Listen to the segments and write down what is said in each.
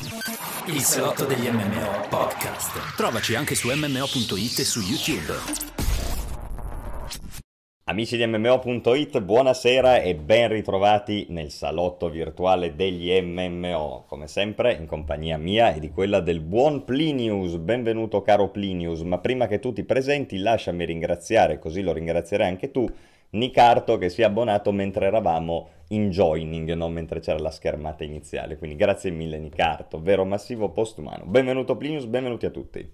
Il salotto degli MMO podcast. Trovaci anche su MMO.it e su YouTube. Amici di MMO.it, buonasera e ben ritrovati nel salotto virtuale degli MMO. Come sempre in compagnia mia e di quella del buon Plinius. Benvenuto caro Plinius, ma prima che tu ti presenti lasciami ringraziare, così lo ringrazierai anche tu, Nicarto che si è abbonato mentre eravamo in joining, non mentre c'era la schermata iniziale. Quindi grazie mille Nicarto, vero massivo postumano. Benvenuto Plinius, benvenuti a tutti.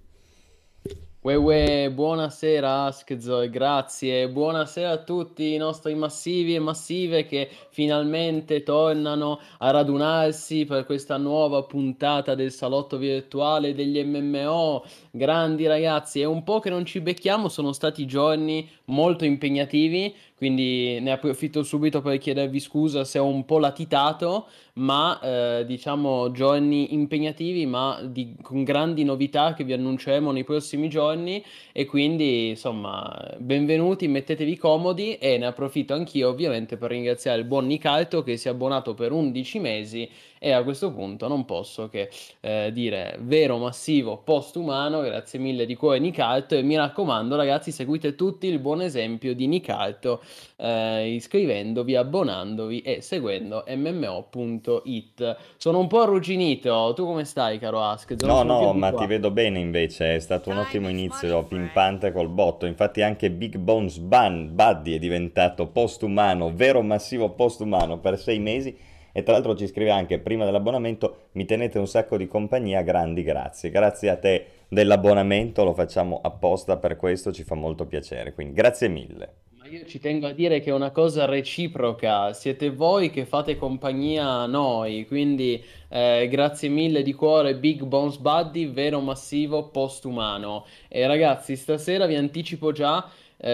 Buonasera Askzo, grazie, buonasera a tutti i nostri massivi e massive che finalmente tornano a radunarsi per questa nuova puntata del salotto virtuale degli MMO. Grandi ragazzi, è un po' che non ci becchiamo, sono stati giorni molto impegnativi, quindi ne approfitto subito per chiedervi scusa se ho un po' latitato, ma diciamo giorni impegnativi, ma con grandi novità che vi annunceremo nei prossimi giorni. E quindi insomma benvenuti, mettetevi comodi, e ne approfitto anch'io ovviamente per ringraziare il buon Nicalto che si è abbonato per 11 mesi, e a questo punto non posso che dire vero massivo postumano, grazie mille di cuore Nicalto, e mi raccomando ragazzi, seguite tutti il buon esempio di Nicalto, iscrivendovi, abbonandovi e seguendo MMO.it. Sono un po' arrugginito, tu come stai caro Ask? No, ma ti vedo bene invece, è stato un ottimo inizio, pimpante col botto, infatti anche Big Bones Buddy è diventato postumano, vero massivo postumano per 6 mesi, e tra l'altro ci scrive anche prima dell'abbonamento: mi tenete un sacco di compagnia, grandi grazie. Grazie a te dell'abbonamento, lo facciamo apposta per questo, ci fa molto piacere, quindi grazie mille. Ma io ci tengo a dire che è una cosa reciproca, siete voi che fate compagnia a noi, quindi grazie mille di cuore Big Bones Buddy, vero massivo postumano. E ragazzi, stasera vi anticipo già,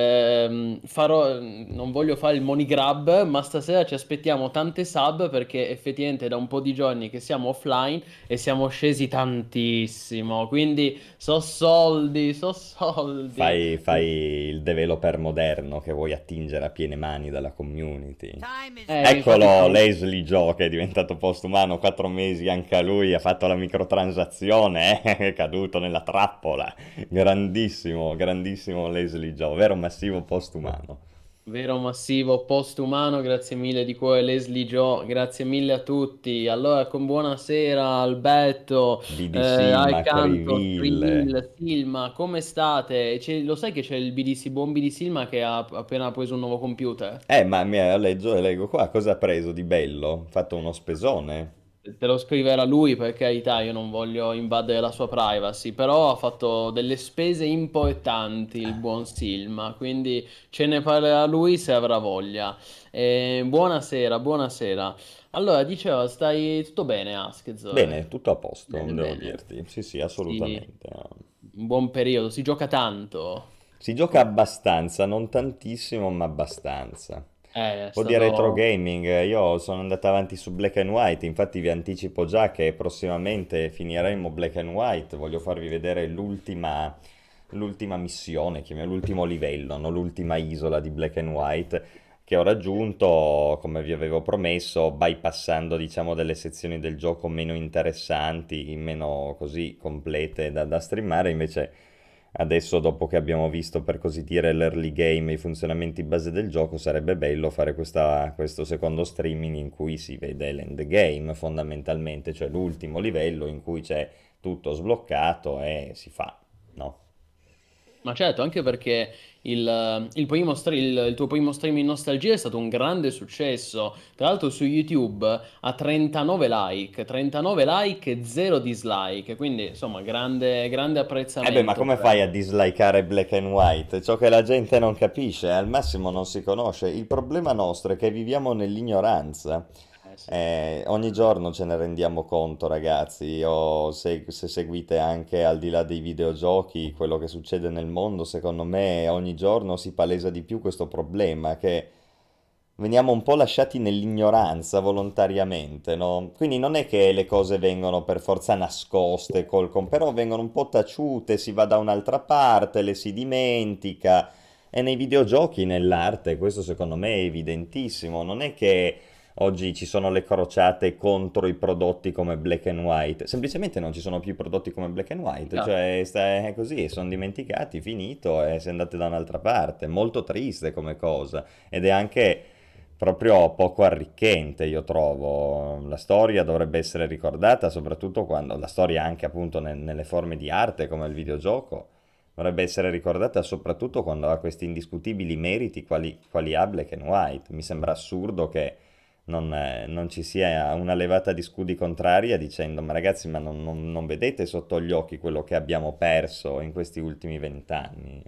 non voglio fare il money grab, ma stasera ci aspettiamo tante sub perché effettivamente da un po' di giorni che siamo offline e siamo scesi tantissimo, quindi so soldi. Fai il developer moderno che vuoi attingere a piene mani dalla community. Eccolo, infatti, Leslie Joe che è diventato postumano, 4 mesi anche a lui, ha fatto la microtransazione, è caduto nella trappola. Grandissimo, grandissimo Leslie Joe, vero massivo postumano. vero massivo postumano, grazie mille di cuore Leslie Joe, grazie mille a tutti. Allora, con buonasera Alberto, BD Silma, Alcanto, Criville. Trill, Silma, come state? Lo sai che c'è il BD, buon BD Silma che ha appena preso un nuovo computer? Ma leggo qua, cosa ha preso di bello? Ha fatto uno spesone. Te lo scriverà lui, per carità, io non voglio invadere la sua privacy, però ha fatto delle spese importanti il buon Silma, quindi ce ne parlerà lui se avrà voglia. Buonasera, buonasera. Allora, dicevo, stai tutto bene, Bene, Askzo? tutto a posto, Bene, devo bene. dirti. Sì, sì, Sì, assolutamente. un buon periodo, si gioca tanto. Si gioca abbastanza, non tantissimo, ma abbastanza. È Un po' di retro stato... gaming, io sono andato avanti su Black and White, infatti vi anticipo già che prossimamente finiremo Black and White, voglio farvi vedere l'ultima missione, l'ultimo livello, no? L'ultima isola di Black and White che ho raggiunto, come vi avevo promesso, bypassando diciamo delle sezioni del gioco meno interessanti, meno così complete da streamare. Invece adesso, dopo che abbiamo visto per così dire l'early game e i funzionamenti base del gioco, sarebbe bello fare questo secondo streaming in cui si vede l'end game fondamentalmente, cioè l'ultimo livello in cui c'è tutto sbloccato e si fa, no? Ma certo, anche perché il tuo primo stream in nostalgia è stato un grande successo. Tra l'altro su YouTube ha 39 like e 0 dislike. Quindi, insomma, grande Ma apprezzamento come per... fai a dislikeare Black and White? Ciò che la gente non capisce, al massimo non si conosce. Il problema nostro è che viviamo nell'ignoranza. Sì. Ogni giorno ce ne rendiamo conto, ragazzi. O se seguite anche al di là dei videogiochi quello che succede nel mondo, secondo me ogni giorno si palesa di più questo problema, che veniamo un po' lasciati nell'ignoranza volontariamente, no? Quindi non è che le cose vengono per forza nascoste, però vengono un po' taciute, si va da un'altra parte, le si dimentica. E nei videogiochi, nell'arte, questo secondo me è evidentissimo. Non è che oggi ci sono le crociate contro i prodotti come Black and White. Semplicemente non ci sono più prodotti come Black and White, Chiaro. cioè è così, sono dimenticati, finito e si è andati da un'altra parte. Molto triste come cosa ed è anche proprio poco arricchente, io trovo. La storia dovrebbe essere ricordata, soprattutto quando la storia anche appunto nelle forme di arte come il videogioco, dovrebbe essere ricordata soprattutto quando ha questi indiscutibili meriti quali ha Black and White. Mi sembra assurdo che non ci sia una levata di scudi contraria dicendo ma ragazzi ma non vedete sotto gli occhi quello che abbiamo perso in questi ultimi 20 anni?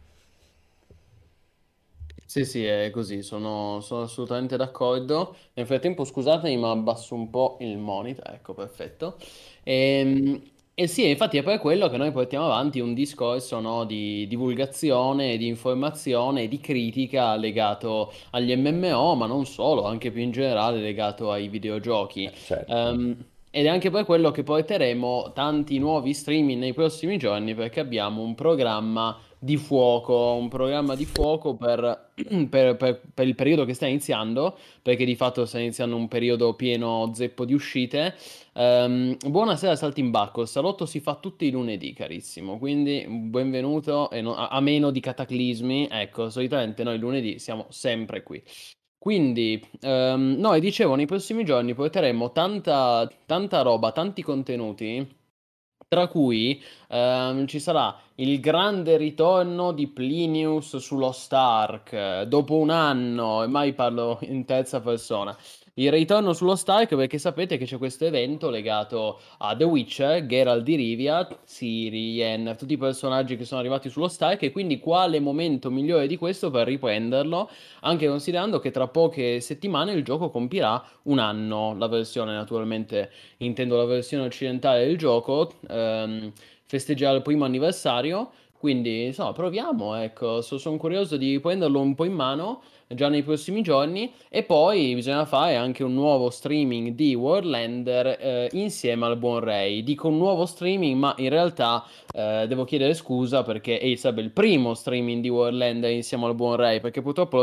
Sì, sì, è così, sono assolutamente d'accordo. Nel frattempo, scusatemi, ma abbasso un po' il monitor, ecco, perfetto. E sì, infatti è per quello che noi portiamo avanti un discorso, no, di divulgazione, di informazione, di critica legato agli MMO, ma non solo, anche più in generale legato ai videogiochi. Certo. Ed è anche per quello che porteremo tanti nuovi streaming nei prossimi giorni, perché abbiamo un programma di fuoco per il periodo che sta iniziando, perché di fatto sta iniziando un periodo pieno zeppo di uscite. Buonasera Saltimbacco, il salotto si fa tutti i lunedì, carissimo, quindi benvenuto e a meno di cataclismi, ecco, solitamente noi lunedì siamo sempre qui. Quindi, no, e dicevo, nei prossimi giorni porteremo tanta roba, tanti contenuti, tra cui ci sarà il grande ritorno di Plinius sullo Stark, dopo un anno, e mai parlo in terza persona. Il ritorno sullo Stark perché sapete che c'è questo evento legato a The Witcher, Geralt di Rivia, Ciri, Yennefer, tutti i personaggi che sono arrivati sullo Stark e quindi quale momento migliore di questo per riprenderlo, anche considerando che tra poche settimane il gioco compirà un anno, la versione naturalmente intendo la versione occidentale del gioco, festeggerà il primo anniversario, quindi insomma proviamo, ecco, sono curioso di prenderlo un po' in mano già nei prossimi giorni e poi bisogna fare anche un nuovo streaming di Warlander insieme al buon Ray. Dico un nuovo streaming, ma in realtà devo chiedere scusa perché sarebbe il primo streaming di Warlander insieme al buon Ray, perché purtroppo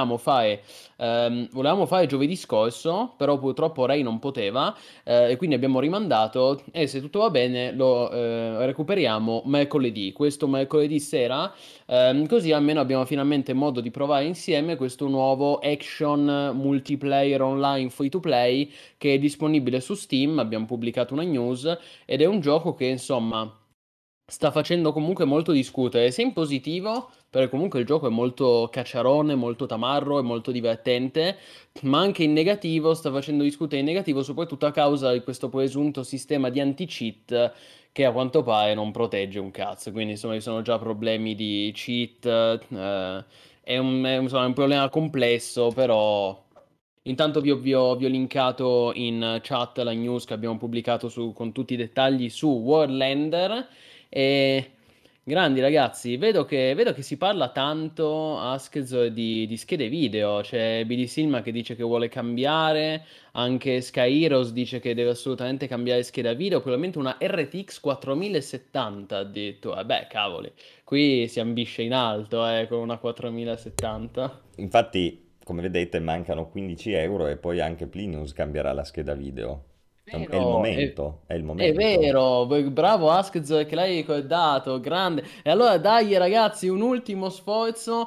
volevamo fare giovedì scorso, però purtroppo Ray non poteva e quindi abbiamo rimandato e se tutto va bene lo recuperiamo mercoledì, questo mercoledì sera, così almeno abbiamo finalmente modo di provare insieme questo nuovo action multiplayer online free to play che è disponibile su Steam, abbiamo pubblicato una news ed è un gioco che insomma sta facendo comunque molto discutere, sia in positivo, perché comunque il gioco è molto cacciarone, molto tamarro, è molto divertente, ma anche in negativo, sta facendo discutere in negativo, soprattutto a causa di questo presunto sistema di anti-cheat che a quanto pare non protegge un cazzo. Quindi insomma ci sono già problemi di cheat, insomma, è un problema complesso, però intanto vi ho linkato in chat la news che abbiamo pubblicato con tutti i dettagli su Warlander. E grandi ragazzi, vedo che si parla tanto Askez di schede video. C'è BD Silma che dice che vuole cambiare, anche Sky Heroes dice che deve assolutamente cambiare scheda video, probabilmente una RTX 4070 addirittura. Beh, cavoli, qui si ambisce in alto con una 4070. Infatti, come vedete, mancano 15 euro e poi anche Plinius cambierà la scheda video. È il Vero, momento, è il è momento. vero, bravo Askz che l'hai ricordato, grande. E allora dai ragazzi, un ultimo sforzo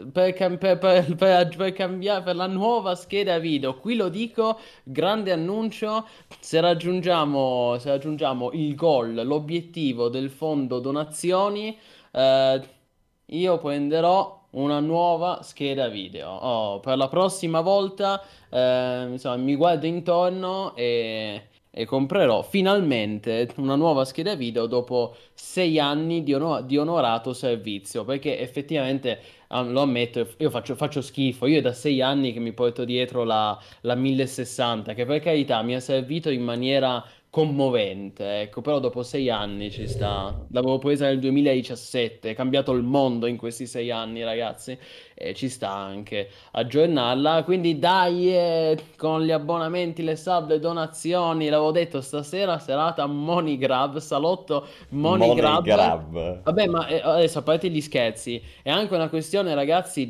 per cambiare per la nuova scheda video. Qui lo dico, grande annuncio, se raggiungiamo il goal, l'obiettivo del fondo donazioni, eh, io prenderò una nuova scheda video. Oh, per la prossima volta, insomma, mi guardo intorno e comprerò finalmente una nuova scheda video dopo 6 anni di onorato servizio. Perché effettivamente, lo ammetto, io faccio schifo. Io è da 6 anni che mi porto dietro la 1060, che per carità mi ha servito in maniera commovente, ecco, però dopo 6 anni ci sta. L'avevo presa nel 2017, è cambiato il mondo in questi 6 anni, ragazzi, e ci sta anche aggiornarla. Quindi dai, con gli abbonamenti, le sub, le donazioni, l'avevo detto stasera, serata Money Grab, salotto Money Money Grab. grab. Vabbè, ma adesso a parte gli scherzi, è anche una questione, ragazzi,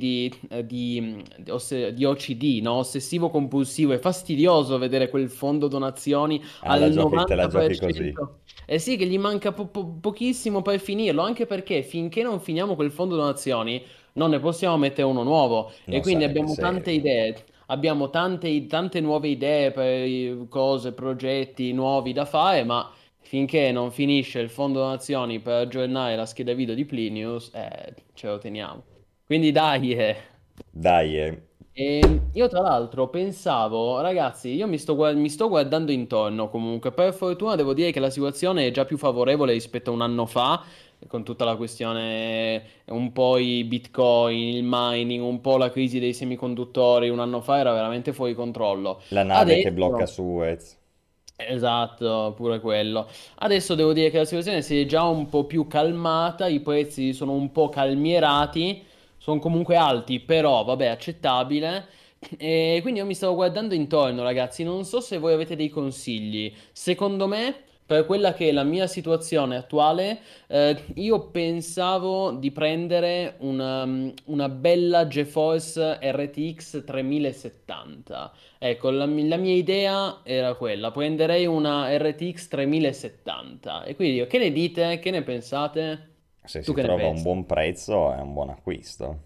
di OCD, no? Ossessivo compulsivo. È fastidioso vedere quel fondo donazioni Ah, al te la giochi così. 90%. Eh sì, che gli manca pochissimo per finirlo, anche perché finché non finiamo quel fondo donazioni non ne possiamo mettere uno nuovo. E Non quindi sarebbe abbiamo tante serio. idee, abbiamo tante nuove idee per cose, progetti nuovi da fare, ma finché non finisce il fondo donazioni per aggiornare la scheda video di Plinius, ce lo teniamo. Quindi dai. Dai, E io tra l'altro pensavo, ragazzi, io mi sto guardando intorno comunque, per fortuna devo dire che la situazione è già più favorevole rispetto a un anno fa, con tutta la questione, un po' i bitcoin, il mining, un po' la crisi dei semiconduttori, un anno fa era veramente fuori controllo. la nave che blocca Adesso, Suez. esatto, pure quello. Adesso devo dire che la situazione si è già un po' più calmata, i prezzi sono un po' calmierati, sono comunque alti, però vabbè, accettabile. E quindi io mi stavo guardando intorno, ragazzi, non so se voi avete dei consigli. Secondo me, per quella che è la mia situazione attuale, io pensavo di prendere una bella GeForce RTX 3070. Ecco, la mia idea era quella, prenderei una RTX 3070. E quindi che ne dite? Che ne pensate? Se Tu si che ne trova a un pensi? buon prezzo è un buon acquisto.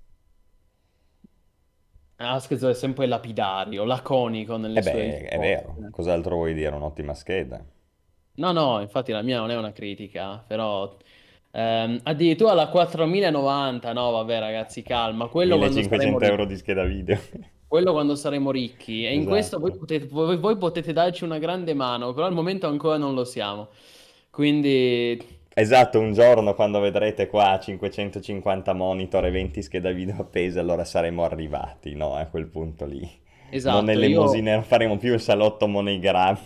Ah, scherzo, è sempre lapidario, laconico nelle E sue beh, è vero. risposte. Cos'altro vuoi dire? Un'ottima scheda. No, no, infatti la mia non è una critica, però addirittura la 4090, no, vabbè ragazzi, calma, 1500 euro di scheda video. quello quando saremo ricchi e in questo Esatto. voi potete darci una grande mano, però al momento ancora non lo siamo. Quindi, Esatto, un giorno quando vedrete qua 550 monitor e 20 scheda video appese, allora saremo arrivati, no? A quel punto lì. Non esatto, io... elemosine, non faremo più il salotto MoneyGram.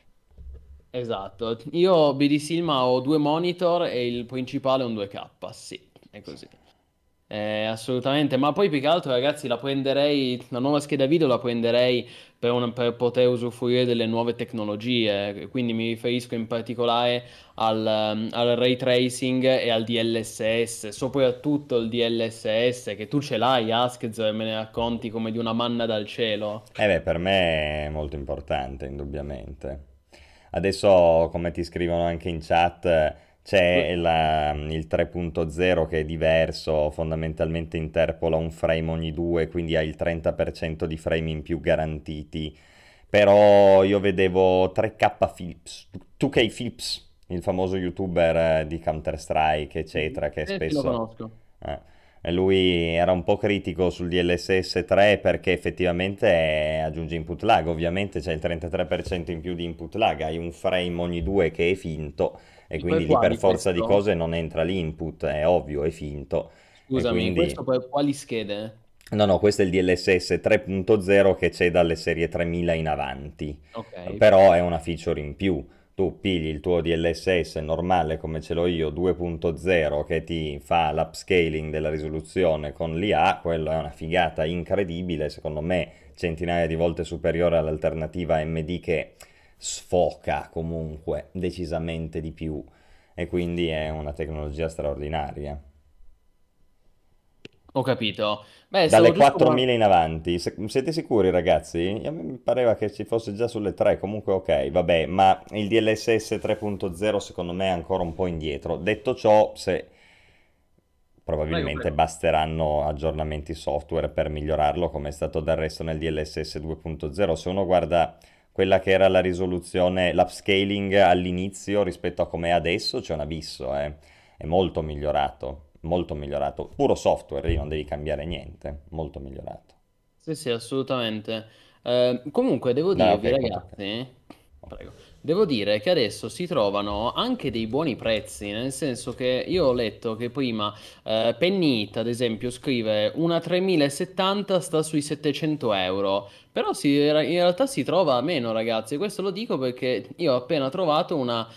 Esatto, io BD Silma ho due monitor e il principale è un 2K, sì, è così. Assolutamente, ma poi più che altro ragazzi la prenderei, la nuova scheda video la prenderei per poter usufruire delle nuove tecnologie, quindi mi riferisco in particolare al ray tracing e al DLSS, soprattutto il DLSS che tu ce l'hai, Askez, e me ne racconti come di una manna dal cielo. Eh beh, per me è molto importante, indubbiamente. Adesso, come ti scrivono anche in chat, c'è il 3.0 che è diverso, fondamentalmente interpola un frame ogni due, quindi hai il 30% di frame in più garantiti. Però io vedevo 3K Philips, 2K Philips, il famoso youtuber di Counter-Strike, eccetera, che Sì, lo spesso... conosco. eh, e lui era un po' critico sul DLSS 3 perché effettivamente aggiunge input lag, ovviamente c'è il 33% in più di input lag, hai un frame ogni due che è finto e Per quindi lì per quali forza di questo? cose non entra l'input, è ovvio, è finto. E Scusami, quindi questo per quali schede? no, no, questo è il DLSS 3.0 che c'è dalle serie 3000 in avanti, Ok, però è una feature in più. Tu pigli il tuo DLSS normale come ce l'ho io 2.0 che ti fa l'upscaling della risoluzione con l'IA, quello è una figata incredibile, secondo me centinaia di volte superiore all'alternativa AMD che sfoca comunque decisamente di più e quindi è una tecnologia straordinaria. ho capito. Beh, stavo Dalle giusto... 4.000 in avanti, siete sicuri ragazzi? A me mi pareva che ci fosse già sulle 3, comunque ok, vabbè, ma il DLSS 3.0 secondo me è ancora un po' indietro. Detto ciò, se Prego, probabilmente prego. basteranno aggiornamenti software per migliorarlo, come è stato del resto nel DLSS 2.0. Se uno guarda quella che era la risoluzione, l'upscaling all'inizio rispetto a com'è adesso, c'è un abisso, è molto migliorato, molto migliorato. Puro software, lì non devi cambiare niente, molto migliorato. Sì, sì, assolutamente. Comunque, devo No, dirvi, ok, conto. ragazzi, prego, devo dire che adesso si trovano anche dei buoni prezzi, nel senso che io ho letto che prima Pennit, ad esempio, scrive una 3070 sta sui 700 euro, però in realtà si trova a meno, ragazzi. Questo lo dico perché io ho appena trovato una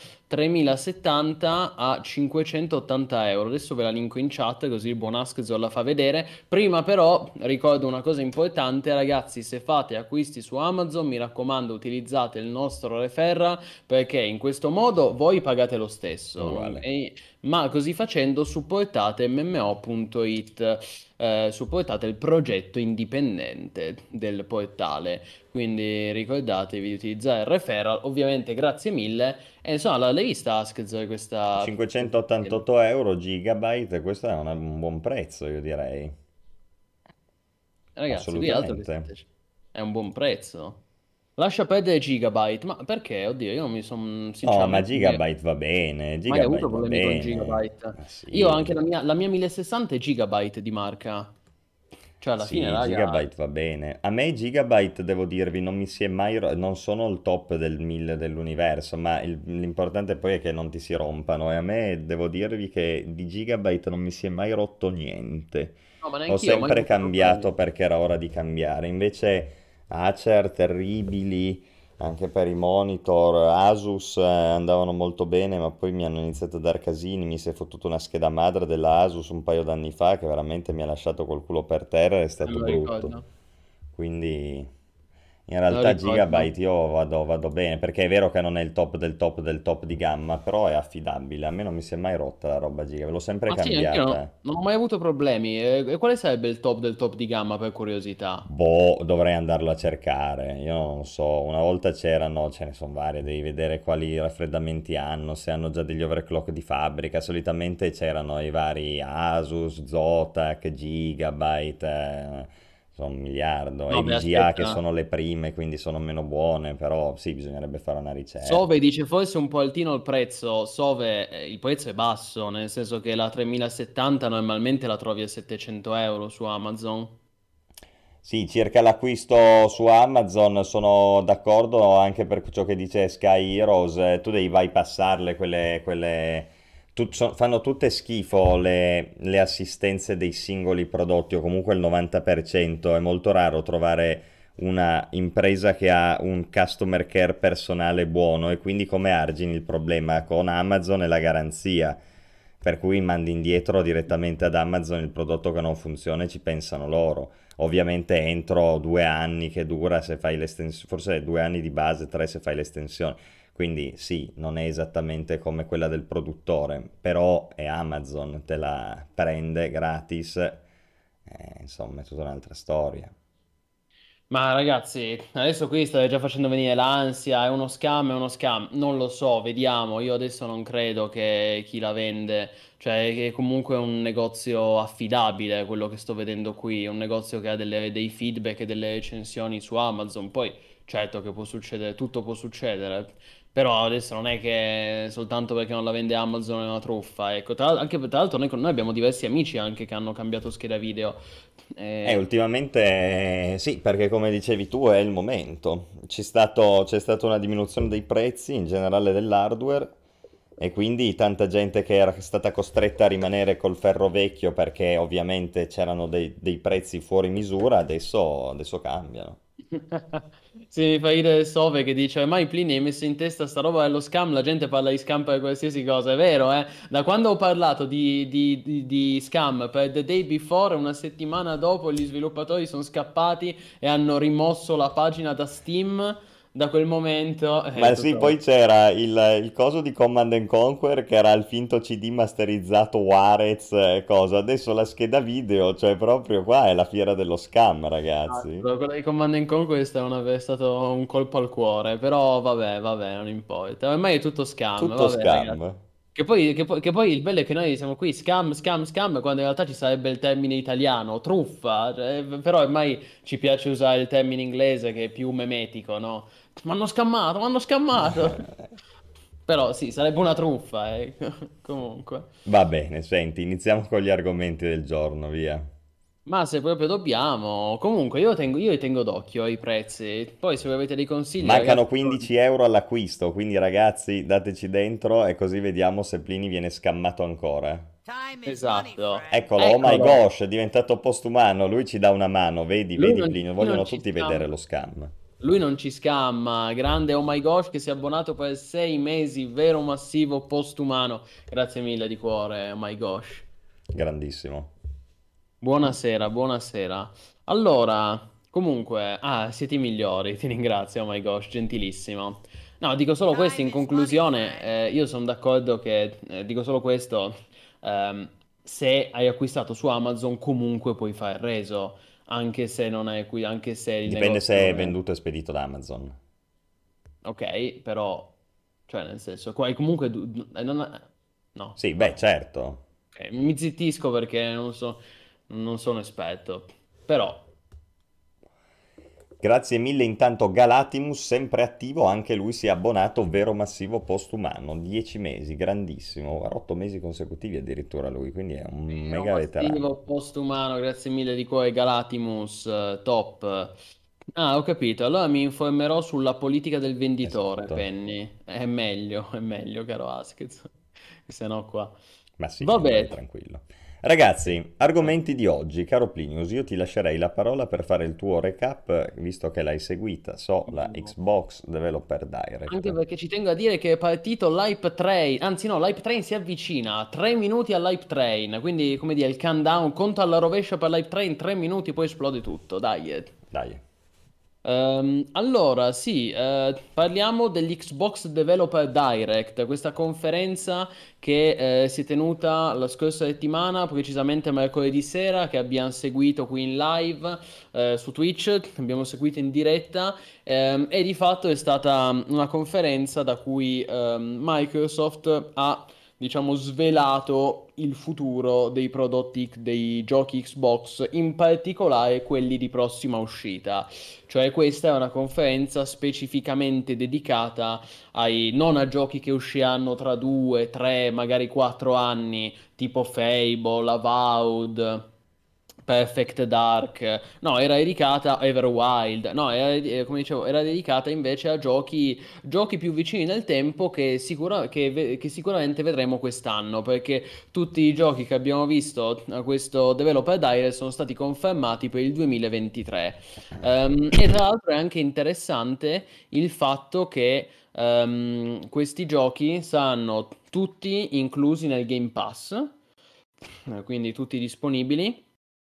3070 a 580 euro. Adesso ve la linko in chat così il buon Askzol la fa vedere. Prima però ricordo una cosa importante, ragazzi, se fate acquisti su Amazon, mi raccomando, utilizzate il nostro referral perché in questo modo voi pagate lo stesso, Uguale. ma così facendo supportate MMO.it, supportate il progetto indipendente del portale. Quindi ricordatevi di utilizzare il referral, ovviamente grazie mille. E insomma, l'hai vista Askz questa 588 euro gigabyte, questo è un buon prezzo, io direi. ragazzi, qui altro che Assolutamente. 700. È un buon prezzo. Lascia perdere Gigabyte, ma perché? Oddio, io non mi sono No, ma sinceramente Gigabyte va bene, mai avuto Gigabyte va problemi con bene. Gigabyte. Ma Io ho sì. anche la mia 1060 è Gigabyte di marca. Cioè, alla fine, Sì, raga, Gigabyte va bene. A me Gigabyte, devo dirvi, non mi si è mai... non sono il top del 1000 dell'universo, ma l'importante poi è che non ti si rompano. E a me devo dirvi che di Gigabyte non mi si è mai rotto niente. no, ma Ho neanche io ho mai sempre avuto problemi. cambiato perché era ora di cambiare. Invece Acer, terribili, anche per i monitor, Asus andavano molto bene, ma poi mi hanno iniziato a dar casini. Mi si è fottuta una scheda madre della Asus un paio d'anni fa che veramente mi ha lasciato col culo per terra, è Me stato lo brutto. ricordo. Quindi in Me lo realtà ricordo. Gigabyte io vado bene, perché è vero che non è il top del top del top di gamma, però è affidabile. A me non mi si è mai rotta la roba Gigabyte, l'ho sempre Ma sì, anche io cambiata. non ho mai avuto problemi. E quale sarebbe il top del top di gamma per curiosità? Boh, dovrei andarlo a cercare. Io non so, una volta c'erano, ce ne sono varie, devi vedere quali raffreddamenti hanno, se hanno già degli overclock di fabbrica. Solitamente c'erano i vari Asus, Zotac, Gigabyte, sono un miliardo. E No, beh, VGA che aspetta. sono le prime, quindi sono meno buone, però sì, bisognerebbe fare una Sove ricerca. dice forse un po' altino il prezzo. Sove, il prezzo è basso, nel senso che la 3070 normalmente la trovi a 700 euro su Amazon. Sì, circa l'acquisto su Amazon sono d'accordo anche per ciò che dice Sky Heroes, tu devi bypassarle fanno tutte schifo le assistenze dei singoli prodotti o comunque il 90%, è molto raro trovare una impresa che ha un customer care personale buono e quindi come argini il problema con Amazon e la garanzia. Per cui mandi indietro direttamente ad Amazon il prodotto che non funziona e ci pensano loro. Ovviamente entro 2 anni che dura se fai l'estensione, forse 2 anni di base, 3 se fai l'estensione. Quindi sì, non è esattamente come quella del produttore, però è Amazon, te la prende gratis, insomma è tutta un'altra storia. Ma ragazzi, adesso qui state già facendo venire l'ansia, è uno scam, è uno scam. Non lo so, vediamo. Io adesso non credo che chi la vende, cioè che comunque è un negozio affidabile, quello che sto vedendo qui, un negozio che ha dei feedback e delle recensioni su Amazon. Poi, certo che può succedere, tutto può succedere. Però adesso non è che soltanto perché non la vende Amazon è una truffa. Ecco, anche tra l'altro noi abbiamo diversi amici anche che hanno cambiato scheda video. Eh, Ultimamente sì, perché come dicevi tu è il momento. C'è stata una diminuzione dei prezzi in generale dell'hardware e quindi tanta gente che era stata costretta a rimanere col ferro vecchio perché ovviamente c'erano dei prezzi fuori misura, adesso cambiano. Sì, mi fa ridere Sove che dice: mai Plini hai messo in testa sta roba dello scam? La gente parla di scam per qualsiasi cosa, è vero, eh? Da quando ho parlato di scam per The Day Before, una settimana dopo gli sviluppatori sono scappati e hanno rimosso la pagina da Steam. Da quel momento è Ma sì, tutto. poi c'era il coso di Command and Conquer che era il finto CD masterizzato Warez e cosa. Adesso la scheda video, cioè proprio qua è la fiera dello scam, ragazzi. Esatto, quello di Command and Conquest è stato un colpo al cuore, però vabbè, non importa. Ormai è tutto scam, Tutto vabbè, ragazzi. scam. Che poi il bello è che noi siamo qui, scam, scam, scam, quando in realtà ci sarebbe il termine italiano, truffa, però ormai ci piace usare il termine inglese che è più memetico, no? Mi hanno scammato, mi hanno scammato. Però sì, sarebbe una truffa, comunque. Va bene, senti, iniziamo con gli argomenti del giorno, via. Ma se proprio dobbiamo, comunque io tengo d'occhio ai prezzi. Poi se avete dei consigli, Mancano ragazzi, 15 euro all'acquisto, quindi ragazzi dateci dentro e così vediamo se Plini viene scammato ancora. esatto. Eccolo, oh my Eccolo. gosh, è diventato postumano, lui ci dà una mano, vedi, Lui vedi non, Plini, lui non vogliono ci tutti vedere scamma. lo scam. Lui non ci scamma. Grande Oh My Gosh che si è abbonato per 6 mesi, vero massivo postumano. Grazie mille di cuore, Oh My Gosh. Grandissimo. Buonasera, buonasera. Allora, comunque, siete i migliori, ti ringrazio, oh my gosh, gentilissimo. No, dico solo questo in conclusione, io sono d'accordo che, dico solo questo, se hai acquistato su Amazon comunque puoi fare il reso, anche se non è qui, anche se il Dipende negozio se è non è... venduto e spedito da Amazon. Ok, però, cioè nel senso, qua è comunque... no, Sì, beh, vabbè. certo. Ok, mi zittisco perché non sono esperto, però... Grazie mille intanto Galatimus, sempre attivo, anche lui si è abbonato, vero massivo postumano, 10 mesi, grandissimo, guarda, 8 mesi consecutivi addirittura lui, quindi è un Vero mega veterano. massivo postumano, grazie mille di cuore Galatimus, top. Ah, ho capito. Allora mi informerò sulla politica del venditore, Esatto, Penny. È meglio, caro Askez. Se no qua. ma sì, vai Vabbè, tranquillo. Ragazzi, argomenti di oggi, caro Plinius, io ti lascerei la parola per fare il tuo recap, visto che l'hai seguita, so, la Xbox Developer anche Direct. perché ci tengo a dire che è partito l'Hype Train, anzi no, l'Hype Train si avvicina, 3 minuti all'Hype Train, quindi come dire, il countdown, conto alla rovescia per l'Hype Train, 3 minuti poi esplode tutto, dai. Dai, Allora, sì, parliamo dell'Xbox Developer Direct, questa conferenza che si è tenuta la scorsa settimana, precisamente mercoledì sera, che abbiamo seguito qui in live su Twitch, abbiamo seguito in diretta, e di fatto è stata una conferenza da cui Microsoft ha, diciamo, svelato il futuro dei prodotti, dei giochi Xbox, in particolare quelli di prossima uscita. Cioè, questa è una conferenza specificamente dedicata non a giochi che usciranno tra 2, 3, magari 4 anni, tipo Fable, Avowed, Perfect Dark. No, era dedicata a Everwild. No, come dicevo, era dedicata invece a giochi più vicini nel tempo che sicuramente vedremo quest'anno, perché tutti i giochi che abbiamo visto a questo Developer Direct sono stati confermati per il 2023. E tra l'altro è anche interessante il fatto che questi giochi saranno tutti inclusi nel Game Pass, quindi tutti disponibili.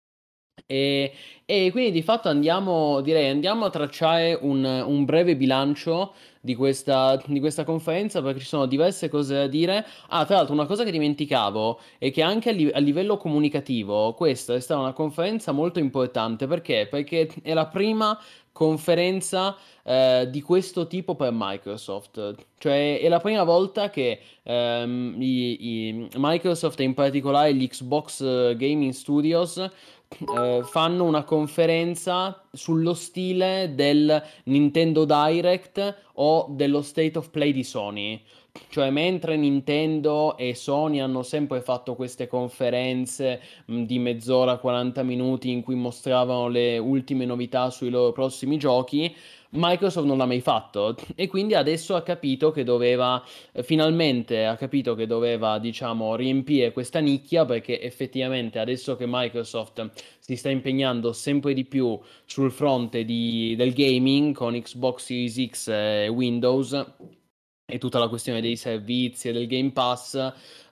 E, e quindi di fatto andiamo a tracciare un breve bilancio di questa conferenza perché ci sono diverse cose da dire. Ah, tra l'altro, una cosa che dimenticavo è che anche a livello comunicativo questa è stata una conferenza molto importante. Perché? Perché è la prima conferenza di questo tipo per Microsoft. Cioè, è la prima volta che Microsoft e in particolare gli Xbox Gaming Studios fanno una conferenza sullo stile del Nintendo Direct o dello State of Play di Sony. Cioè, mentre Nintendo e Sony hanno sempre fatto queste conferenze di mezz'ora, 40 minuti in cui mostravano le ultime novità sui loro prossimi giochi, Microsoft non l'ha mai fatto e quindi adesso ha capito che doveva, finalmente ha capito che doveva, diciamo, riempire questa nicchia perché effettivamente adesso che Microsoft si sta impegnando sempre di più sul fronte del gaming con Xbox Series X e Windows e tutta la questione dei servizi e del Game Pass,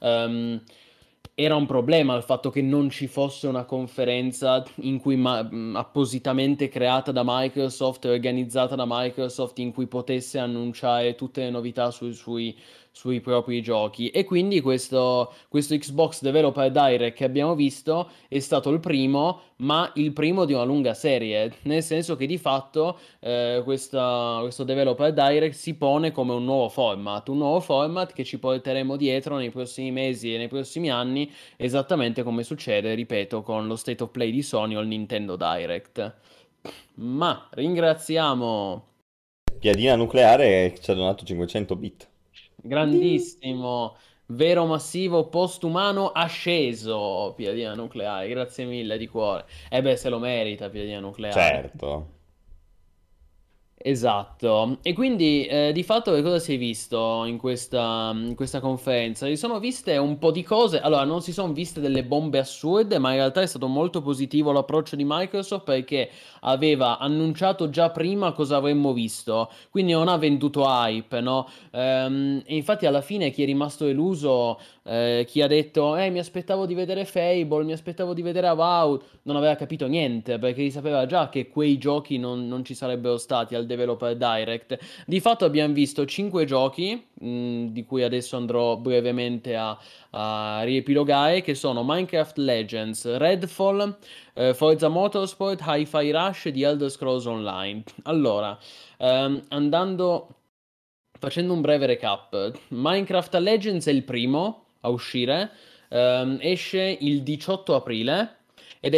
era un problema il fatto che non ci fosse una conferenza in cui appositamente creata da Microsoft e organizzata da Microsoft in cui potesse annunciare tutte le novità sui propri giochi. E quindi questo Xbox Developer Direct che abbiamo visto è stato il primo, ma il primo di una lunga serie, nel senso che di fatto questo Developer Direct si pone come un nuovo format che ci porteremo dietro nei prossimi mesi e nei prossimi anni, esattamente come succede, ripeto, con lo State of Play di Sony o il Nintendo Direct. Ma ringraziamo piadina nucleare ci ha donato 500 bit. grandissimo, Vero massivo postumano asceso, piadina nucleare, grazie mille di cuore. E beh, se lo merita, piadina nucleare. Certo. Esatto, e quindi di fatto che cosa si è visto in questa conferenza? Si sono viste un po' di cose, allora non si sono viste delle bombe assurde, ma in realtà è stato molto positivo l'approccio di Microsoft perché aveva annunciato già prima cosa avremmo visto, quindi non ha venduto hype, no? E infatti alla fine chi è rimasto deluso, chi ha detto mi aspettavo di vedere Fable, mi aspettavo di vedere Avowed, non aveva capito niente perché sapeva già che quei giochi non ci sarebbero stati al Developer Direct. Di fatto abbiamo visto 5 giochi, di cui adesso andrò brevemente a riepilogare, che sono Minecraft Legends, Redfall, Forza Motorsport, Hi-Fi Rush e The Elder Scrolls Online. Allora, andando... Facendo un breve recap, Minecraft Legends è il primo a uscire, esce il 18 aprile ed è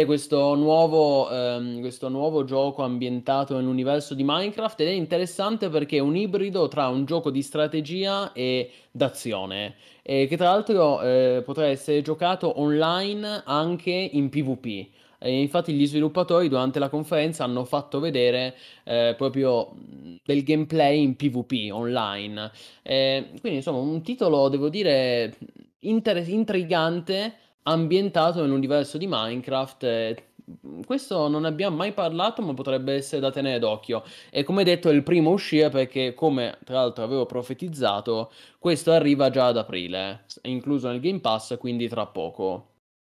questo nuovo gioco ambientato nell'universo di Minecraft ed è interessante perché è un ibrido tra un gioco di strategia e d'azione, e che tra l'altro potrà essere giocato online anche in PvP. E infatti gli sviluppatori durante la conferenza hanno fatto vedere proprio del gameplay in PvP online. Quindi insomma un titolo, devo dire, intrigante, ambientato nell'universo di Minecraft. Questo non ne abbiamo mai parlato, ma potrebbe essere da tenere d'occhio. E come detto, è il primo a uscire perché, come tra l'altro avevo profetizzato, questo arriva già ad aprile, è incluso nel Game Pass, quindi tra poco.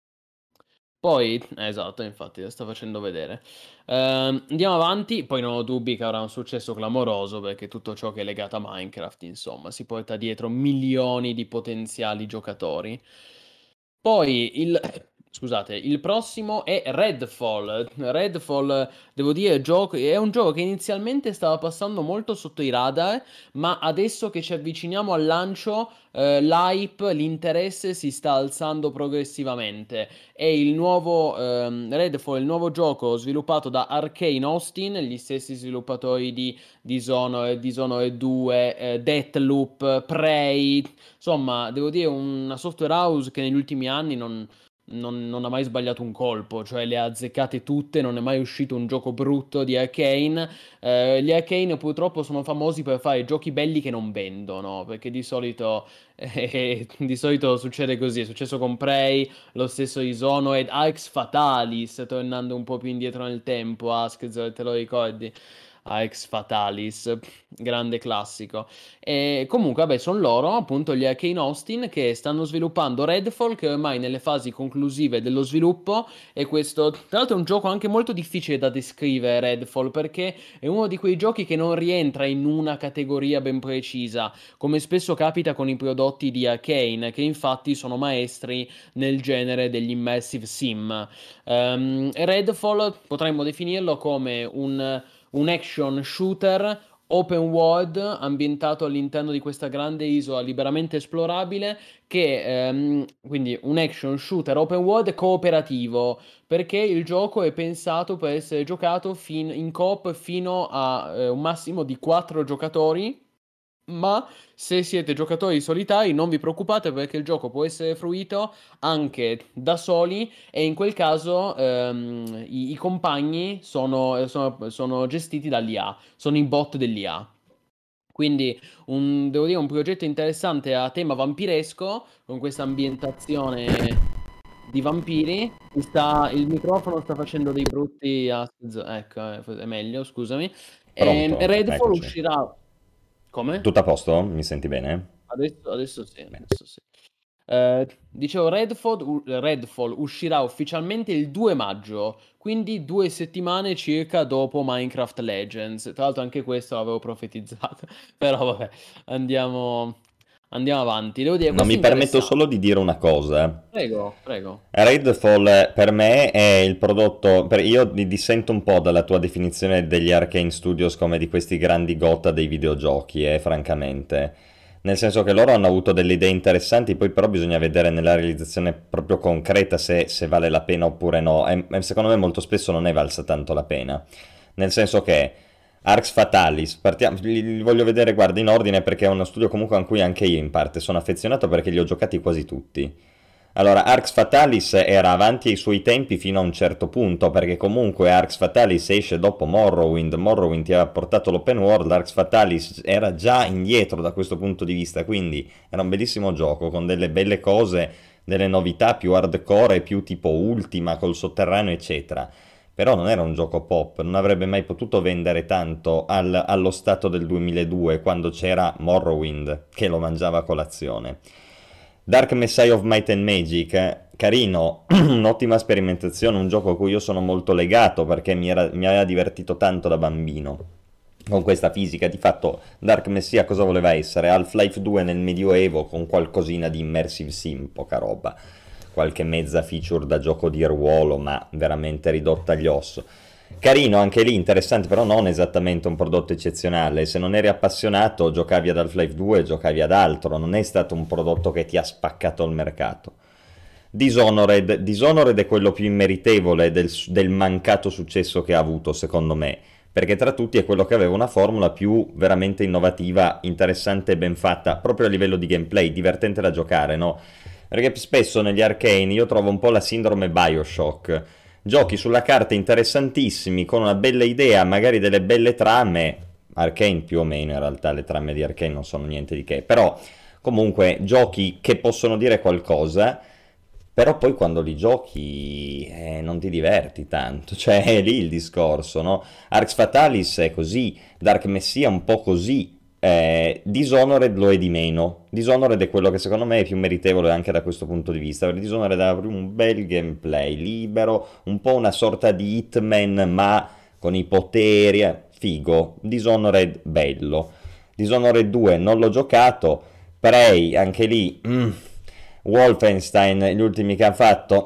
Poi, esatto, infatti, lo sto facendo vedere. Andiamo avanti, poi non ho dubbi che avrà un successo clamoroso perché tutto ciò che è legato a Minecraft, insomma, si porta dietro milioni di potenziali giocatori. Poi scusate, il prossimo è Redfall. Redfall, devo dire, è un gioco che inizialmente stava passando molto sotto i radar, ma adesso che ci avviciniamo al lancio, l'hype, l'interesse si sta alzando progressivamente. È il nuovo Redfall, il nuovo gioco sviluppato da Arcane Austin, gli stessi sviluppatori di Dishonored 2, Deathloop, Prey. Insomma, devo dire, una software house che negli ultimi anni non ha mai sbagliato un colpo, cioè le ha azzeccate tutte, non è mai uscito un gioco brutto di Arcane. Gli Arcane purtroppo sono famosi per fare giochi belli che non vendono, perché di solito succede così, è successo con Prey, lo stesso Dishonored, Arx Fatalis, tornando un po' più indietro nel tempo, Askzel, te lo ricordi? Arx Fatalis, grande classico. E comunque, vabbè, sono loro, appunto, gli Arcane Austin, che stanno sviluppando Redfall, che è ormai nelle fasi conclusive dello sviluppo. E questo, tra l'altro, è un gioco anche molto difficile da descrivere, Redfall, perché è uno di quei giochi che non rientra in una categoria ben precisa, come spesso capita con i prodotti di Arcane, che infatti sono maestri nel genere degli immersive sim. Redfall potremmo definirlo come un action shooter open world ambientato all'interno di questa grande isola liberamente esplorabile che quindi un action shooter open world cooperativo perché il gioco è pensato per essere giocato in coop fino a un massimo di 4 giocatori, ma se siete giocatori solitari non vi preoccupate perché il gioco può essere fruito anche da soli e in quel caso i compagni sono gestiti dall'IA, sono i bot dell'IA. Quindi devo dire un progetto interessante a tema vampiresco con questa ambientazione di vampiri. Il microfono sta facendo dei brutti ecco, è meglio, scusami. Pronto? Redfall Eccoci. uscirà. Come? Tutto a posto? Mi senti bene? Adesso sì, Bene. adesso sì. Dicevo, Redfall uscirà ufficialmente il 2 maggio, quindi 2 settimane circa dopo Minecraft Legends. Tra l'altro anche questo l'avevo profetizzato, però vabbè, andiamo, andiamo avanti. Devo dire, Non questo è mi permetto interessante. solo di dire una cosa. Prego, prego. Redfall per me è il prodotto, io dissento un po' dalla tua definizione degli Arcane Studios come di questi grandi gotta dei videogiochi, francamente. Nel senso che loro hanno avuto delle idee interessanti, poi però bisogna vedere nella realizzazione proprio concreta se vale la pena oppure no. E secondo me molto spesso non ne valsa tanto la pena. Nel senso che Arx Fatalis, partiamo, li voglio vedere, guarda, in ordine perché è uno studio comunque a cui anche io in parte sono affezionato perché li ho giocati quasi tutti. Allora, Arx Fatalis era avanti ai suoi tempi fino a un certo punto, perché comunque Arx Fatalis esce dopo Morrowind, Morrowind ti aveva portato l'open world, Arx Fatalis era già indietro da questo punto di vista, quindi era un bellissimo gioco con delle belle cose, delle novità più hardcore, più tipo Ultima col sotterraneo, eccetera. Però non era un gioco pop, non avrebbe mai potuto vendere tanto allo stato del 2002, quando c'era Morrowind che lo mangiava a colazione. Dark Messiah of Might and Magic, carino, un'ottima sperimentazione, un gioco a cui io sono molto legato perché mi aveva divertito tanto da bambino. Con questa fisica, di fatto Dark Messiah cosa voleva essere? Half-Life 2 nel Medioevo con qualcosina di immersive sim, poca roba. Qualche mezza feature da gioco di ruolo, ma veramente ridotta agli osso. Carino anche lì, interessante, però non esattamente un prodotto eccezionale. Se non eri appassionato, giocavi ad Half-Life 2, giocavi ad altro, non è stato un prodotto che ti ha spaccato il mercato. Dishonored è quello più immeritevole del mancato successo che ha avuto, secondo me, perché tra tutti è quello che aveva una formula più veramente innovativa, interessante e ben fatta, proprio a livello di gameplay, divertente da giocare, no? Perché spesso negli arcane io trovo un po' la sindrome Bioshock. Giochi sulla carta interessantissimi, con una bella idea, magari delle belle trame. Arcane più o meno, in realtà le trame di Arcane non sono niente di che. Però, comunque, giochi che possono dire qualcosa, però poi quando li giochi non ti diverti tanto. Cioè, è lì il discorso, no? Arx Fatalis è così, Dark Messiah un po' così. Dishonored lo è di meno. Dishonored è quello che secondo me è più meritevole anche da questo punto di vista, perché Dishonored ha un bel gameplay libero, un po' una sorta di Hitman ma con i poteri, figo. Dishonored bello. Dishonored 2 non l'ho giocato. Prey anche lì Wolfenstein gli ultimi che ha fatto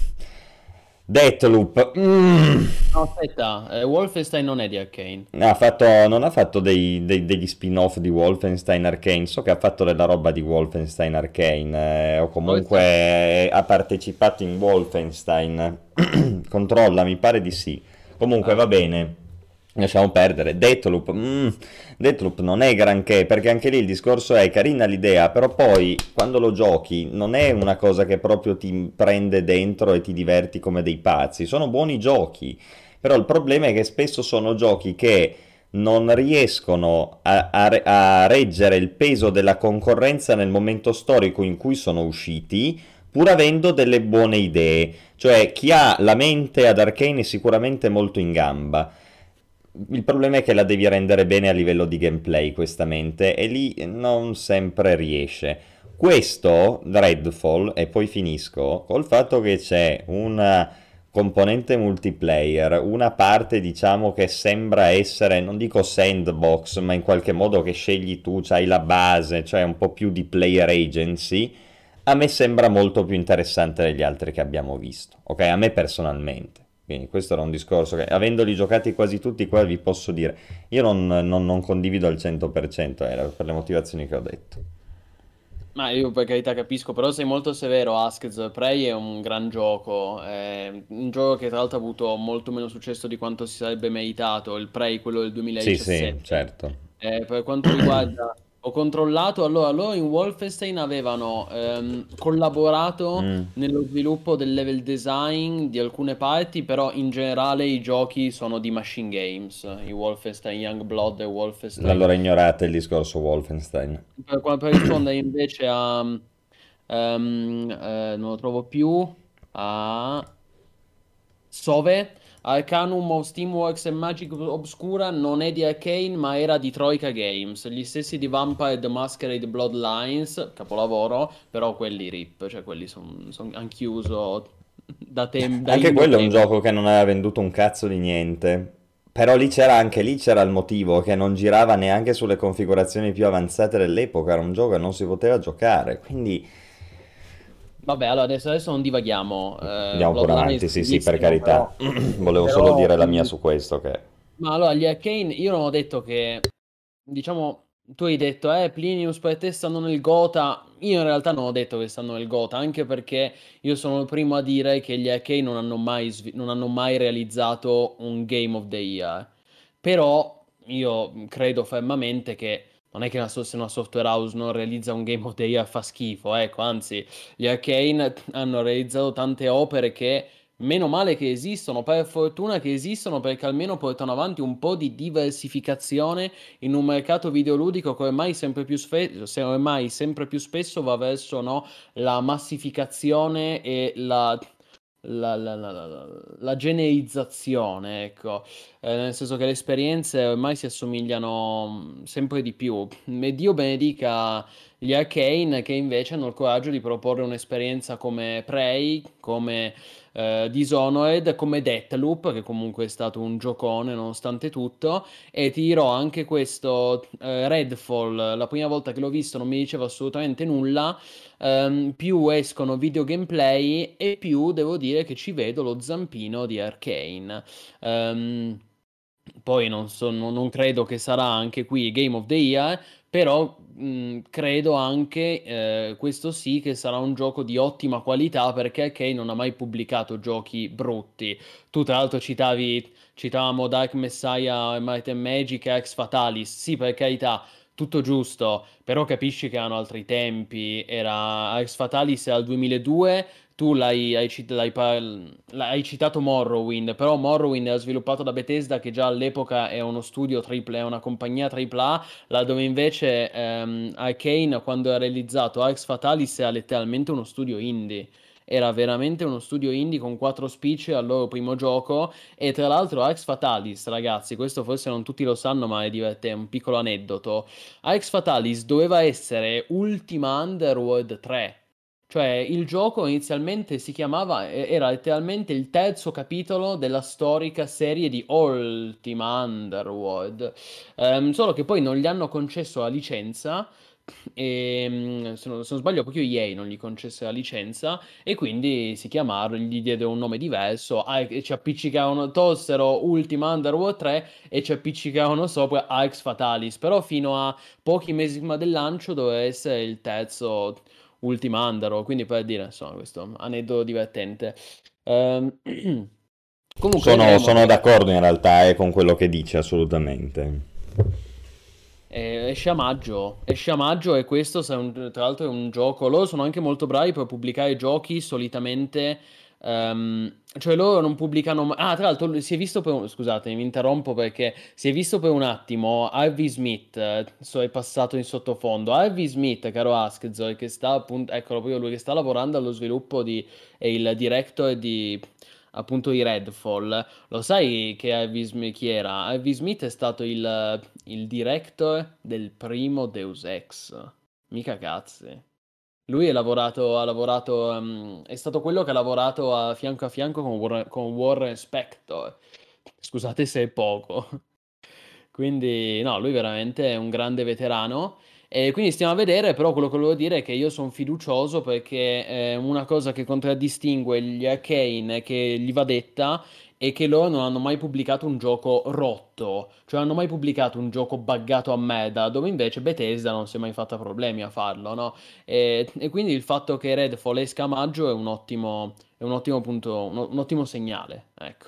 Deathloop No, aspetta, Wolfenstein non è di Arcane. non ha fatto degli spin-off di Wolfenstein Arcane. So che ha fatto della roba di Wolfenstein Arcane, o Questo- comunque ha partecipato in Wolfenstein. Controlla, mi pare di sì. Comunque ah, va bene. Lasciamo perdere. Deathloop non è granché, perché anche lì il discorso è carina l'idea, però poi quando lo giochi non è una cosa che proprio ti prende dentro e ti diverti come dei pazzi. Sono buoni giochi, però il problema è che spesso sono giochi che non riescono a reggere il peso della concorrenza nel momento storico in cui sono usciti, pur avendo delle buone idee. Cioè, chi ha la mente ad Arcane è sicuramente molto in gamba. Il problema è che la devi rendere bene a livello di gameplay, questa mente, e lì non sempre riesce. Questo, Redfall, e poi finisco, col fatto che c'è una componente multiplayer, una parte diciamo che sembra essere, non dico sandbox, ma in qualche modo che scegli tu, c'hai la base, cioè un po' più di player agency, a me sembra molto più interessante degli altri che abbiamo visto, ok? A me personalmente. Quindi questo era un discorso che, avendoli giocati quasi tutti qua, vi posso dire, io non condivido al 100%, era per le motivazioni che ho detto. Ma io per carità capisco, però sei molto severo, Askez. Prey è un gran gioco, è un gioco che tra l'altro ha avuto molto meno successo di quanto si sarebbe meritato, il Prey, quello del Sì, sì, 2017. certo. Per quanto riguarda, ho controllato, allora loro in Wolfenstein avevano collaborato Mm. nello sviluppo del level design di alcune parti, però in generale i giochi sono di Machine Games, i Wolfenstein Youngblood e Wolfenstein. Allora ignorate il discorso Wolfenstein. Per rispondere invece a... non lo trovo più. A Sove, Arcanum of Steamworks e Magic Obscura non è di Arcane, ma era di Troika Games. Gli stessi di Vampire the Masquerade Bloodlines, capolavoro, però quelli RIP, cioè quelli hanno chiuso da Anche Inno quello è un tempo. gioco che non aveva venduto un cazzo di niente. Però lì c'era anche lì c'era il motivo che non girava neanche sulle configurazioni più avanzate dell'epoca, era un gioco che non si poteva giocare, quindi Vabbè, allora adesso non divaghiamo. andiamo pure Bloodlines avanti, sì, sì, per bellissimo, carità. però... Volevo solo però dire la mia su questo che Ma allora, gli Arcane, io non ho detto che, diciamo, tu hai detto, Plinius per te stanno nel Gotha, io in realtà non ho detto che stanno nel Gotha, anche perché io sono il primo a dire che gli Arcane non hanno mai realizzato un Game of the Year, però io credo fermamente che non è che se una software house non realizza un Game of the Year fa schifo, ecco, anzi, gli Arcane hanno realizzato tante opere che, meno male che esistono, per fortuna che esistono, perché almeno portano avanti un po' di diversificazione in un mercato videoludico che ormai ormai sempre più spesso va verso, no, la massificazione e la geneizzazione, ecco. Nel senso che le esperienze ormai si assomigliano sempre di più. E Dio benedica gli Arcane che invece hanno il coraggio di proporre un'esperienza come Prey, come Dishonored, come Deathloop, che comunque è stato un giocone nonostante tutto. E ti dirò anche questo, Redfall, la prima volta che l'ho visto non mi diceva assolutamente nulla. Più escono video gameplay e più devo dire che ci vedo lo zampino di Arcane. Ehm, Poi non credo che sarà anche qui Game of the Year, però credo anche, questo sì, che sarà un gioco di ottima qualità perché Arcane non ha mai pubblicato giochi brutti. Tu tra l'altro citavamo Dark Messiah, Might and Magic e Ex Fatalis, sì, per carità, tutto giusto, però capisci che erano altri tempi, era Ex Fatalis era al 2002. Tu hai citato Morrowind, però Morrowind era sviluppato da Bethesda che già all'epoca è uno studio AAA, è una compagnia AAA, laddove invece Arcane quando ha realizzato Arx Fatalis era letteralmente uno studio indie. Era veramente uno studio indie con 4 spicci al loro primo gioco e tra l'altro Arx Fatalis, ragazzi, questo forse non tutti lo sanno ma è divertente, un piccolo aneddoto. Arx Fatalis doveva essere Ultima Underworld 3. Cioè, il gioco inizialmente si chiamava, era letteralmente il terzo capitolo della storica serie di Ultima Underworld. Solo che poi non gli hanno concesso la licenza. E se non sbaglio, proprio EA non gli concesse la licenza. E quindi si chiamarono, gli diedero un nome diverso. E ci appiccicarono, tolsero Ultima Underworld 3 e ci appiccicarono sopra Arx Fatalis. Però fino a pochi mesi prima del lancio doveva essere il terzo. Ultima Underworld, quindi per dire, insomma, questo aneddoto divertente. Ehm, Comunque vedremo, Sono ragazzi. d'accordo in realtà con quello che dice, assolutamente. Esce a maggio e questo tra l'altro è un gioco. Loro sono anche molto bravi per pubblicare giochi solitamente. Cioè loro non pubblicano. Ah, tra l'altro si è visto scusate, mi interrompo perché si è visto per un attimo Harvey Smith, è passato in sottofondo. Harvey Smith, caro Askzor, che sta appunto, eccolo proprio lui che sta lavorando allo sviluppo è il director di appunto di Redfall. Lo sai che Harvey Smith chi era? Harvey Smith è stato il director del primo Deus Ex. Mica cazzi. Lui ha lavorato, è stato quello che ha lavorato a fianco con Warren Spector. Scusate se è poco. Quindi, no, lui veramente è un grande veterano. E quindi stiamo a vedere, però quello che volevo dire è che io sono fiducioso perché una cosa che contraddistingue gli Arcane, che gli va detta, è che loro non hanno mai pubblicato un gioco rotto, cioè hanno mai pubblicato un gioco buggato a merda, dove invece Bethesda non si è mai fatta problemi a farlo, no? E quindi il fatto che Redfall esca a maggio è un ottimo punto, un ottimo segnale, ecco.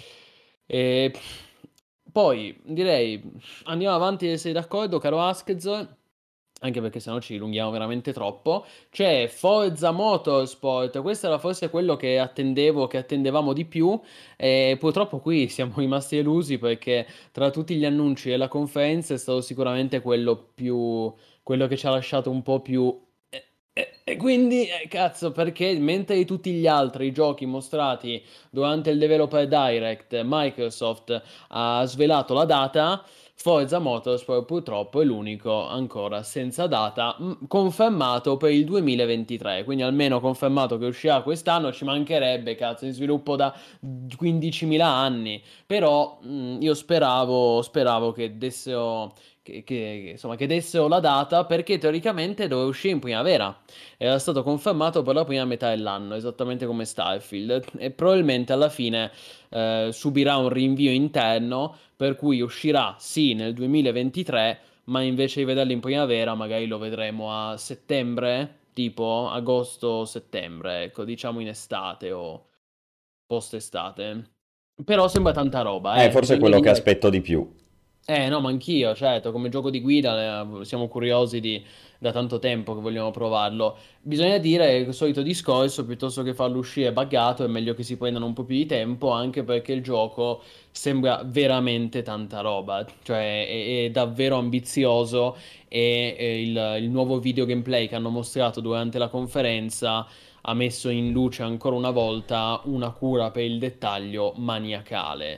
E poi direi andiamo avanti se sei d'accordo, caro Askez, anche perché sennò ci dilunghiamo veramente troppo. C'è Forza Motorsport, questo era forse quello che attendevo, che attendevamo di più, e purtroppo qui siamo rimasti delusi perché tra tutti gli annunci e la conferenza è stato sicuramente quello che ci ha lasciato un po' più. E quindi, cazzo, perché mentre tutti gli altri giochi mostrati durante il Developer Direct, Microsoft ha svelato la data, Forza Motorsport purtroppo è l'unico ancora senza data, confermato per il 2023, quindi almeno confermato che uscirà quest'anno, ci mancherebbe, cazzo, in sviluppo da 15.000 anni, però io speravo che dessero. Insomma, che dessero la data perché teoricamente doveva uscire in primavera. Era stato confermato per la prima metà dell'anno, esattamente come Starfield, e probabilmente alla fine subirà un rinvio interno, per cui uscirà sì nel 2023, ma invece di vederlo in primavera, magari lo vedremo a settembre, tipo agosto-settembre, ecco, diciamo in estate o post-estate. Però sembra tanta roba, Forse è bisogna quello che dire. aspetto di più. No, ma anch'io, certo, come gioco di guida siamo curiosi da tanto tempo che vogliamo provarlo. Bisogna dire che il solito discorso, piuttosto che farlo uscire buggato, è meglio che si prendano un po' più di tempo, anche perché il gioco sembra veramente tanta roba, cioè è davvero ambizioso e il nuovo video gameplay che hanno mostrato durante la conferenza ha messo in luce ancora una volta una cura per il dettaglio maniacale.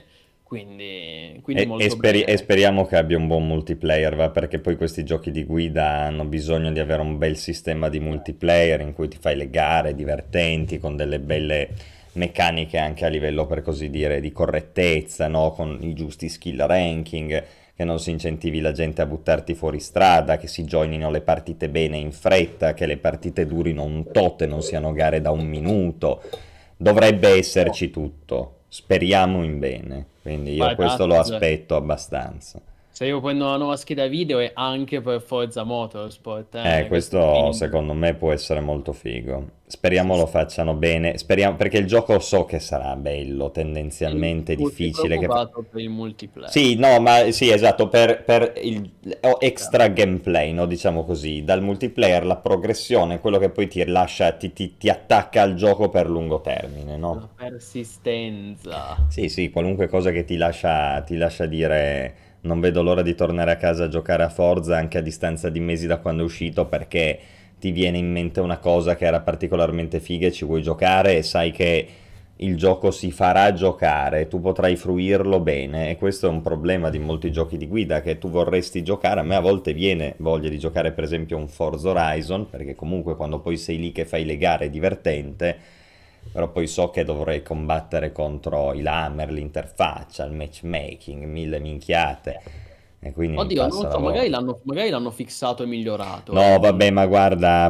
Quindi molto E bene. speriamo che abbia un buon multiplayer, va, perché poi questi giochi di guida hanno bisogno di avere un bel sistema di multiplayer in cui ti fai le gare divertenti, con delle belle meccaniche anche a livello, per così dire, di correttezza, no? Con i giusti skill ranking, che non si incentivi la gente a buttarti fuori strada, che si joinino le partite bene in fretta, che le partite durino un tot e non siano gare da un minuto. Dovrebbe esserci tutto, speriamo in bene, quindi io Guarda, questo lo aspetto abbastanza. se io prendo una nuova scheda video è anche per Forza Motorsport, questo è Questo minimo. secondo me può essere molto figo. Speriamo Sì, lo sì. facciano bene, speriamo, perché il gioco so che sarà bello, tendenzialmente Tu sei difficile. preoccupato per il multiplayer. Sì, no, ma sì, esatto, per il Chiaro. extra gameplay, no, diciamo così, dal multiplayer la progressione, quello che poi ti lascia, ti attacca al gioco per lungo termine, La no? persistenza. Sì, sì, qualunque cosa che ti lascia dire non vedo l'ora di tornare a casa a giocare a Forza anche a distanza di mesi da quando è uscito, perché ti viene in mente una cosa che era particolarmente figa e ci vuoi giocare e sai che il gioco si farà giocare, tu potrai fruirlo bene, e questo è un problema di molti giochi di guida che tu vorresti giocare. A me a volte viene voglia di giocare per esempio un Forza Horizon, perché comunque quando poi sei lì che fai le gare è divertente, però poi so che dovrei combattere contro i lamer, l'interfaccia, il matchmaking, mille minchiate, e quindi mi Oddio, non passa lo la so, voglia. magari l'hanno fissato e migliorato, No, non... vabbè, ma guarda,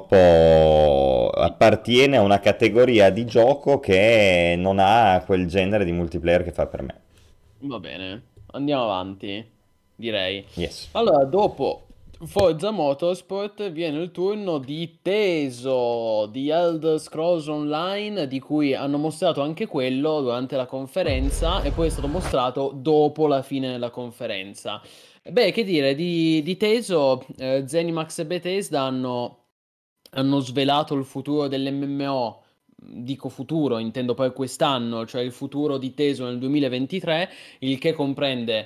purtroppo appartiene a una categoria di gioco che non ha quel genere di multiplayer che fa per me. Va bene, andiamo avanti, direi. Yes. Allora, dopo Forza Motorsport viene il turno di Teso di Elder Scrolls Online, di cui hanno mostrato anche quello durante la conferenza e poi è stato mostrato dopo la fine della conferenza. Beh, che dire, di Teso, Zenimax e Bethesda hanno svelato il futuro dell'MMO. Dico futuro, intendo poi quest'anno, cioè il futuro di Teso nel 2023, il che comprende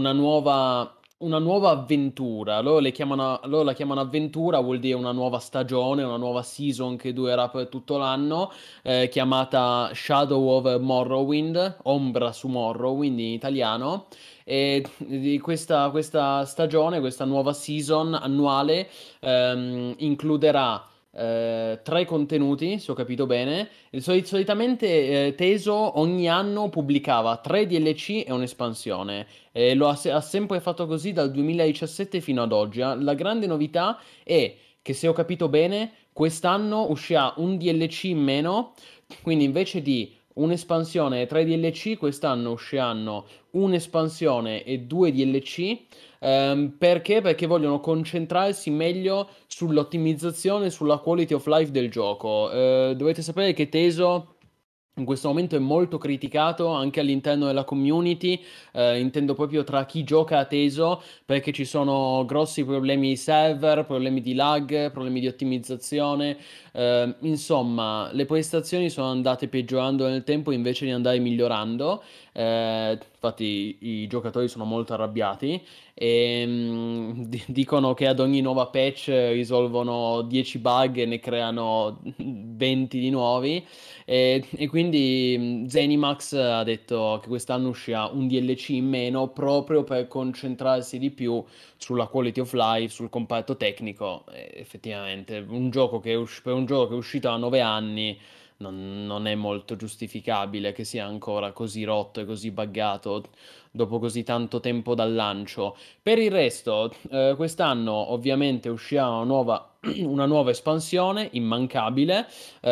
una nuova avventura. Loro la chiamano avventura, vuol dire una nuova stagione, una nuova season che durerà per tutto l'anno, chiamata Shadow of Morrowind, Ombra su Morrowind in italiano. E di questa stagione, questa nuova season annuale, includerà tre contenuti, se ho capito bene. Solitamente Teso ogni anno pubblicava tre DLC e un'espansione. Ha sempre fatto così dal 2017 fino ad oggi. La grande novità è che, se ho capito bene, quest'anno uscirà un DLC in meno, quindi invece di un'espansione e tre DLC, quest'anno usciranno un'espansione e due DLC. Perché? Perché vogliono concentrarsi meglio sull'ottimizzazione e sulla quality of life del gioco. Dovete sapere che Teso in questo momento è molto criticato anche all'interno della community, intendo proprio tra chi gioca a Teso, perché ci sono grossi problemi di server, problemi di lag, problemi di ottimizzazione. Insomma, le prestazioni sono andate peggiorando nel tempo invece di andare migliorando. Infatti i giocatori sono molto arrabbiati e dicono che ad ogni nuova patch risolvono 10 bug e ne creano 20 di nuovi. E quindi Zenimax ha detto che quest'anno uscirà un DLC in meno proprio per concentrarsi di più sulla quality of life, sul comparto tecnico. E effettivamente, per un gioco che è uscito da 9 anni non è molto giustificabile che sia ancora così rotto e così buggato dopo così tanto tempo dal lancio. Per il resto, quest'anno ovviamente uscirà una nuova espansione immancabile,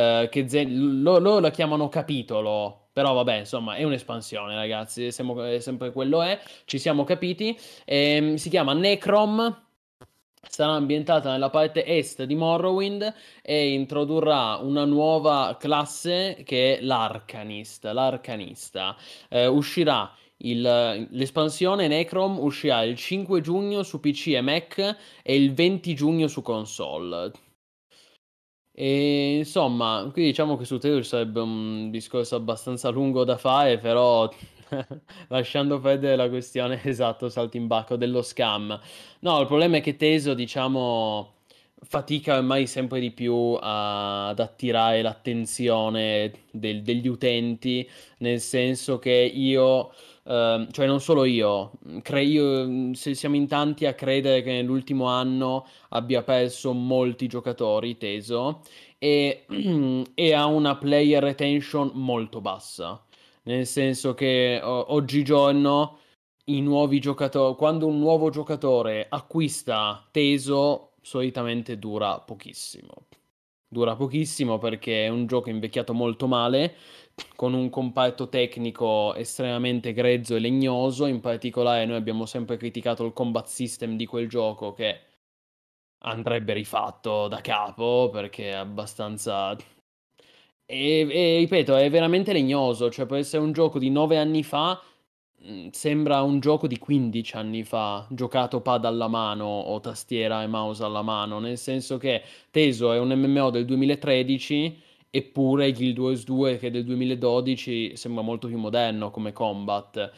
loro la chiamano capitolo. Però vabbè, insomma, è un'espansione, ragazzi, è sempre quello è, ci siamo capiti. Si chiama Necrom, sarà ambientata nella parte est di Morrowind e introdurrà una nuova classe che è l'Arcanist, l'Arcanista. Uscirà l'espansione Necrom uscirà il 5 giugno su PC e Mac e il 20 giugno su console. E insomma, qui diciamo che su Taylor sarebbe un discorso abbastanza lungo da fare, però lasciando perdere la questione esatto, saltimbacco dello scam. No, il problema è che Teso, diciamo, fatica ormai sempre di più ad attirare l'attenzione degli utenti, nel senso che io, cioè non solo io, siamo in tanti a credere che nell'ultimo anno abbia perso molti giocatori, Teso, e, e ha una player retention molto bassa. Nel senso che oggigiorno i nuovi giocatori, quando un nuovo giocatore acquista Teso, solitamente dura pochissimo. Dura pochissimo perché è un gioco invecchiato molto male, con un comparto tecnico estremamente grezzo e legnoso. In particolare, noi abbiamo sempre criticato il combat system di quel gioco, che andrebbe rifatto da capo perché è abbastanza. E ripeto, è veramente legnoso, cioè per essere un gioco di 9 anni fa, sembra un gioco di 15 anni fa, giocato pad alla mano o tastiera e mouse alla mano, nel senso che Teso è un MMO del 2013, eppure Guild Wars 2 che è del 2012 sembra molto più moderno come combat.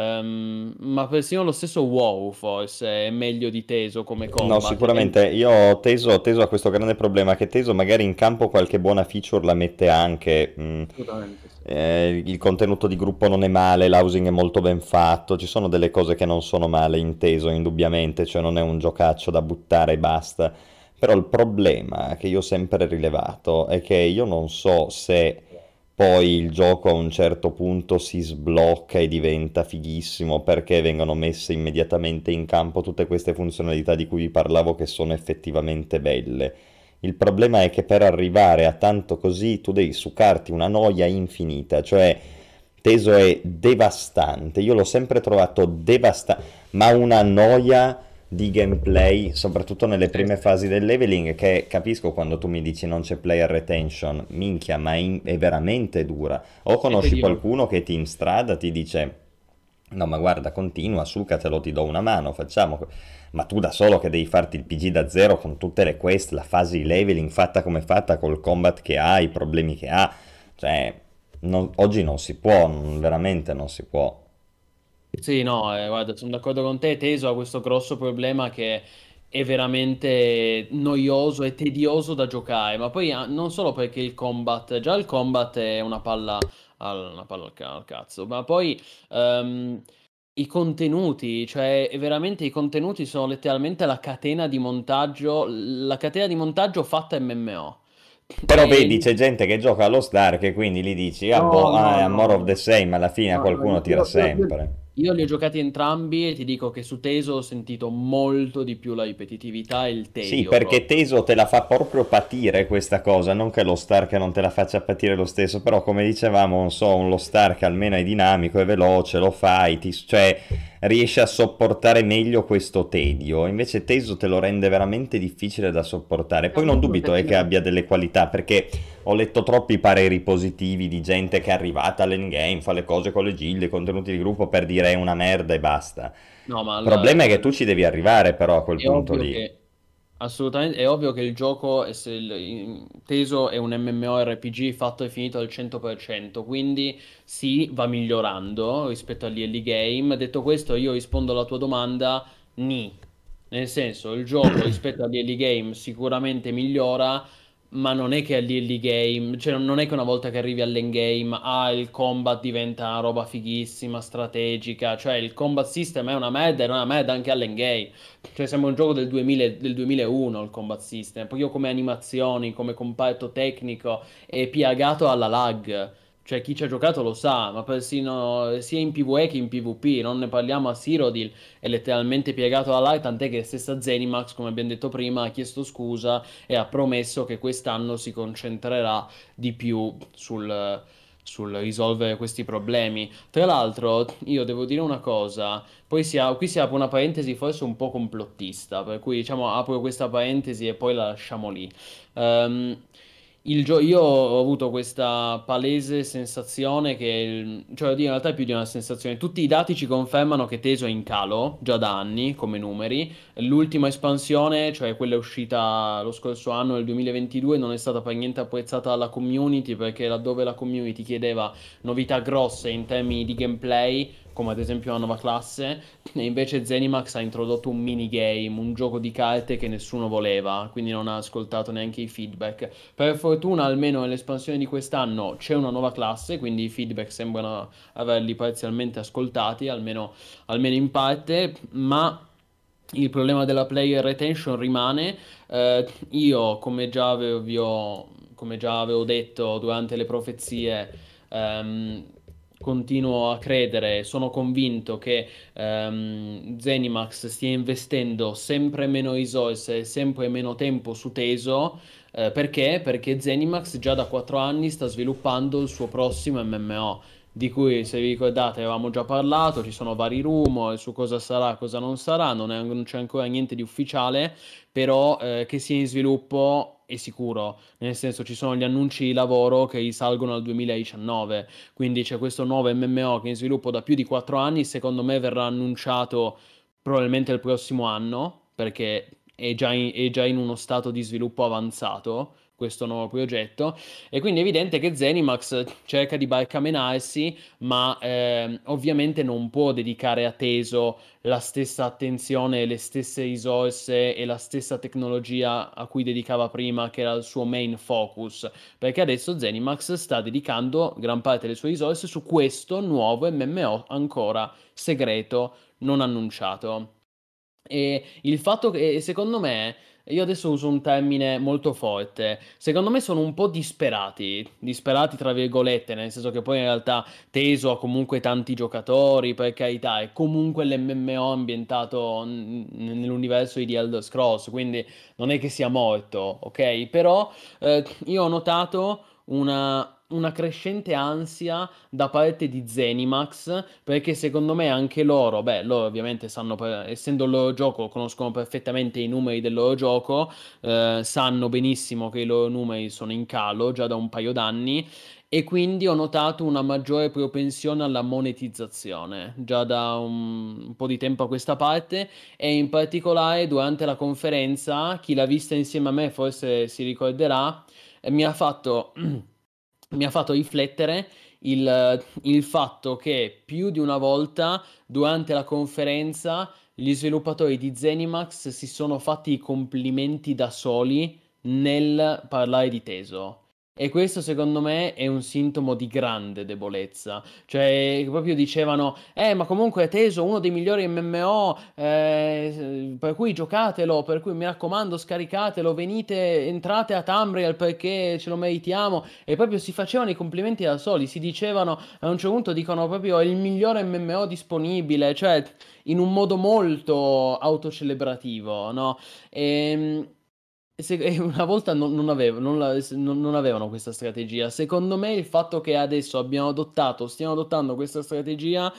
Ma persino lo stesso WoW forse è meglio di Teso come No, combat. sicuramente. Io ho teso a questo grande problema che teso magari in campo qualche buona feature la mette anche. Assolutamente sì. Il contenuto di gruppo non è male, l'housing è molto ben fatto, ci sono delle cose che non sono male in teso, indubbiamente, cioè non è un giocaccio da buttare e basta. Però il problema che io ho sempre rilevato è che io non so se poi il gioco a un certo punto si sblocca e diventa fighissimo perché vengono messe immediatamente in campo tutte queste funzionalità di cui vi parlavo che sono effettivamente belle. Il problema è che per arrivare a tanto così tu devi succarti una noia infinita, cioè Teso è devastante, io l'ho sempre trovato devastante, ma una noia di gameplay, soprattutto nelle Sì, prime fasi del leveling, che capisco quando tu mi dici non c'è player retention, minchia, ma è veramente dura. O è conosci tedioso. qualcuno che ti in strada ti dice, no ma guarda, continua, sucatelo, ti do una mano, facciamo... Ma tu da solo che devi farti il PG da zero con tutte le quest, la fase di leveling fatta come fatta, col combat che ha, i problemi che ha, cioè oggi non si può, veramente non si può. Sì, no, guarda, sono d'accordo con te. Teso ha questo grosso problema che è veramente noioso e tedioso da giocare, ma poi non solo perché già il combat è una palla al cazzo, ma poi ehm, i contenuti, cioè veramente i contenuti sono letteralmente la catena di montaggio fatta MMO. Però vedi, E c'è gente che gioca allo Stark e quindi gli dici, ah boh, no, no, è no, more of the no. same, alla fine a No, no, qualcuno tira sempre. io li ho giocati entrambi e ti dico che su Teso ho sentito molto di più la ripetitività e il Sì, tedio perché proprio. Teso te la fa proprio patire questa cosa, non che lo Stark non te la faccia patire lo stesso, però come dicevamo, non so, lo Stark almeno è dinamico, è veloce, lo fai, cioè riesce a sopportare meglio questo tedio, invece Teso te lo rende veramente difficile da sopportare. Poi non dubito che abbia delle qualità, perché ho letto troppi pareri positivi di gente che è arrivata all'endgame, fa le cose con le gilde, contenuti di gruppo per dire è una merda e basta. No, ma Il problema è che tu ci devi arrivare però a quel è punto ovvio lì. che assolutamente è ovvio che il gioco è Teso è un MMORPG fatto e finito al 100%, quindi sì, va migliorando rispetto agli early game. Detto questo, io rispondo alla tua domanda, ni. Nel senso, il gioco rispetto agli early game sicuramente migliora, ma non è che agli early game, cioè non è che una volta che arrivi all'endgame, il combat diventa una roba fighissima, strategica, cioè il combat system è una merda, ed è una merda anche all'endgame. Cioè, sembra un gioco del 2000 del 2001 il combat system, proprio come animazioni, come comparto tecnico, è piagato alla lag. Cioè, chi ci ha giocato lo sa, ma persino sia in PvE che in PvP, non ne parliamo a Cyrodiil, è letteralmente piegato alla lag, tant'è che stessa Zenimax, come abbiamo detto prima, ha chiesto scusa e ha promesso che quest'anno si concentrerà di più sul risolvere questi problemi. Tra l'altro, io devo dire una cosa, poi qui si apre una parentesi forse un po' complottista, per cui diciamo apro questa parentesi e poi la lasciamo lì. Ehm, Io ho avuto questa palese sensazione che, cioè oddio, in realtà è più di una sensazione, tutti i dati ci confermano che Teso è in calo già da anni come numeri, l'ultima espansione, cioè quella uscita lo scorso anno, nel 2022, non è stata per niente apprezzata dalla community perché laddove la community chiedeva novità grosse in termini di gameplay, come ad esempio una nuova classe, e invece Zenimax ha introdotto un minigame, un gioco di carte che nessuno voleva, quindi non ha ascoltato neanche i feedback. Per fortuna, almeno nell'espansione di quest'anno c'è una nuova classe, quindi i feedback sembrano averli parzialmente ascoltati, almeno in parte, ma il problema della player retention rimane. Io, come già avevo detto durante le profezie, ehm, continuo a credere, sono convinto che Zenimax stia investendo sempre meno risorse e sempre meno tempo su Teso. Perché? Perché Zenimax già da 4 anni sta sviluppando il suo prossimo MMO, di cui, se vi ricordate, avevamo già parlato, ci sono vari rumor su cosa sarà, cosa non sarà, non c'è ancora niente di ufficiale, però che sia in sviluppo è sicuro, nel senso ci sono gli annunci di lavoro che risalgono al 2019, quindi c'è questo nuovo MMO che è in sviluppo da più di 4 anni, secondo me verrà annunciato probabilmente il prossimo anno, perché è già in uno stato di sviluppo avanzato questo nuovo progetto, e quindi è evidente che Zenimax cerca di barcamenarsi, ma ovviamente non può dedicare a Teso la stessa attenzione, le stesse risorse e la stessa tecnologia a cui dedicava prima, che era il suo main focus, perché adesso Zenimax sta dedicando gran parte delle sue risorse su questo nuovo MMO ancora segreto, non annunciato. E il fatto che, secondo me, io adesso uso un termine molto forte, secondo me sono un po' disperati tra virgolette, nel senso che poi in realtà Teso ha comunque tanti giocatori, per carità, è comunque l'MMO ambientato nell'universo di The Elder Scrolls, quindi non è che sia morto, ok? Però io ho notato una crescente ansia da parte di Zenimax, perché secondo me anche loro, beh, loro ovviamente sanno, essendo il loro gioco, conoscono perfettamente i numeri del loro gioco, sanno benissimo che i loro numeri sono in calo già da un paio d'anni. E quindi ho notato una maggiore propensione alla monetizzazione già da un po' di tempo a questa parte, e in particolare durante la conferenza, chi l'ha vista insieme a me forse si ricorderà, mi ha fatto, mi ha fatto riflettere il fatto che più di una volta durante la conferenza gli sviluppatori di Zenimax si sono fatti i complimenti da soli nel parlare di Teso. E questo secondo me è un sintomo di grande debolezza. Cioè, proprio dicevano, ma comunque è Teso, uno dei migliori MMO, per cui giocatelo, per cui mi raccomando, scaricatelo, venite, entrate a Tamriel perché ce lo meritiamo. E proprio si facevano i complimenti da soli, si dicevano, a un certo punto dicono proprio, è il migliore MMO disponibile, cioè, in un modo molto autocelebrativo, no? E, e una volta non avevano questa strategia. Secondo me il fatto che adesso stiamo adottando questa strategia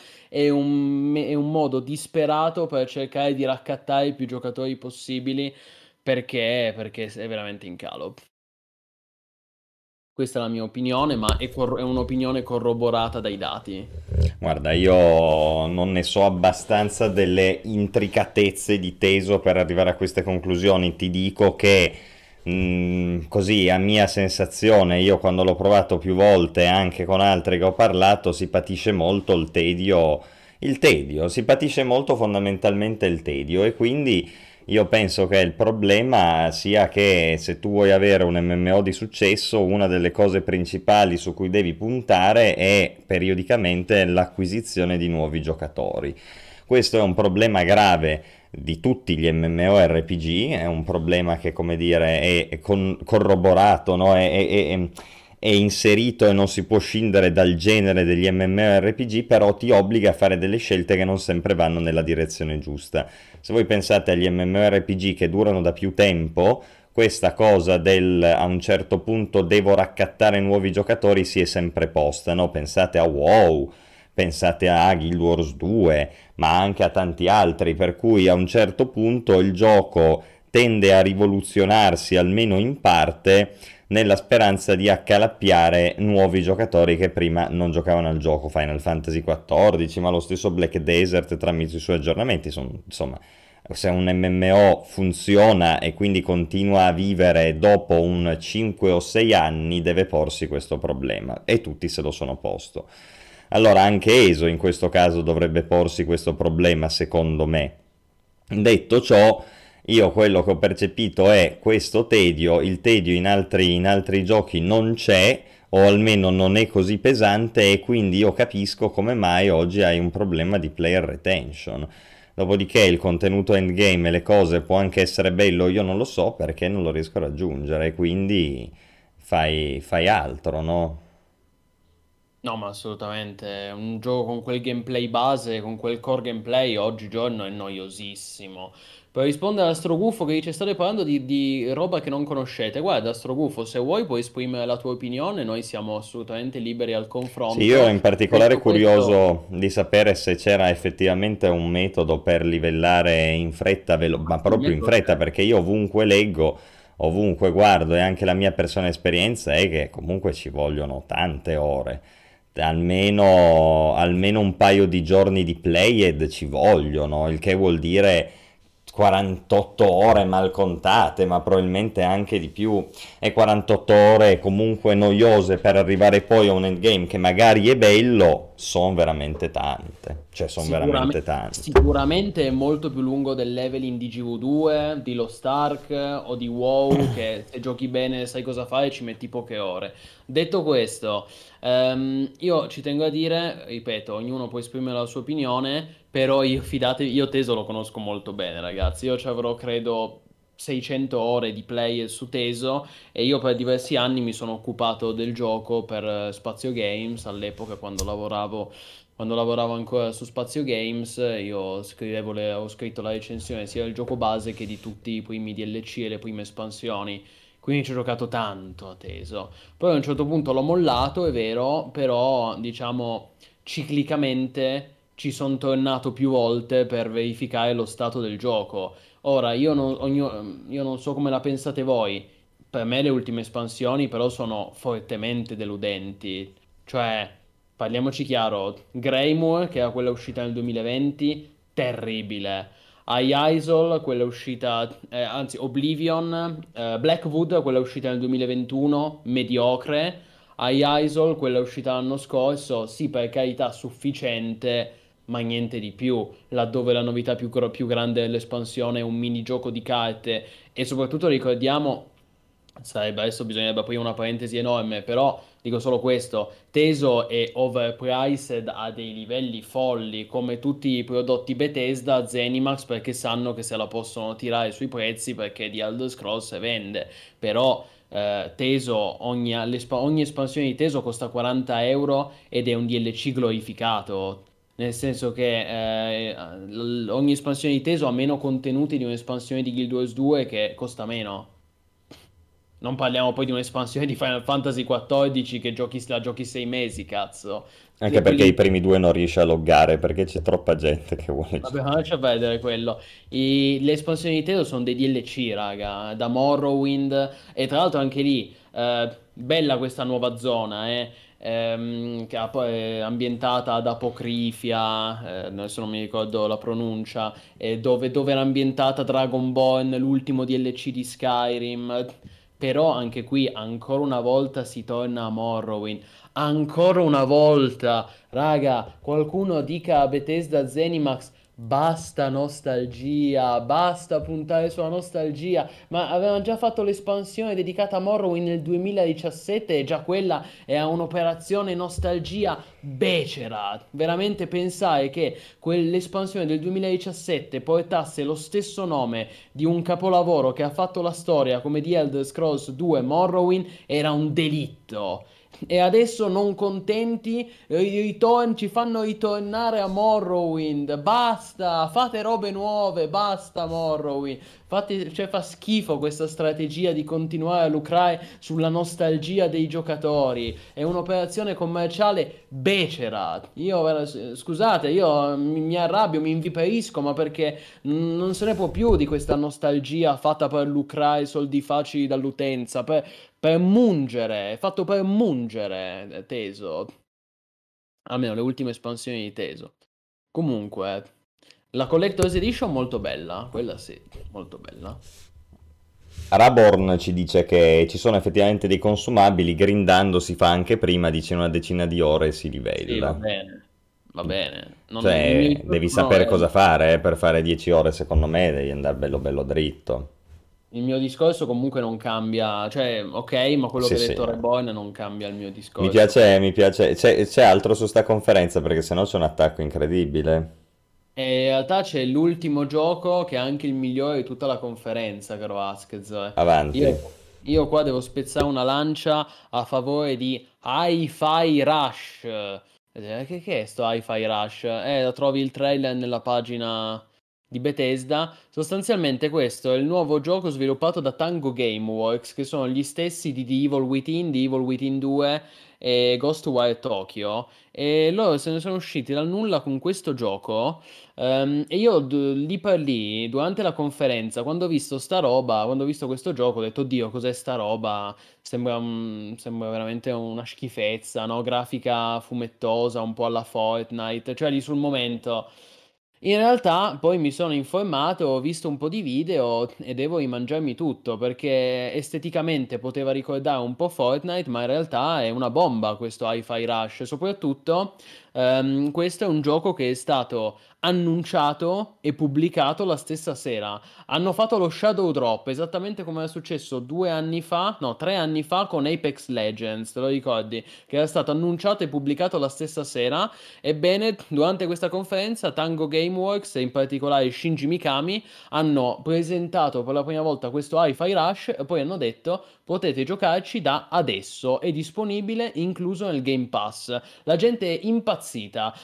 è un modo disperato per cercare di raccattare i più giocatori possibili, perché è veramente in calo. Questa è la mia opinione, ma è un'opinione corroborata dai dati. Guarda, io non ne so abbastanza delle intricatezze di Teso per arrivare a queste conclusioni. Ti dico che, così, a mia sensazione, io quando l'ho provato più volte, anche con altri che ho parlato, si patisce molto il tedio. Il tedio, si patisce molto fondamentalmente il tedio, e quindi io penso che il problema sia che se tu vuoi avere un MMO di successo, una delle cose principali su cui devi puntare è periodicamente l'acquisizione di nuovi giocatori. Questo è un problema grave di tutti gli MMORPG, è un problema che, come dire, è corroborato, no? È inserito e non si può scindere dal genere degli MMORPG, però ti obbliga a fare delle scelte che non sempre vanno nella direzione giusta. Se voi pensate agli MMORPG che durano da più tempo, questa cosa del a un certo punto devo raccattare nuovi giocatori si è sempre posta, no? Pensate a WoW, pensate a Guild Wars 2, ma anche a tanti altri, per cui a un certo punto il gioco tende a rivoluzionarsi, almeno in parte, nella speranza di accalappiare nuovi giocatori che prima non giocavano al gioco. Final Fantasy XIV, ma lo stesso Black Desert tramite i suoi aggiornamenti. Insomma, se un MMO funziona e quindi continua a vivere dopo un 5 o 6 anni, deve porsi questo problema, e tutti se lo sono posto. Allora anche ESO in questo caso dovrebbe porsi questo problema, secondo me. Detto ciò, io quello che ho percepito è questo tedio. Il tedio in altri giochi non c'è, o almeno non è così pesante, e quindi io capisco come mai oggi hai un problema di player retention. Dopodiché il contenuto endgame e le cose può anche essere bello, io non lo so perché non lo riesco a raggiungere, quindi fai altro, no? No, ma assolutamente, un gioco con quel gameplay base, con quel core gameplay, oggigiorno è noiosissimo. Per rispondere a Strogufo che dice state parlando di roba che non conoscete, guarda Strogufo, se vuoi puoi esprimere la tua opinione, noi siamo assolutamente liberi al Sì, io ero confronto. in particolare Detto questo, curioso di sapere se c'era effettivamente un metodo per livellare in fretta, ma il proprio in metodo fretta, c'è. perché io ovunque leggo, ovunque guardo, e anche la mia personale esperienza è che comunque ci vogliono tante ore. Almeno un paio di giorni di played ci vogliono, il che vuol dire 48 ore mal contate, ma probabilmente anche di più, e 48 ore comunque noiose per arrivare poi a un endgame che magari è bello, sono veramente tante, cioè sono veramente tante. Sicuramente è molto più lungo del leveling di GW2, di Lost Ark o di WoW, che se giochi bene sai cosa fare ci metti poche ore. Detto questo, io ci tengo a dire, ripeto, ognuno può esprimere la sua opinione, però io fidatevi, io Teso lo conosco molto bene, ragazzi. Io ci avrò, credo, 600 ore di play su Teso e io per diversi anni mi sono occupato del gioco per Spazio Games all'epoca quando lavoravo ancora su Spazio Games, io ho scritto la recensione sia del gioco base che di tutti i primi DLC e le prime espansioni. Quindi ci ho giocato tanto a Teso. Poi a un certo punto l'ho mollato, è vero, però diciamo ciclicamente ci sono tornato più volte per verificare lo stato del gioco. Ora, io non so come la pensate voi. Per me le ultime espansioni però sono fortemente deludenti. Cioè, parliamoci chiaro, Greymoor, che era quella uscita nel 2020, terribile. Isol, quella uscita, anzi Oblivion, Blackwood, quella uscita nel 2021, mediocre. Isol, quella uscita l'anno scorso, sì, per carità, sufficiente, ma niente di più. Laddove la novità più grande dell'espansione è un minigioco di carte e soprattutto ricordiamo, adesso bisognerebbe aprire una parentesi enorme, però dico solo questo, Teso è overpriced a dei livelli folli, come tutti i prodotti Bethesda, Zenimax, perché sanno che se la possono tirare sui prezzi perché di Elder Scrolls se vende, però Teso, ogni espansione di Teso costa 40 euro ed è un DLC glorificato. Nel senso che ogni espansione di Teso ha meno contenuti di un'espansione di Guild Wars 2 che costa meno. Non parliamo poi di un'espansione di Final Fantasy XIV che la giochi 6 mesi, cazzo. Anche perché i Quelli. primi due non riesci a loggare, perché c'è troppa gente che vuole Vabbè, giocare. ma lascia perdere quello. Le espansioni di Teo sono dei DLC, raga, da Morrowind. E tra l'altro anche lì, bella questa nuova zona, che poi è ambientata ad Apocrifia, adesso non mi ricordo la pronuncia, dove era ambientata Dragonborn, l'ultimo DLC di Skyrim. Però anche qui, ancora una volta, si torna a Morrowind. Ancora una volta. Raga, qualcuno dica a Bethesda Zenimax, basta nostalgia, basta puntare sulla nostalgia, ma avevano già fatto l'espansione dedicata a Morrowind nel 2017 e già quella è un'operazione nostalgia becera. Veramente pensare che quell'espansione del 2017 portasse lo stesso nome di un capolavoro che ha fatto la storia come di Elder Scrolls 2 Morrowind era un delitto. E adesso non contenti, ci fanno ritornare a Morrowind. Basta, fate robe nuove, basta Morrowind. Cioè, fa schifo questa strategia di continuare a lucrare sulla nostalgia dei giocatori. È un'operazione commerciale becera. Scusate, io mi arrabbio, mi inviperisco, ma perché non se ne può più di questa nostalgia fatta per lucrare soldi facili dall'utenza. per mungere, è fatto per mungere Teso, almeno le ultime espansioni di Teso. Comunque, la Collector's Edition molto bella, quella sì, molto bella. Raborn ci dice che ci sono effettivamente dei consumabili, grindando si fa anche prima, dice una decina di ore e si Sì, va livella. bene, va bene. Il mio Cioè, devi discorso no, sapere cosa fare, per fare 10 ore, secondo me, devi andare bello bello dritto. il mio discorso comunque non cambia, cioè, ok, ma quello Sì, che ha sì. detto Reborn non cambia il mio Mi discorso. piace, mi piace. C'è altro su sta conferenza, perché sennò c'è un attacco incredibile. E in realtà c'è l'ultimo gioco che è anche il migliore di tutta la conferenza, caro Vasquez. Avanti. Io qua devo spezzare una lancia a favore di Hi-Fi Rush. Che è sto Hi-Fi Rush? Trovi il trailer nella pagina di Bethesda. Sostanzialmente questo è il nuovo gioco sviluppato da Tango Gameworks, che sono gli stessi di The Evil Within 2 e Ghostwire Tokyo. E loro se ne sono usciti dal nulla con questo gioco. E io lì per lì, durante la conferenza, quando ho visto sta roba, quando ho visto questo gioco, ho detto, Oddio, cos'è sta roba? Sembra veramente una schifezza, no? Grafica fumettosa, un po' alla Fortnite. Cioè, lì sul momento. In realtà poi mi sono informato, ho visto un po' di video e devo rimangiarmi tutto perché esteticamente poteva ricordare un po' Fortnite, ma in realtà è una bomba questo Hi-Fi Rush. Soprattutto, questo è un gioco che è stato annunciato e pubblicato la stessa sera. Hanno fatto lo Shadow Drop, esattamente come era successo 2 anni fa, no, 3 anni fa con Apex Legends, te lo ricordi? Che era stato annunciato e pubblicato la stessa sera. Ebbene, durante questa conferenza, Tango Gameworks e in particolare Shinji Mikami hanno presentato per la prima volta questo Hi-Fi Rush e poi hanno detto potete giocarci da adesso, è disponibile incluso nel Game Pass. La gente è impazzita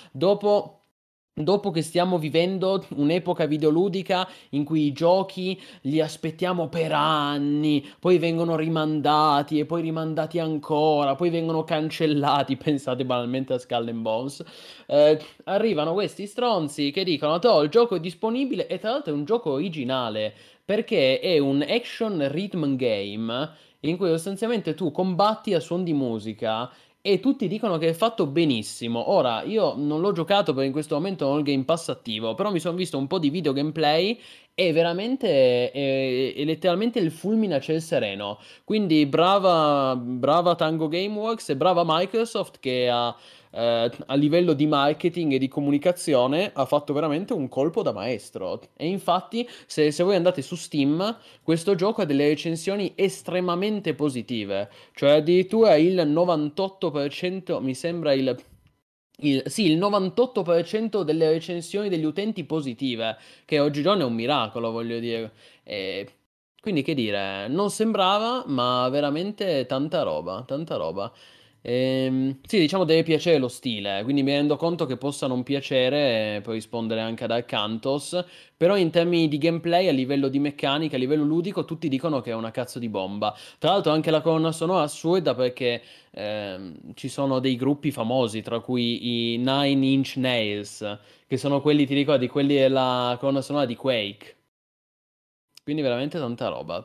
dopo che stiamo vivendo un'epoca videoludica in cui i giochi li aspettiamo per anni, poi vengono rimandati e poi rimandati ancora, poi vengono cancellati, pensate banalmente a Skull and Bones. Arrivano questi stronzi che dicono: "Toh, il gioco è disponibile", e tra l'altro è un gioco originale perché è un action rhythm game in cui sostanzialmente tu combatti a suon di musica e tutti dicono che è fatto benissimo. Ora, io non l'ho giocato perché in questo momento non ho il Game Pass attivo, però mi sono visto un po' di video gameplay e veramente è letteralmente il fulmine a ciel sereno. Quindi brava, brava Tango Gameworks e brava Microsoft che a livello di marketing e di comunicazione ha fatto veramente un colpo da maestro. E infatti, se voi andate su Steam, questo gioco ha delle recensioni estremamente positive. Cioè addirittura il 98%, mi sembra sì, il 98% delle recensioni degli utenti positive, che oggigiorno è un miracolo, voglio dire. E quindi che dire, non sembrava, ma veramente tanta roba, tanta roba. Sì, diciamo deve piacere lo stile, quindi mi rendo conto che possa non piacere, per rispondere anche ad Arcantos, però in termini di gameplay, a livello di meccanica, a livello ludico, tutti dicono che è una cazzo di bomba. Tra l'altro anche la colonna sonora è assurda perché ci sono dei gruppi famosi, tra cui i Nine Inch Nails, che sono quelli, ti ricordi, quelli della colonna sonora di Quake. Quindi veramente tanta roba.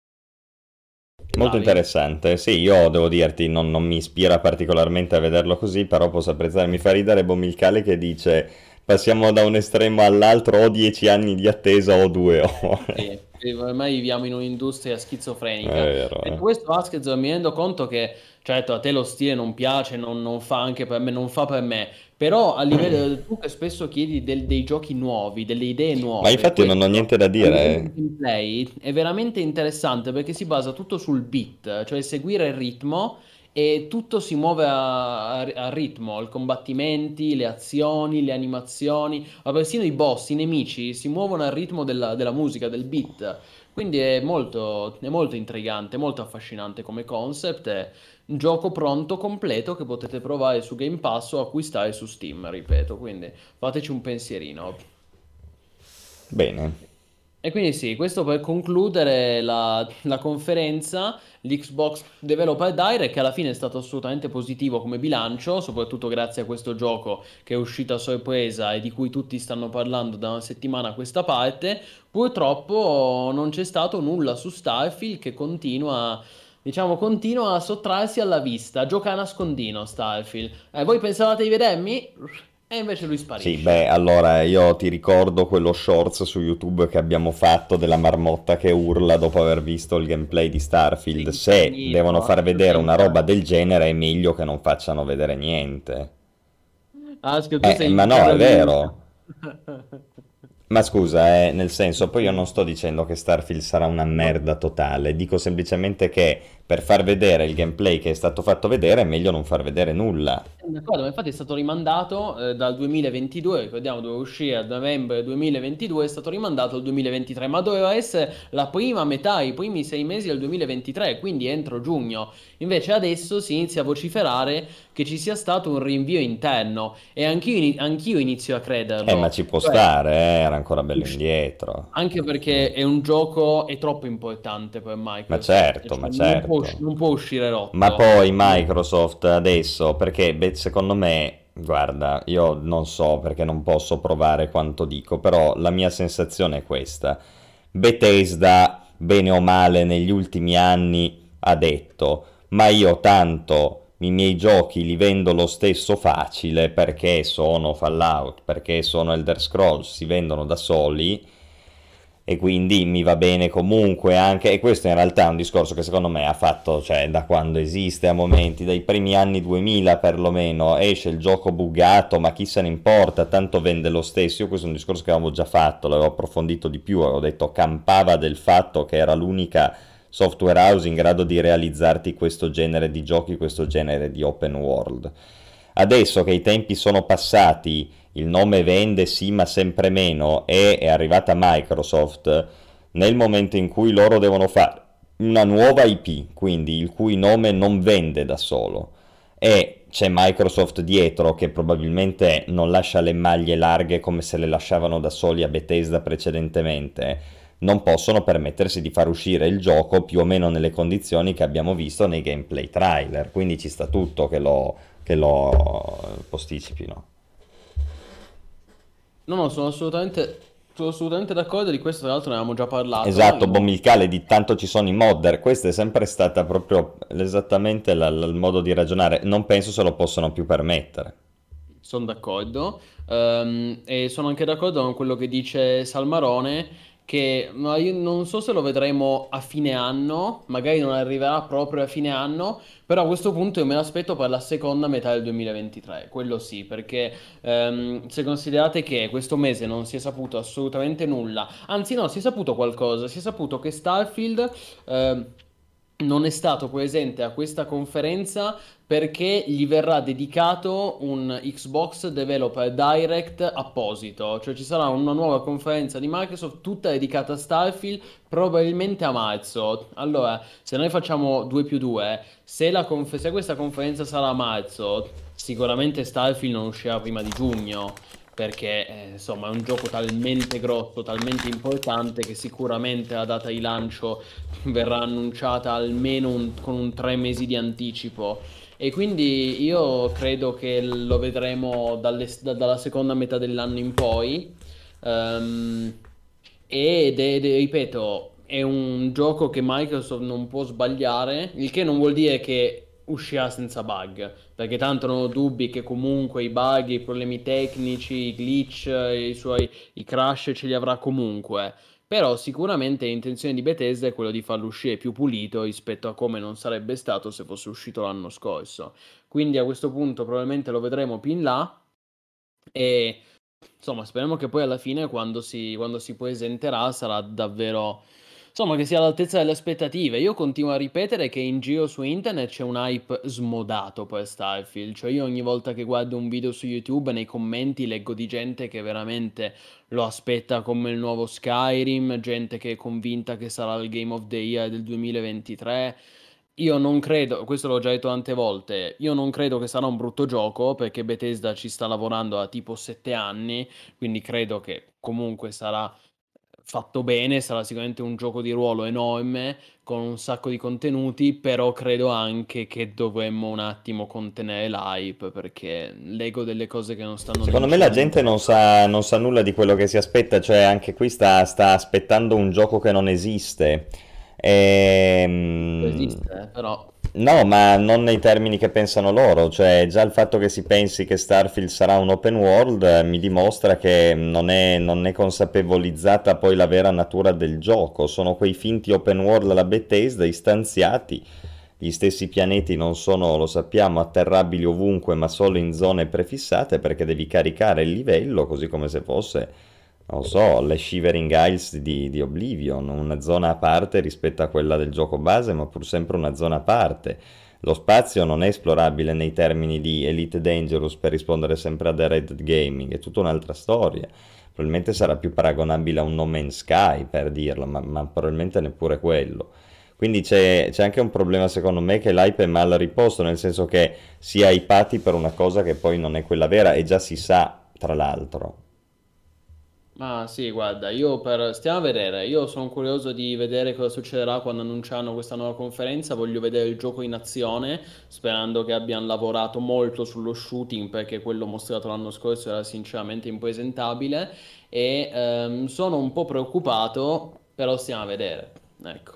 Molto Bravi. interessante. Sì, io devo dirti, non mi ispira particolarmente a vederlo così, però posso apprezzare. Mi fa ridere Bomilcale che dice: passiamo da un estremo all'altro, o 10 anni di attesa o 2 ore. Sì, sì, ormai viviamo in un'industria È schizofrenica. vero, Detto eh. questo, Vasquez, mi rendo conto che, certo, a te lo stile non piace, non fa anche per me, non fa per me, però a livello, tu che spesso chiedi dei giochi nuovi, delle idee Ma nuove, infatti non ho questo niente da a livello dire. di gameplay è veramente interessante perché si basa tutto sul beat, cioè seguire il ritmo e tutto si muove a ritmo, i combattimenti, le azioni, le animazioni, ma persino i boss, i nemici si muovono al ritmo della musica, del beat. Quindi è molto intrigante, molto affascinante come concept. È un gioco pronto, completo, che potete provare su Game Pass o acquistare su Steam, ripeto. Quindi fateci un pensierino. Bene. E quindi sì, questo per concludere la conferenza, l'Xbox Developer Direct, che alla fine è stato assolutamente positivo come bilancio, soprattutto grazie a questo gioco che è uscito a sorpresa e di cui tutti stanno parlando da una settimana a questa parte. Purtroppo non c'è stato nulla su Starfield che continua diciamo, continua a sottrarsi alla vista, gioca a nascondino Starfield. Voi pensavate di vedermi? E invece lui Sì, sparisce. beh, allora io ti ricordo quello shorts su YouTube che abbiamo fatto della marmotta che urla dopo aver visto il gameplay di Starfield. Se devono Incagnito, far vedere una assolutamente. roba del genere è meglio che non facciano vedere niente. Aschio, tu sei Ma in no, casa è lunga. vero. Ma scusa, nel senso, poi io non sto dicendo che Starfield sarà una No. merda totale, dico semplicemente che per far vedere il gameplay che è stato fatto vedere è meglio non far vedere nulla. D'accordo, ma infatti è stato rimandato dal 2022, ricordiamo doveva uscire a novembre 2022, è stato rimandato al 2023, ma doveva essere la prima metà, i primi 6 mesi del 2023, quindi entro giugno. Invece adesso si inizia a vociferare che ci sia stato un rinvio interno e anch'io inizio a Ma crederlo. ci può Cioè, stare, era ancora bello indietro. anche perché è un gioco, è troppo importante per Microsoft, Ma cioè certo. non può uscire Ma rotto. poi Microsoft adesso, perché beh, secondo me, guarda, io non so perché non posso provare quanto dico, però la mia sensazione è questa. Bethesda, bene o male, negli ultimi anni ha detto, ma io tanto i miei giochi li vendo lo stesso facile perché sono Fallout, perché sono Elder Scrolls, si vendono da soli e quindi mi va bene comunque anche, e questo in realtà è un discorso che secondo me ha fatto, cioè da quando esiste a momenti, dai primi anni 2000 perlomeno, esce il gioco buggato, ma chi se ne importa, tanto vende lo stesso. Io questo è un discorso che avevo già fatto, l'avevo approfondito di più, avevo detto campava del fatto che era l'unica software house in grado di realizzarti questo genere di giochi, questo genere di open world. Adesso che i tempi sono passati, il nome vende sì ma sempre meno e è arrivata Microsoft, nel momento in cui loro devono fare una nuova IP, quindi il cui nome non vende da solo, e c'è Microsoft dietro che probabilmente non lascia le maglie larghe come se le lasciavano da soli a Bethesda precedentemente, non possono permettersi di far uscire il gioco più o meno nelle condizioni che abbiamo visto nei gameplay trailer, quindi ci sta tutto che lo posticipino. No, no, sono assolutamente d'accordo, di questo tra l'altro ne avevamo già parlato. Esatto, Bomilcale di tanto ci sono i modder, questa è sempre stata proprio esattamente il modo di ragionare, non penso se lo possano più permettere. Sono d'accordo. E sono anche d'accordo con quello che dice Salmarone, che ma io non so se lo vedremo a fine anno, magari non arriverà proprio a fine anno, però a questo punto io me l'aspetto per la seconda metà del 2023, quello sì, perché se considerate che questo mese non si è saputo assolutamente nulla, anzi no, si è saputo qualcosa, si è saputo che Starfield non è stato presente a questa conferenza perché gli verrà dedicato un Xbox Developer Direct apposito, cioè ci sarà una nuova conferenza di Microsoft tutta dedicata a Starfield, probabilmente a marzo. Allora, se noi facciamo 2 più 2, se questa conferenza sarà a marzo, sicuramente Starfield non uscirà prima di giugno. Perché insomma è un gioco talmente grosso, talmente importante che sicuramente la data di lancio verrà annunciata almeno con un 3 mesi di anticipo. E quindi io credo che lo vedremo dalla seconda metà dell'anno in poi. Ehm, ripeto, è un gioco che Microsoft non può sbagliare, il che non vuol dire che uscirà senza bug, perché tanto non ho dubbi che comunque i bug, i problemi tecnici, i glitch, i crash ce li avrà comunque. Però sicuramente l'intenzione di Bethesda è quello di farlo uscire più pulito rispetto a come non sarebbe stato se fosse uscito l'anno scorso. Quindi a questo punto probabilmente lo vedremo più in là e insomma speriamo che poi alla fine quando si presenterà sarà davvero. Insomma, che sia all'altezza delle aspettative. Io continuo a ripetere che in giro su internet c'è un hype smodato per Starfield. Cioè, io ogni volta che guardo un video su YouTube, nei commenti leggo di gente che veramente lo aspetta come il nuovo Skyrim, gente che è convinta che sarà il Game of the Year del 2023. Io non credo, questo l'ho già detto tante volte, io non credo che sarà un brutto gioco perché Bethesda ci sta lavorando da tipo 7 anni, quindi credo che comunque sarà fatto bene, sarà sicuramente un gioco di ruolo enorme con un sacco di contenuti, però credo anche che dovremmo un attimo contenere l'hype perché leggo delle cose che non stanno né in Secondo me la cielo né in gente terra. non sa nulla di quello che si aspetta, cioè anche qui sta aspettando un gioco che non esiste. Ehm, Esiste, però. No, ma non nei termini che pensano loro, cioè già il fatto che si pensi che Starfield sarà un open world mi dimostra che non è consapevolizzata poi la vera natura del gioco, sono quei finti open world alla Bethesda istanziati, gli stessi pianeti non sono, lo sappiamo, atterrabili ovunque, ma solo in zone prefissate perché devi caricare il livello, così come se fosse, non lo so, le Shivering Isles di Oblivion, una zona a parte rispetto a quella del gioco base, ma pur sempre una zona a parte. Lo spazio non è esplorabile nei termini di Elite Dangerous, per rispondere sempre a The Red Dead Gaming, è tutta un'altra storia. Probabilmente sarà più paragonabile a un No Man's Sky, per dirlo, ma probabilmente neppure quello. Quindi c'è anche un problema secondo me, che l'hype è mal riposto, nel senso che si è hypati per una cosa che poi non è quella vera e già si sa, tra l'altro. Ma sì, guarda, stiamo a vedere, io sono curioso di vedere cosa succederà quando annunciano questa nuova conferenza, voglio vedere il gioco in azione, sperando che abbiano lavorato molto sullo shooting, perché quello mostrato l'anno scorso era sinceramente impresentabile, e sono un po' preoccupato, però stiamo a vedere, ecco.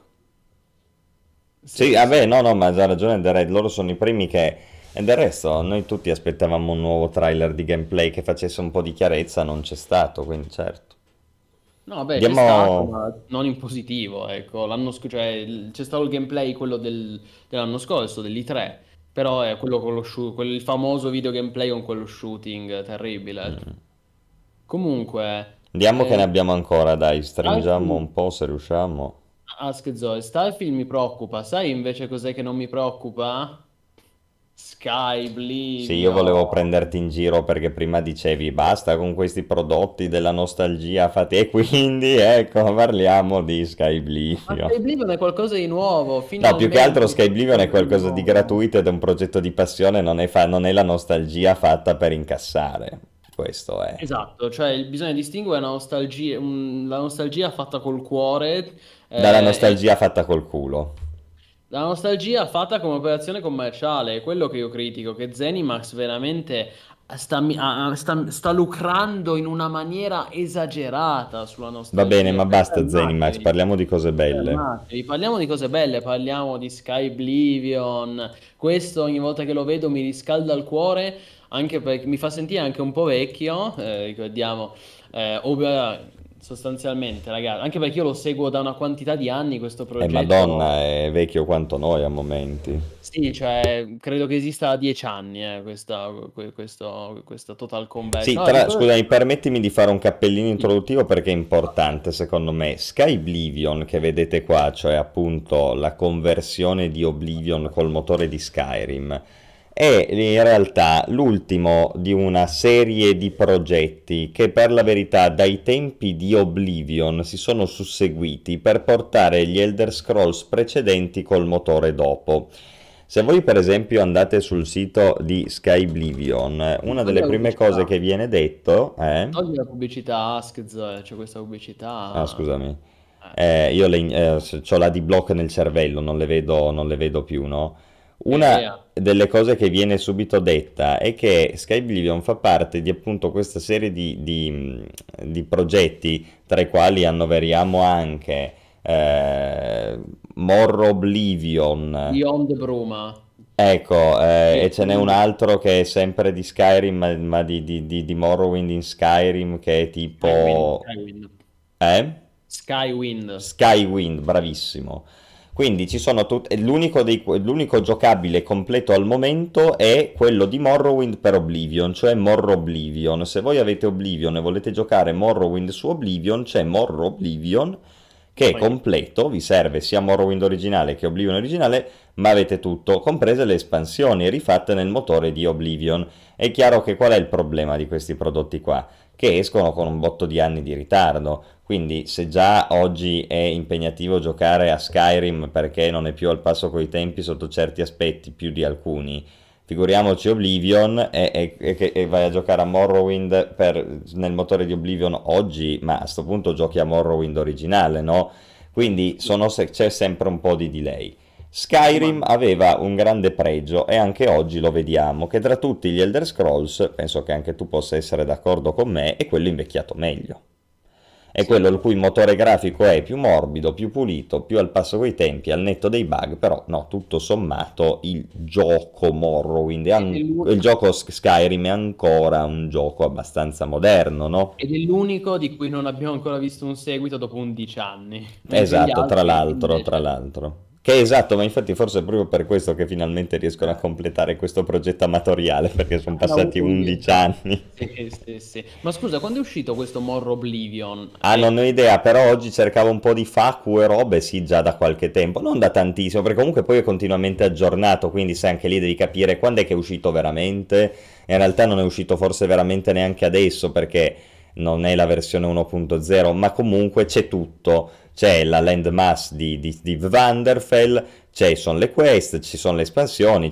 Sì, Sì, sì. vabbè, no, no, ma ha già ragione The Red, loro sono i primi che... E del resto, noi tutti aspettavamo un nuovo trailer di gameplay che facesse un po' di chiarezza, non c'è stato, quindi certo. No, beh, c'è stato, Andiamo... ma non in positivo, ecco. Cioè, c'è stato il gameplay, quello dell'anno scorso, dell'I3, però è quello con il famoso video gameplay con quello shooting terribile. Comunque, Andiamo che ne eh, abbiamo ancora, dai, stringiamo Starfield, un po' se riusciamo. Zoe, Starfield mi preoccupa, sai invece cos'è che non mi preoccupa? Sky, Sì, io volevo Oblivion. prenderti in giro perché prima dicevi basta con questi prodotti della nostalgia fatti e quindi ecco, parliamo di Sky Ma Oblivion. Sky Oblivion è qualcosa di nuovo, No, più che altro finalmente Sky Oblivion è qualcosa di qualcosa di nuovo. gratuito ed è un progetto di passione, non è la nostalgia fatta per incassare. Questo è. Esatto, cioè bisogna distinguere la nostalgia fatta col cuore Dalla e nostalgia fatta col culo. la nostalgia fatta come operazione commerciale. È quello che io critico, che Zenimax veramente sta lucrando in una maniera esagerata sulla Va bene, nostalgia. ma basta Zenimax, Fermatevi. parliamo di cose belle. Fermatevi, parliamo di cose belle, parliamo di Sky Oblivion. Questo ogni volta che lo vedo mi riscalda il cuore, anche perché mi fa sentire anche un po' vecchio, ricordiamo, sostanzialmente, ragazzi, anche perché io lo seguo da una quantità di anni questo Madonna, progetto. è vecchio quanto noi a momenti. Sì, cioè, credo che esista da 10 anni, questa Total Sì, Conversion. Allora, di cosa... scusami, permettimi di fare un cappellino introduttivo perché è importante secondo me. Sky Oblivion che vedete qua, cioè appunto la conversione di Oblivion col motore di Skyrim, è in realtà l'ultimo di una serie di progetti che per la verità dai tempi di Oblivion si sono susseguiti per portare gli Elder Scrolls precedenti col motore dopo. Se voi per esempio andate sul sito di Sky Oblivion, una Togli delle la prime cose pubblicità. che viene detto è... Togli la pubblicità, Ask, c'è questa Ah, pubblicità. scusami. Eh, Io ho la D-Block nel cervello, non le vedo più, no? Una yeah. delle cose che viene subito detta è che Sky Oblivion fa parte di appunto questa serie di progetti, tra i quali annoveriamo anche Morro Oblivion. Beyond the Bruma. Ecco, e ce n'è un Skywind. altro che è sempre di Skyrim, ma di Morrowind in Skyrim, che è tipo... Skywind. Eh? Skywind. Skywind, bravissimo. Quindi ci sono l'unico giocabile completo al momento è quello di Morrowind per Oblivion, cioè Morro Oblivion. Se voi avete Oblivion e volete giocare Morrowind su Oblivion, c'è Morro Oblivion che è Poi, completo, vi serve sia Morrowind originale che Oblivion originale, ma avete tutto, comprese le espansioni rifatte nel motore di Oblivion. È chiaro che qual è il problema di questi prodotti qua? Che escono con un botto di anni di ritardo. Quindi se già oggi è impegnativo giocare a Skyrim perché non è più al passo coi tempi sotto certi aspetti, più di alcuni, figuriamoci Oblivion e vai a giocare a Morrowind nel motore di Oblivion oggi, ma a sto punto giochi a Morrowind originale, no? Quindi c'è sempre un po' di delay. ma Skyrim aveva un grande pregio e anche oggi lo vediamo, che tra tutti gli Elder Scrolls, penso che anche tu possa essere d'accordo con me, è quello invecchiato meglio. è quello il cui motore grafico è più morbido, più pulito, più al passo coi tempi, al netto dei bug, però no, tutto sommato il gioco Morrowind, Ed è il gioco Skyrim è ancora un gioco abbastanza moderno, no? ed è l'unico di cui non abbiamo ancora visto un seguito dopo 11 anni, mentre gli Esatto, altri tra invece... l'altro. Che è esatto, ma infatti forse è proprio per questo che finalmente riescono a completare questo progetto amatoriale, perché sono Hanno passati avuto 11 esatto. anni. Sì, sì, sì. Ma scusa, quando è uscito questo More Oblivion? Ah, non ho idea, però oggi cercavo un po' di facu e robe, sì, già da qualche tempo, non da tantissimo, perché comunque poi è continuamente aggiornato, quindi sai anche lì devi capire quando è che è uscito veramente. In realtà non è uscito forse veramente neanche adesso, perché non è la versione 1.0, ma comunque c'è tutto. C'è la landmass di Vanderfell, sono le quest, ci sono le espansioni,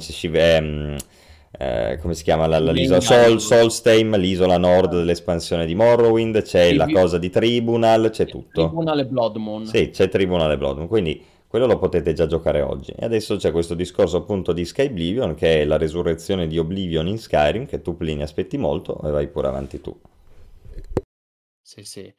come si chiama Ci l'isola venga Solstheim, l'isola nord dell'espansione di Morrowind, c'è la cosa di Tribunal, c'è tutto. Tribunale Blood Moon. Sì, c'è Tribunal e Blood, quindi quello lo potete già giocare oggi. E adesso c'è questo discorso appunto di Skyblivion, che è la resurrezione di Oblivion in Skyrim, che tu Plini aspetti molto e vai pure avanti tu. Sì, sì.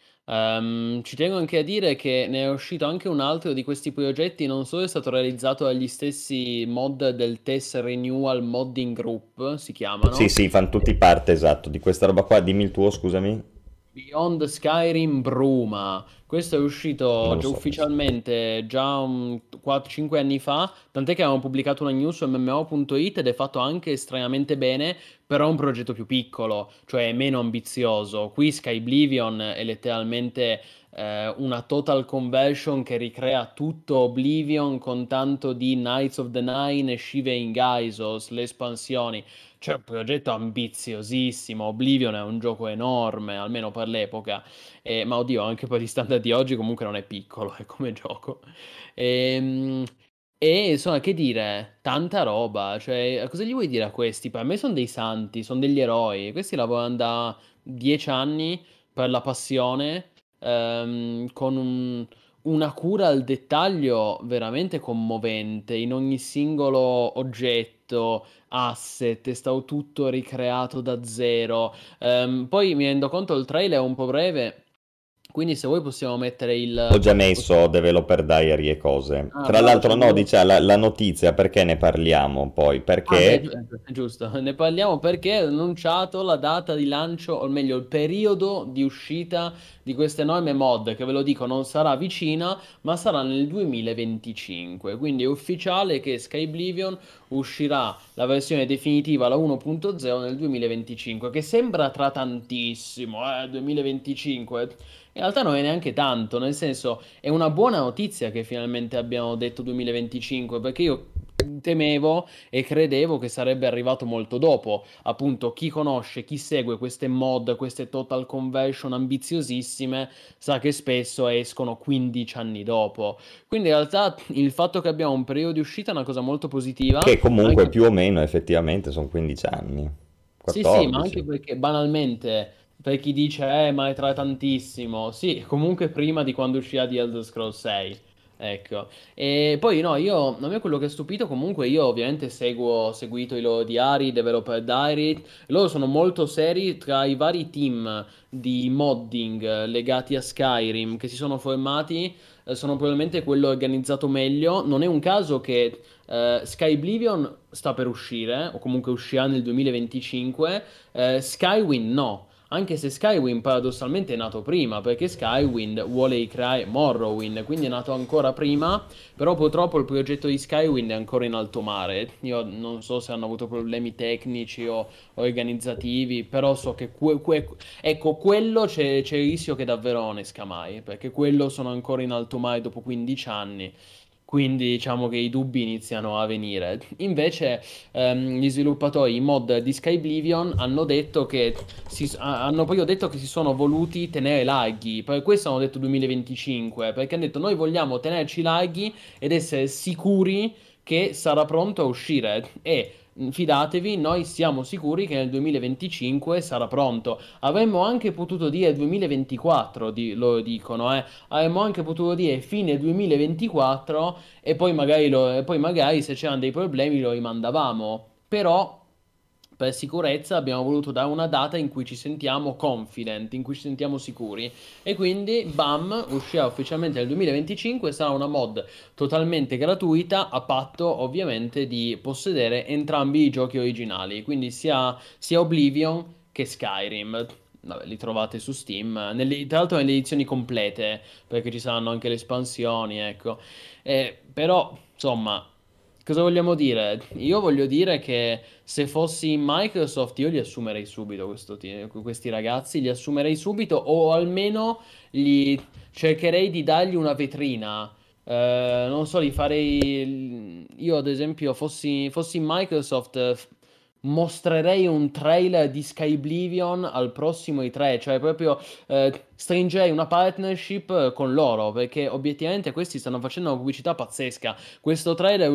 Ci tengo anche a dire che ne è uscito anche un altro di questi progetti, non so se è stato realizzato dagli stessi mod del TES Renewal Modding Group, si Sì, chiamano. sì, fanno tutti parte, esatto, di questa roba qua. Dimmi il tuo, scusami. Beyond Skyrim Bruma. Questo è Non uscito lo già so questo. ufficialmente già 4-5 anni fa, tant'è che avevamo pubblicato una news su MMO.it ed è fatto anche estremamente bene, però è un progetto più piccolo, cioè meno ambizioso. Qui Skyblivion è letteralmente una total conversion che ricrea tutto Oblivion con tanto di Knights of the Nine e Shiva Gaisos, le espansioni. C'è un progetto ambiziosissimo. Oblivion è un gioco enorme, almeno per l'epoca. Ma oddio, anche per gli standard di oggi comunque non è piccolo, è come gioco. Ehm, E, insomma, che dire, tanta roba. Cioè, cosa gli vuoi dire a questi? Per me sono dei santi, sono degli eroi. Questi lavorano da 10 anni per la passione, con una cura al dettaglio veramente commovente in ogni singolo oggetto, asset, è stato tutto ricreato da zero. Poi mi rendo conto il trailer è un po' breve, quindi se vuoi possiamo mettere Ho il... già messo Developer Diary e cose. Ah, Tra bravo, l'altro, cioè, no, dice la notizia, perché ne parliamo poi? ah, beh, Perché è giusto, ne parliamo perché è annunciato la data di lancio, o meglio, il periodo di uscita di questa enorme mod, che ve lo dico non sarà vicina, ma sarà nel 2025. Quindi è ufficiale che Skyblivion uscirà la versione definitiva, la 1.0, nel 2025, che sembra tra tantissimo, 2025. In realtà non è neanche tanto, nel senso è una buona notizia che finalmente abbiamo detto 2025, perché io temevo e credevo che sarebbe arrivato molto dopo. Appunto, chi conosce, chi segue queste mod, queste total conversion ambiziosissime, sa che spesso escono 15 anni dopo. Quindi in realtà il fatto che abbiamo un periodo di uscita è una cosa molto positiva, che comunque anche più o meno effettivamente sono 15 anni. sì, sì, ma 14. anche perché banalmente, per chi dice, ma è tra tantissimo, sì, comunque prima di quando uscirà di Elder Scrolls 6, ecco. E poi no, a me quello che è stupito, comunque io ovviamente ho seguito i loro diari, Developer Diary, loro sono molto seri tra i vari team di modding legati a Skyrim che si sono formati, sono probabilmente quello organizzato meglio, non è un caso che Sky Oblivion sta per uscire, o comunque uscirà nel 2025. Skywind no. Anche se Skywind paradossalmente è nato prima, perché Skywind vuole ricreare Morrowind, quindi è nato ancora prima, però purtroppo il progetto di Skywind è ancora in alto mare. Io non so se hanno avuto problemi tecnici o organizzativi, però so che ecco, quello c'è il rischio che davvero non esca mai, perché quello sono ancora in alto mare dopo 15 anni. Quindi diciamo che i dubbi iniziano a venire. Invece, gli sviluppatori, i mod di Skyblivion, hanno detto che hanno proprio detto che si sono voluti tenere larghi. Per questo hanno detto 2025, perché hanno detto noi vogliamo tenerci larghi ed essere sicuri che sarà pronto a uscire. E fidatevi, noi siamo sicuri che nel 2025 sarà pronto. Avremmo anche potuto dire 2024, loro dicono, eh. Avremmo anche potuto dire fine 2024 e poi magari, e poi magari se c'erano dei problemi lo rimandavamo. Però per sicurezza abbiamo voluto dare una data in cui ci sentiamo confident, in cui ci sentiamo sicuri. E quindi, bam, uscirà ufficialmente nel 2025. Sarà una mod totalmente gratuita, a patto ovviamente di possedere entrambi i giochi originali, quindi sia Oblivion che Skyrim. Vabbè, li trovate su Steam, tra l'altro nelle edizioni complete, perché ci saranno anche le espansioni, ecco. Però, insomma, cosa vogliamo dire? Io voglio dire che se fossi in Microsoft io li assumerei subito questi ragazzi, li assumerei subito o almeno gli cercherei di dargli una vetrina. Non so, li farei. Io, ad esempio, fossi in Microsoft, mostrerei un trailer di Sky Oblivion al prossimo E3, cioè proprio stringerei una partnership con loro, perché obiettivamente questi stanno facendo una pubblicità pazzesca. Questo trailer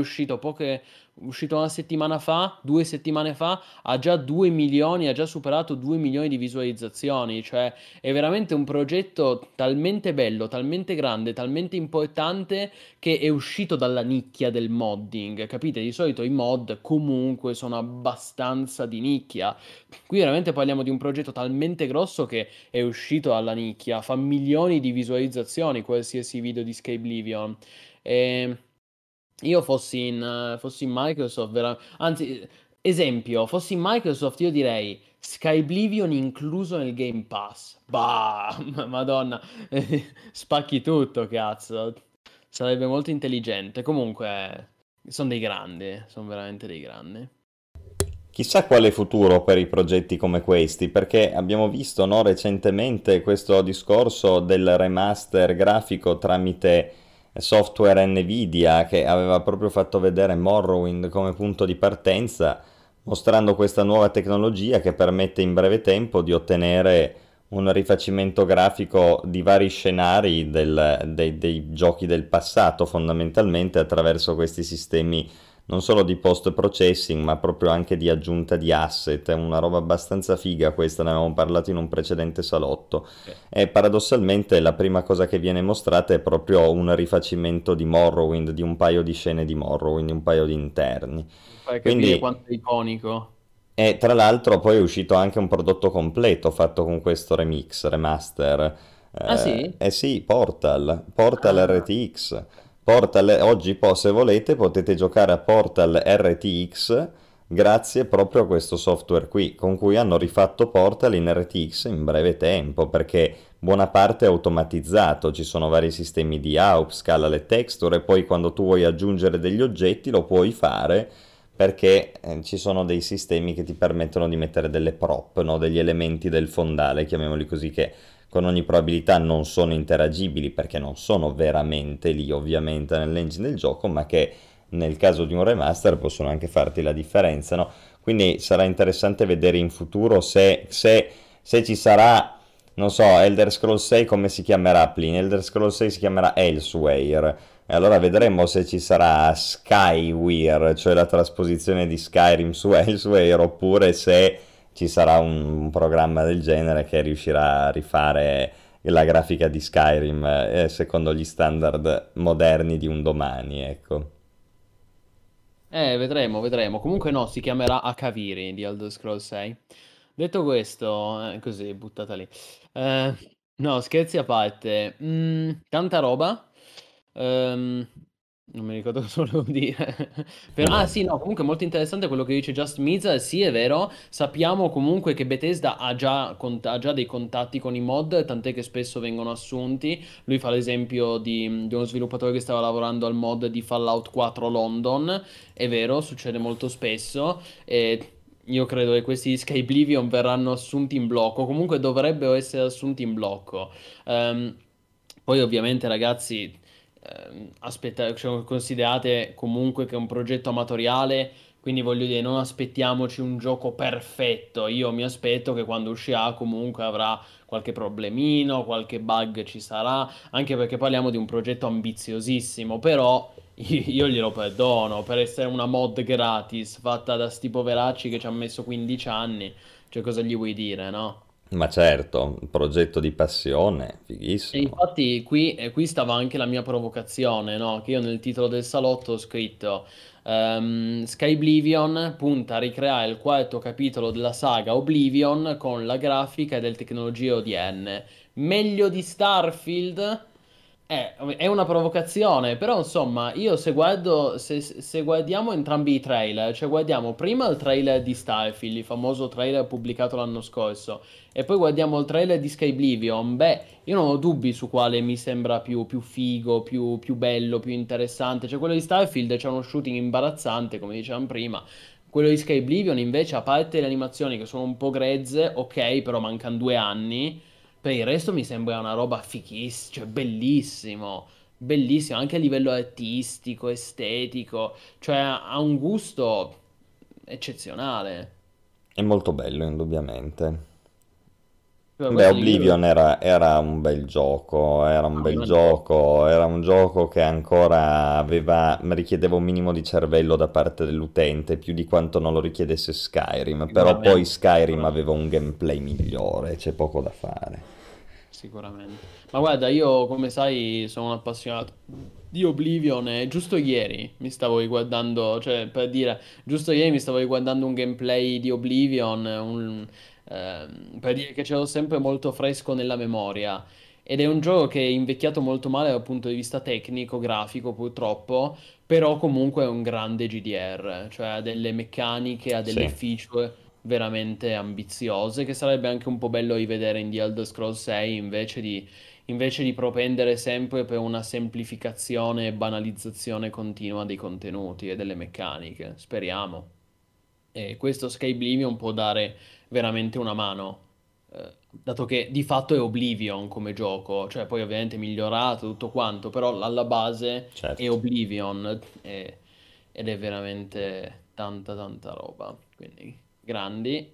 è uscito una settimana fa, 2 settimane fa, ha già 2 milioni, ha già superato 2 milioni di visualizzazioni, cioè è veramente un progetto talmente bello, talmente grande, talmente importante che è uscito dalla nicchia del modding, capite? Di solito i mod comunque sono abbastanza di nicchia. Qui veramente parliamo di un progetto talmente grosso che è uscito dalla nicchia, fa milioni di visualizzazioni qualsiasi video di Sky Oblivion. E io fossi in Microsoft, anzi, esempio, fossi in Microsoft, io direi Sky Oblivion incluso nel Game Pass. Bah, Madonna, spacchi tutto, cazzo. Sarebbe molto intelligente. Comunque, sono dei grandi, sono veramente dei grandi. Chissà quale futuro per i progetti come questi, perché abbiamo visto, no, recentemente questo discorso del remaster grafico tramite software Nvidia che aveva proprio fatto vedere Morrowind come punto di partenza, mostrando questa nuova tecnologia che permette in breve tempo di ottenere un rifacimento grafico di vari scenari dei giochi del passato, fondamentalmente attraverso questi sistemi non solo di post-processing, ma proprio anche di aggiunta di asset. È una roba abbastanza figa questa, ne avevamo parlato in un precedente salotto. E paradossalmente la prima cosa che viene mostrata è proprio un rifacimento di Morrowind, di un paio di scene di Morrowind, un paio di interni. Fai capire Quindi, quanto è iconico. e tra l'altro poi è uscito anche un prodotto completo fatto con questo remaster. Ah sì? Sì, Portal Ah, RTX. Portal, oggi se volete potete giocare a Portal RTX grazie proprio a questo software qui, con cui hanno rifatto Portal in RTX in breve tempo, perché buona parte è automatizzato, ci sono vari sistemi di AUP, scala le texture e poi quando tu vuoi aggiungere degli oggetti lo puoi fare perché ci sono dei sistemi che ti permettono di mettere delle prop, no? Degli elementi del fondale, chiamiamoli così, che con ogni probabilità non sono interagibili perché non sono veramente lì ovviamente nell'engine del gioco, ma che nel caso di un remaster possono anche farti la differenza, no? Quindi sarà interessante vedere in futuro se ci sarà, non so, Elder Scrolls 6 come si chiamerà Plin? Elder Scrolls 6 si chiamerà Elsewhere. E allora vedremo se ci sarà Skywire, cioè la trasposizione di Skyrim su Elsewhere, oppure se ci sarà un programma del genere che riuscirà a rifare la grafica di Skyrim secondo gli standard moderni di un domani, ecco. vedremo, vedremo. Comunque no, si chiamerà Akaviri di Elder Scrolls 6. Detto questo, così, buttata lì. Eh, no, scherzi a parte. Tanta roba. Ehm, non mi ricordo cosa volevo dire. Ah sì, no, comunque molto interessante quello che dice Just Miza. Sì, è vero. Sappiamo comunque che Bethesda ha già dei contatti con i mod, tant'è che spesso vengono assunti. Lui fa l'esempio di uno sviluppatore che stava lavorando al mod di Fallout 4 London. È vero, succede molto spesso. E io credo che questi Sky Oblivion verranno assunti in blocco. Comunque dovrebbero essere assunti in blocco. Ehm, Poi ovviamente ragazzi, cioè, considerate comunque che è un progetto amatoriale, quindi voglio dire, non aspettiamoci un gioco perfetto. Io mi aspetto che quando uscirà comunque avrà qualche problemino, qualche bug ci sarà, anche perché parliamo di un progetto ambiziosissimo, però io glielo perdono per essere una mod gratis fatta da sti poveracci che ci hanno messo 15 anni. Cioè, cosa gli vuoi dire, no? Ma certo, un progetto di passione, E fighissimo. infatti qui stava anche la mia provocazione, no? Che io nel titolo del salotto ho scritto Skyblivion punta a ricreare il quarto capitolo della saga Oblivion con la grafica e le tecnologie odierne. Meglio di Starfield? È una provocazione, però insomma, io se guardiamo entrambi i trailer, cioè guardiamo prima il trailer di Starfield, il famoso trailer pubblicato l'anno scorso, e poi guardiamo il trailer di Skyblivion, beh, io non ho dubbi su quale mi sembra più figo, più bello, più interessante. Cioè quello di Starfield c'è uno shooting imbarazzante, come dicevamo prima. Quello di Skyblivion invece, a parte le animazioni che sono un po' grezze, ok, però mancano 2 anni. Per il resto mi sembra una roba fighissima, cioè bellissimo, bellissimo anche a livello artistico, estetico, cioè ha un gusto eccezionale. È molto bello, indubbiamente. Cioè, Beh, questo di cui Oblivion era un bel gioco, era un ah, bel grande gioco. gioco, era un gioco che ancora richiedeva un minimo di cervello da parte dell'utente, più di quanto non lo richiedesse Skyrim, però poi Sicuramente, Skyrim aveva sicuramente. un gameplay migliore, c'è poco da fare. Sicuramente. Ma guarda, io come sai sono un appassionato di Oblivion e giusto ieri mi stavo riguardando, cioè per dire, giusto ieri mi stavo riguardando un gameplay di Oblivion, per dire che ce l'ho sempre molto fresco nella memoria. Ed è un gioco che è invecchiato molto male dal punto di vista tecnico, grafico purtroppo, però comunque è un grande GDR, cioè ha delle meccaniche, ha delle Sì. feature veramente ambiziose, che sarebbe anche un po' bello rivedere in The Elder Scrolls 6 invece di propendere sempre per una semplificazione e banalizzazione continua dei contenuti e delle meccaniche. Speriamo. E questo Skyblivion può dare veramente una mano, dato che di fatto è Oblivion come gioco, cioè poi ovviamente migliorato tutto quanto, però alla base è Certo. Oblivion ed è veramente tanta tanta roba. Quindi grandi.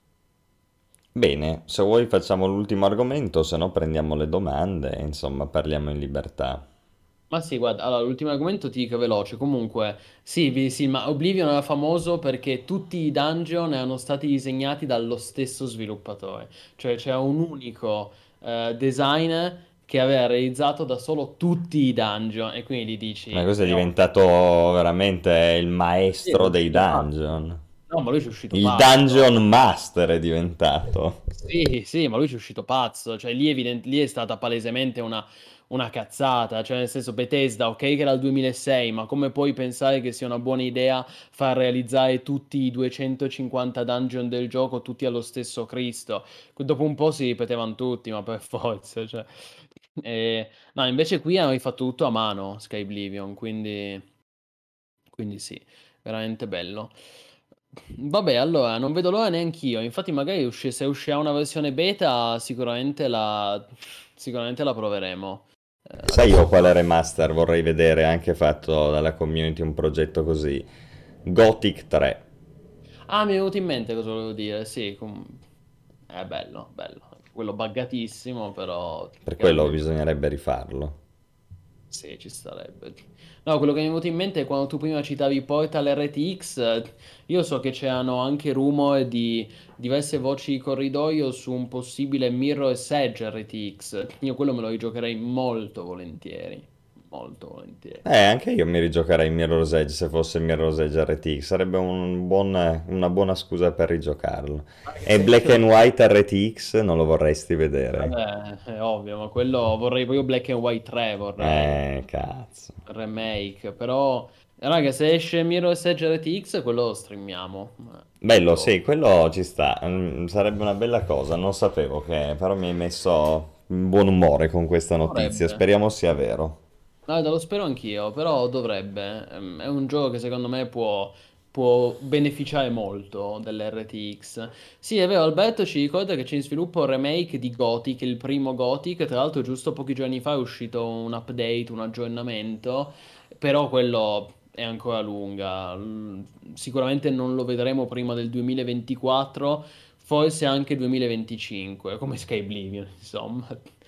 Bene, se vuoi facciamo l'ultimo argomento, se no prendiamo le domande, e, insomma, parliamo in libertà. Ma sì, guarda, allora l'ultimo argomento ti dico veloce. Comunque, sì, sì, ma Oblivion era famoso perché tutti i dungeon erano stati disegnati dallo stesso sviluppatore. Cioè c'era un unico designer che aveva realizzato da solo tutti i dungeon. E quindi Ma dici, questo è è ovvio. diventato veramente il Sì, è maestro dei uscito pazzo. dungeon. No, ma lui ci è uscito Il pazzo. Dungeon Master è diventato. Sì, sì, ma lui ci è uscito pazzo, cioè lì è stata palesemente una cazzata, cioè nel senso Bethesda, ok che era il 2006, ma come puoi pensare che sia una buona idea far realizzare tutti i 250 dungeon del gioco tutti allo stesso Cristo? Dopo un po' si ripetevano tutti, ma per forza, cioè. No, invece qui hanno rifatto tutto a mano, Skyblivion, quindi sì, veramente bello. Vabbè, allora, non vedo l'ora neanch'io. Infatti, magari se uscirà una versione beta, sicuramente la proveremo. Sai io Adesso quale qua. remaster vorrei vedere anche fatto dalla community un progetto così? Gothic 3. Ah, mi è venuto in mente cosa volevo dire. Sì, è bello, bello. Quello buggatissimo, però Per quello grande. bisognerebbe rifarlo. Sì, ci starebbe. No, quello che mi è venuto in mente è quando tu prima citavi Portal RTX, io so che c'erano anche rumor di diverse voci di corridoio su un possibile Mirror's Edge RTX. Io quello me lo rigiocherei molto volentieri. Molto volentieri. Anche io mi rigiocherei Mirror's Edge se fosse Mirror's Edge RTX, sarebbe una buona scusa per rigiocarlo. Anche E se Black anche and lo. White RTX non lo vorresti vedere? Vabbè, è ovvio, ma quello vorrei proprio Black and White 3, vorrei. Cazzo. Remake, però. Raga, se esce Mirror's Edge RTX, quello lo streamiamo. Bello, Quello. sì, quello ci sta. Sarebbe una bella cosa. Non sapevo che, però mi hai messo in buon umore con questa notizia. Dovrebbe. Speriamo sia vero. Guarda, lo spero anch'io, però dovrebbe. È un gioco che secondo me può beneficiare molto dell'RTX. Sì, è vero, Alberto ci ricorda che c'è in sviluppo il remake di Gothic, il primo Gothic. Tra l'altro, giusto pochi giorni fa è uscito un update, un aggiornamento, però quello è ancora lunga. Sicuramente non lo vedremo prima del 2024, forse anche 2025, come Skyblivion, insomma.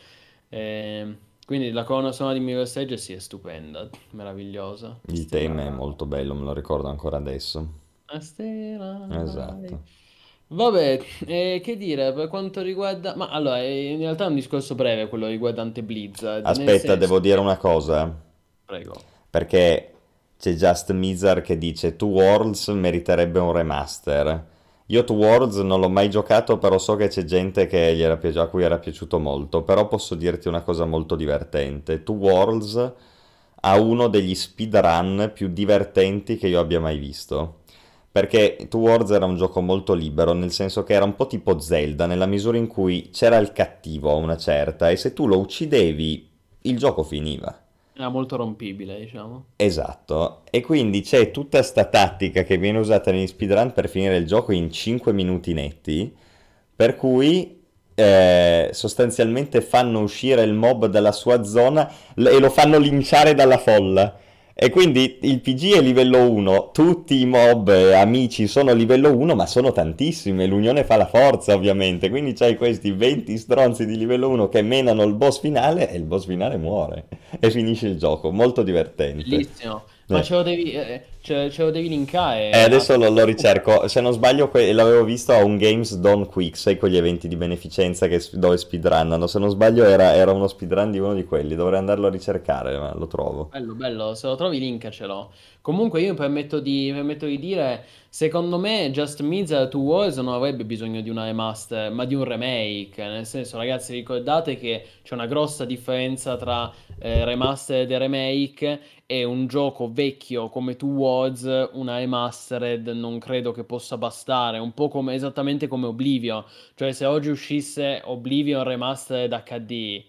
Quindi la colonna sonora di Mirror's Edge sì è stupenda, meravigliosa, Il tema è Still molto bello, me lo ricordo ancora adesso. Alive. Still Alive. Esatto. Vabbè, che dire, per quanto riguarda... Ma allora, in realtà è un discorso breve quello riguardante Blizzard, nel Aspetta, senso devo dire che... una cosa, Prego. perché c'è Just Mizar che dice Two Worlds meriterebbe un remaster. Io Two Worlds non l'ho mai giocato, però so che c'è gente che a cui era piaciuto molto, però posso dirti una cosa molto divertente. Two Worlds ha uno degli speedrun più divertenti che io abbia mai visto. Perché Two Worlds era un gioco molto libero, nel senso che era un po' tipo Zelda, nella misura in cui c'era il cattivo a una certa, e se tu lo uccidevi, il gioco finiva. Era molto rompibile, diciamo. Esatto, e quindi c'è tutta sta tattica che viene usata negli speedrun per finire il gioco in 5 minuti netti, per cui sostanzialmente fanno uscire il mob dalla sua zona e lo fanno linciare dalla folla. E quindi il PG è livello 1, tutti i mob amici sono livello 1, ma sono tantissimi, e l'unione fa la forza ovviamente, quindi c'hai questi 20 stronzi di livello 1 che menano il boss finale e il boss finale muore e finisce il gioco, molto divertente. Bellissimo. Ma Eh. ce lo devi E linkare adesso lo ricerco, se non sbaglio l'avevo visto a un Games Done Quick, sai quegli eventi di beneficenza dove speedrunnano, se non sbaglio era uno speedrun di uno di quelli, dovrei andarlo a ricercare, ma lo trovo. Bello, bello, se lo trovi linkacelo. Comunque io mi permetto di dire, secondo me Just Meets Two Worlds non avrebbe bisogno di una remaster, ma di un remake. Nel senso, ragazzi, ricordate che c'è una grossa differenza tra remastered e remake e un gioco vecchio come Two Worlds, una remastered non credo che possa bastare. Un po' come, esattamente come Oblivion. Cioè, se oggi uscisse Oblivion Remastered HD.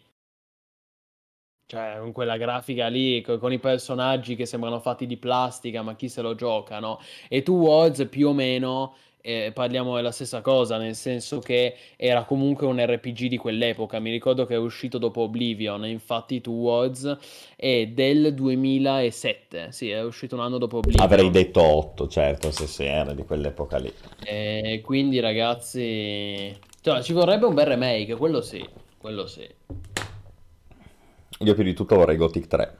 Cioè, con quella grafica lì, con i personaggi che sembrano fatti di plastica, ma chi se lo gioca, no? E Two Worlds più o meno parliamo della stessa cosa, nel senso che era comunque un RPG di quell'epoca. Mi ricordo che è uscito dopo Oblivion, e infatti Two Worlds è del 2007, sì, è uscito un anno dopo Avrei Oblivion. detto 8, certo, se era di quell'epoca lì. E quindi, ragazzi, cioè, ci vorrebbe un bel remake, quello sì, quello sì. Io più di tutto vorrei Gothic 3.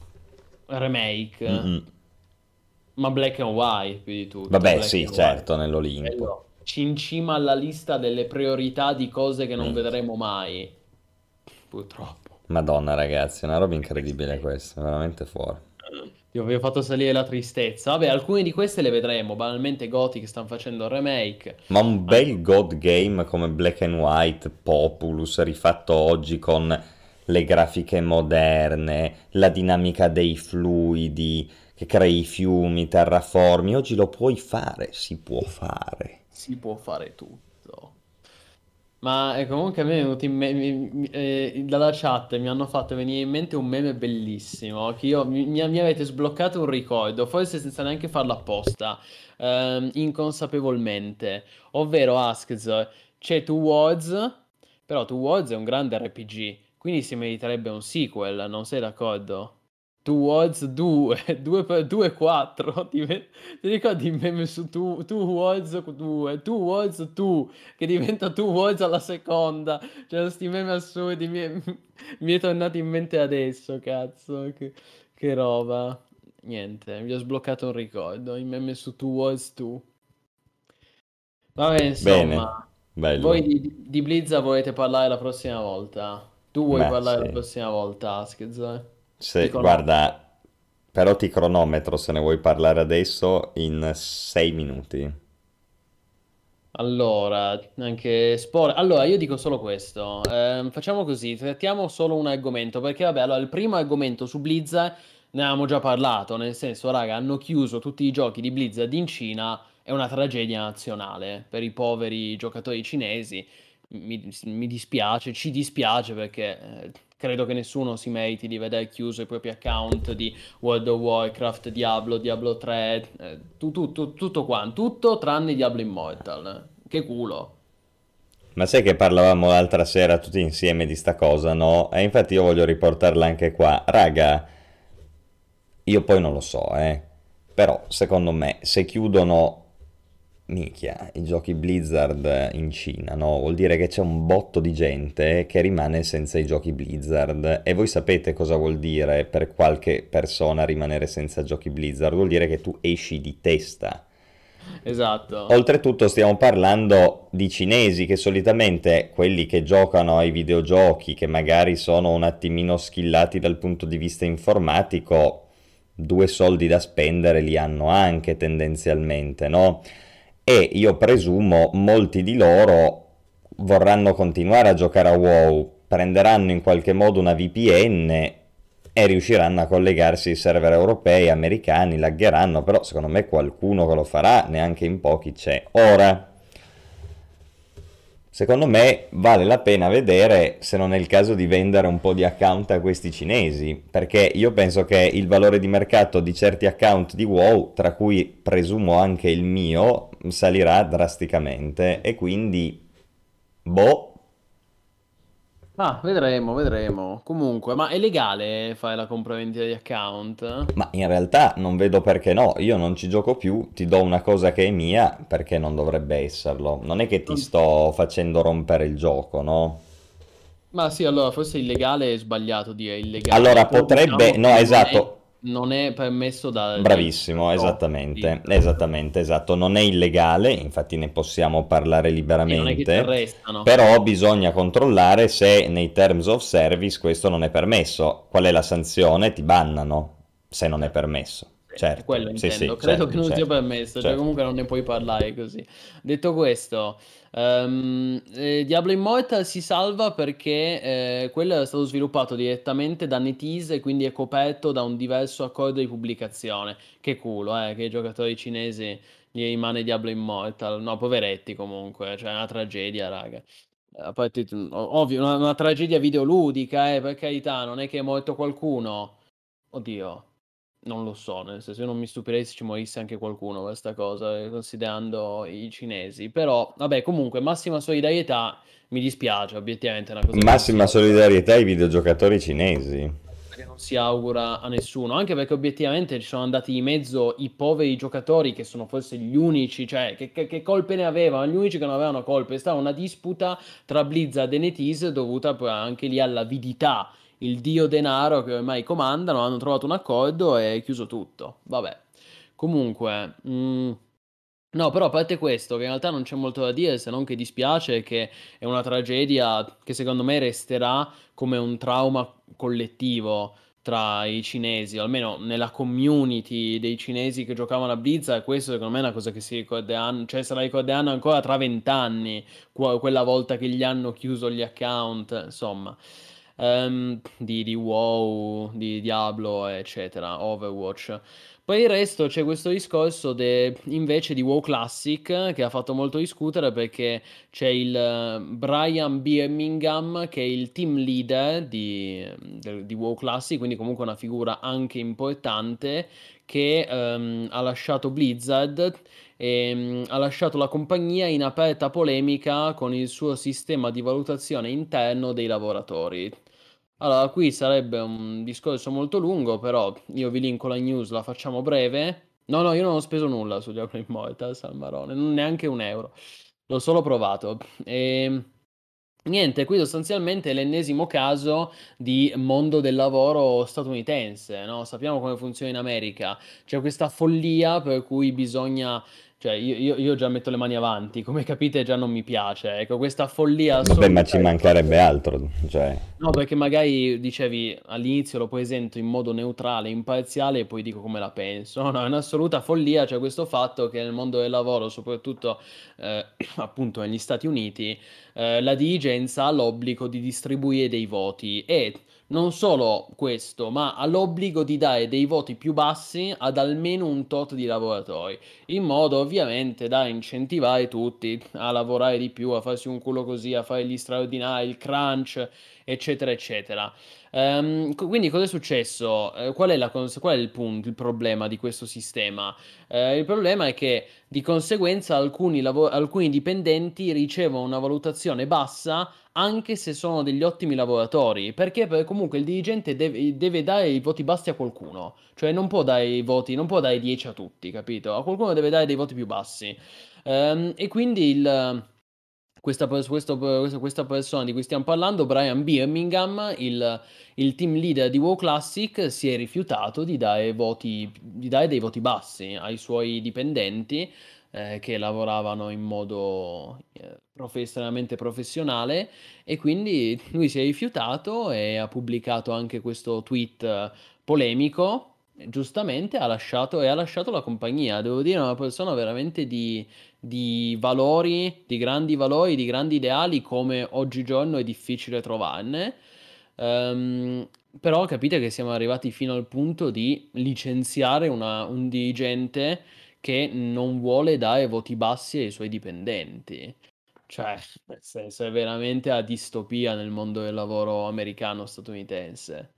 Remake. Mm-mm. Ma Black and White più di tutto, Vabbè, Black sì, and White. certo, nell'Olimpo. Quello in cima alla lista delle priorità di cose che non Minchia. vedremo mai, purtroppo. Madonna, ragazzi, è una roba Che incredibile tristezza. questa, veramente fuori. Vi ho fatto salire la tristezza. Vabbè, alcune di queste le vedremo. Banalmente Gothic stanno facendo il remake. Ma un Anche... bel God game come Black and White, Populous, rifatto oggi con le grafiche moderne, la dinamica dei fluidi, che crei i fiumi, terraformi, oggi lo puoi fare, si può fare. Si può fare tutto. Ma comunque a me è venuto in dalla chat mi hanno fatto venire in mente un meme bellissimo, che mi avete sbloccato un ricordo, forse senza neanche farlo apposta, inconsapevolmente, ovvero Askz, c'è Two Worlds, però Two Worlds è un grande RPG, quindi si meriterebbe un sequel, non sei d'accordo? Two Worlds 2, 2 per 2 4, ti ricordi il meme su Two Worlds 2, Two Worlds 2, che diventa Two Worlds alla seconda. C'erano sti meme assurdi, mi è tornato in mente adesso, cazzo, che roba. Niente, mi ho sbloccato un ricordo, il meme su Two Worlds 2. Vabbè, insomma, Bene, voi bello. di Blizzard volete parlare la prossima volta? Tu vuoi Ma parlare la sì. prossima volta, Askez? Ti Se, conosco. guarda, però ti cronometro se ne vuoi parlare adesso in 6 minuti. Allora, anche sport. Allora, io dico solo questo. Facciamo così, trattiamo solo un argomento, perché vabbè, allora il primo argomento su Blizzard ne avevamo già parlato, nel senso, raga, hanno chiuso tutti i giochi di Blizzard in Cina, è una tragedia nazionale per i poveri giocatori cinesi. Mi dispiace, ci dispiace perché credo che nessuno si meriti di vedere chiuso i propri account di World of Warcraft, Diablo, Diablo 3, tutto qua, tutto tranne Diablo Immortal. Che culo. Ma sai che parlavamo l'altra sera tutti insieme di sta cosa, no? E infatti io voglio riportarla anche qua. Raga, io poi non lo so, però secondo me se chiudono, minchia, i giochi Blizzard in Cina, no? Vuol dire che c'è un botto di gente che rimane senza i giochi Blizzard. E voi sapete cosa vuol dire per qualche persona rimanere senza giochi Blizzard? Vuol dire che tu esci di testa. Esatto. Oltretutto stiamo parlando di cinesi che solitamente quelli che giocano ai videogiochi, che magari sono un attimino skillati dal punto di vista informatico, due soldi da spendere li hanno anche tendenzialmente, no? E io presumo molti di loro vorranno continuare a giocare a WoW, prenderanno in qualche modo una VPN e riusciranno a collegarsi ai server europei, americani, laggeranno, però secondo me qualcuno che lo farà, neanche in pochi c'è. Ora, secondo me vale la pena vedere se non è il caso di vendere un po' di account a questi cinesi, perché io penso che il valore di mercato di certi account di WoW, tra cui presumo anche il mio, salirà drasticamente e quindi, boh. Ah, vedremo, vedremo. Comunque, ma è legale fare la compravendita di account? Ma in realtà non vedo perché no, io non ci gioco più, ti do una cosa che è mia, perché non dovrebbe esserlo? Non è che ti Non- sto facendo rompere il gioco, no? Ma sì, allora forse illegale è sbagliato dire illegale, Allora però potrebbe, diciamo no, che esatto, non è permesso dai bravissimo, giochi. esattamente, esattamente, esatto, non è illegale, infatti ne possiamo parlare Sì, non è che ti liberamente, arrestano. però bisogna controllare se nei terms of service questo non è permesso. Qual è la sanzione? Ti bannano se non è permesso. Sì, è Certo, quello sì, intendo. sì, Credo che certo, non sia certo, permesso, cioè certo. comunque non ne puoi parlare così. Detto questo, Diablo Immortal si salva perché quello è stato sviluppato direttamente da NetEase e quindi è coperto da un diverso accordo di pubblicazione. Che culo, che i giocatori cinesi gli rimane Diablo Immortal. No, poveretti comunque, cioè è una tragedia, raga. A parte, ovvio, una tragedia videoludica, per carità, non è che è morto qualcuno. Oddio. Non lo so, nel senso io non mi stupirei se ci morisse anche qualcuno per sta cosa, considerando i cinesi. Però, vabbè, comunque, massima solidarietà, mi dispiace, obiettivamente è una cosa Massima solidarietà ai videogiocatori cinesi. che non si augura a nessuno, anche perché obiettivamente ci sono andati in mezzo i poveri giocatori che sono forse gli unici, cioè che colpe ne avevano, gli unici che non avevano colpe. È stata una disputa tra Blizzard e NetEase dovuta poi anche lì all'avidità, il dio denaro che ormai comandano, hanno trovato un accordo e chiuso tutto. Vabbè. Comunque, no, però a parte questo, che in realtà non c'è molto da dire, se non che dispiace che è una tragedia che secondo me resterà come un trauma collettivo tra i cinesi, o almeno nella community dei cinesi che giocavano a Blizzard, questo secondo me è una cosa che si ricorderanno, cioè se la ricorderanno ancora tra 20 anni, quella volta che gli hanno chiuso gli account, insomma, di WoW, di Diablo, eccetera, Overwatch. Poi il resto c'è questo discorso invece di WoW Classic che ha fatto molto discutere perché c'è il Brian Birmingham che è il team leader di WoW Classic, quindi comunque una figura anche importante che ha lasciato Blizzard e ha lasciato la compagnia in aperta polemica con il suo sistema di valutazione interno dei lavoratori. Allora, qui sarebbe un discorso molto lungo, però io vi linko la news, la facciamo breve. No, no, io non ho speso nulla su Diablo Immortal, Salmarone, non neanche un euro. L'ho solo provato. E niente, qui sostanzialmente è l'ennesimo caso di mondo del lavoro statunitense, no? Sappiamo come funziona in America. C'è questa follia per cui bisogna... Cioè, io già metto le mani avanti, come capite già non mi piace. Ecco, questa follia Vabbè, ma ci assoluta. mancherebbe altro, cioè... No, perché magari dicevi all'inizio lo presento in modo neutrale, imparziale e poi dico come la penso. No, è un'assoluta follia, c'è questo fatto che nel mondo del lavoro, soprattutto appunto negli Stati Uniti, la dirigenza ha l'obbligo di distribuire dei voti e non solo questo, ma ha l'obbligo di dare dei voti più bassi ad almeno un tot di lavoratori, in modo ovviamente da incentivare tutti a lavorare di più, a farsi un culo così, a fare gli straordinari, il crunch eccetera, eccetera. Quindi cosa è successo? Qual è il punto, il problema di questo sistema? Il problema è che di conseguenza alcuni dipendenti ricevono una valutazione bassa anche se sono degli ottimi lavoratori, perché comunque il dirigente deve dare i voti bassi a qualcuno, cioè non può dare i voti, non può dare 10 a tutti, capito? A qualcuno deve dare dei voti più bassi. E quindi questa persona di cui stiamo parlando, Brian Birmingham, il team leader di WoW Classic, si è rifiutato di dare dei voti bassi ai suoi dipendenti, che lavoravano in modo professionalmente professionale, e quindi lui si è rifiutato e ha pubblicato anche questo tweet polemico. Giustamente ha lasciato la compagnia. Devo dire, è una persona veramente di valori, di grandi valori, di grandi ideali, come oggigiorno è difficile trovarne. Ehm, Però capite che siamo arrivati fino al punto di licenziare un dirigente che non vuole dare voti bassi ai suoi dipendenti. Cioè, nel senso, è veramente a distopia nel mondo del lavoro americano-statunitense.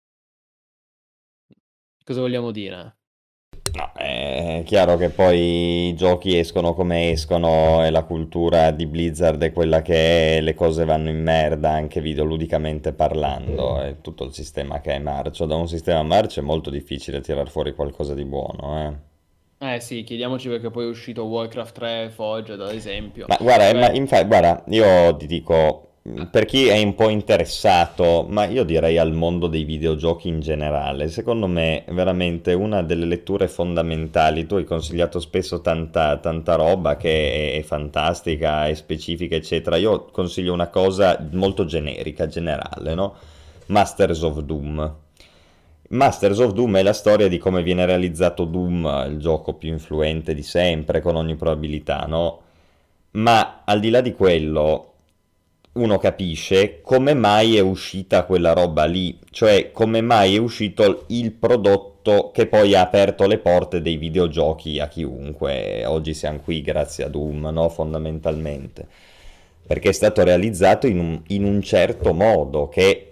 Cosa vogliamo dire? No, è chiaro che poi i giochi escono come escono e la cultura di Blizzard è quella che è, le cose vanno in merda anche videoludicamente parlando, è tutto il sistema che è marcio. Da un sistema marcio è molto difficile tirar fuori qualcosa di buono, eh. Eh sì, chiediamoci perché poi è uscito Warcraft 3 Forge, ad esempio. Ma guarda, Cioè, guarda, io ti dico, per chi è un po' interessato, ma io direi al mondo dei videogiochi in generale, secondo me veramente una delle letture fondamentali, tu hai consigliato spesso tanta roba che è fantastica, è specifica, eccetera, io consiglio una cosa molto generica, generale, no? Masters of Doom. Masters of Doom è la storia di come viene realizzato Doom, il gioco più influente di sempre, con ogni probabilità, no? Ma al di là di quello, uno capisce come mai è uscita quella roba lì, cioè come mai è uscito il prodotto che poi ha aperto le porte dei videogiochi a chiunque. Oggi siamo qui grazie a Doom, no? Fondamentalmente. Perché è stato realizzato in un certo modo che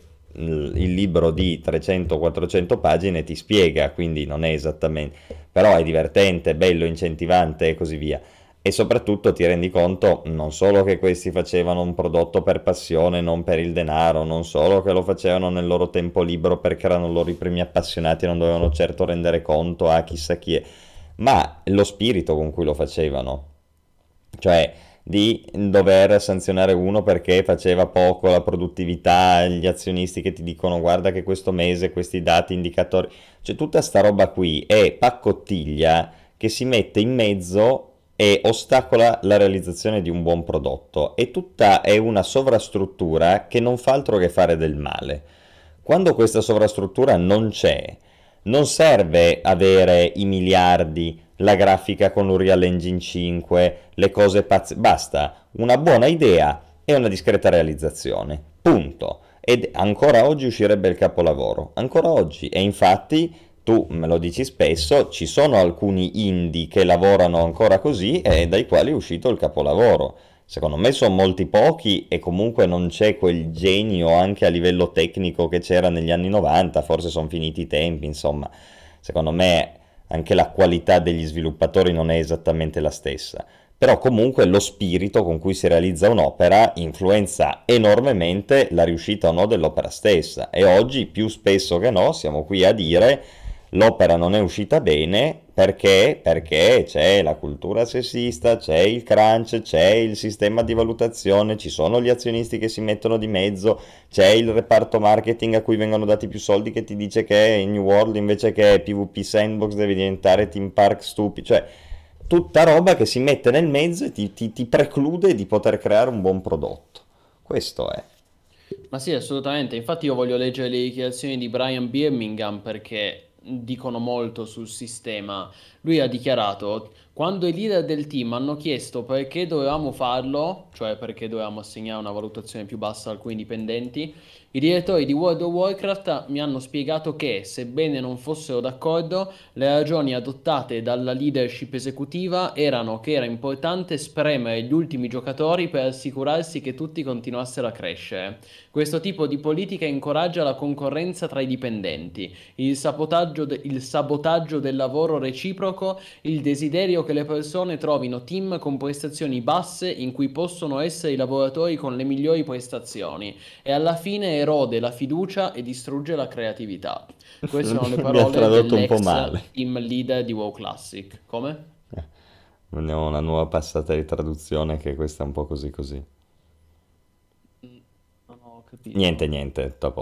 il libro di 300-400 pagine ti spiega, quindi non è esattamente, però è divertente, bello, incentivante e così via. E soprattutto ti rendi conto non solo che questi facevano un prodotto per passione, non per il denaro, non solo che lo facevano nel loro tempo libero perché erano loro i primi appassionati e non dovevano certo rendere conto a chissà chi è, ma lo spirito con cui lo facevano. Cioè, di dover sanzionare uno perché faceva poco la produttività, gli azionisti che ti dicono guarda che questo mese questi dati indicatori, cioè tutta sta roba qui è paccottiglia che si mette in mezzo e ostacola la realizzazione di un buon prodotto, e tutta è una sovrastruttura che non fa altro che fare del male. Quando questa sovrastruttura non c'è, non serve avere i miliardi, la grafica con Unreal Engine 5, le cose pazze, basta una buona idea e una discreta realizzazione, punto. Ed ancora oggi uscirebbe il capolavoro, ancora oggi, e infatti tu me lo dici spesso, ci sono alcuni indie che lavorano ancora così e dai quali è uscito il capolavoro. Secondo me sono molti pochi e comunque non c'è quel genio anche a livello tecnico che c'era negli anni 90, forse sono finiti i tempi, insomma. Secondo me anche la qualità degli sviluppatori non è esattamente la stessa. Però comunque lo spirito con cui si realizza un'opera influenza enormemente la riuscita o no dell'opera stessa. E oggi più spesso che no siamo qui a dire l'opera non è uscita bene perché c'è la cultura sessista, c'è il crunch, c'è il sistema di valutazione, ci sono gli azionisti che si mettono di mezzo, c'è il reparto marketing a cui vengono dati più soldi che ti dice che in New World invece che PvP Sandbox deve diventare Team Park Stupid, cioè tutta roba che si mette nel mezzo e ti preclude di poter creare un buon prodotto. Questo è. ma sì, assolutamente. Infatti io voglio leggere le dichiarazioni di Brian Birmingham perché dicono molto sul sistema. Lui ha dichiarato, quando i leader del team hanno chiesto perché dovevamo farlo, cioè perché dovevamo assegnare una valutazione più bassa a alcuni dipendenti, i direttori di World of Warcraft mi hanno spiegato che, sebbene non fossero d'accordo, le ragioni adottate dalla leadership esecutiva erano che era importante spremere gli ultimi giocatori per assicurarsi che tutti continuassero a crescere. Questo tipo di politica incoraggia la concorrenza tra i dipendenti, il sabotaggio del lavoro reciproco, il desiderio che le persone trovino team con prestazioni basse in cui possono essere i lavoratori con le migliori prestazioni, e alla fine erode la fiducia e distrugge la creatività. Queste sono le Mi ha parole tradotto un po' dell'ex male. team leader di WoW Classic. Come? Prendiamo una nuova passata di traduzione che questa è un po' così così. Non ho Niente, capito. niente, tutto a posto. A me, beh, a me sembra che sia Sì, si capita. capisce, si capisce.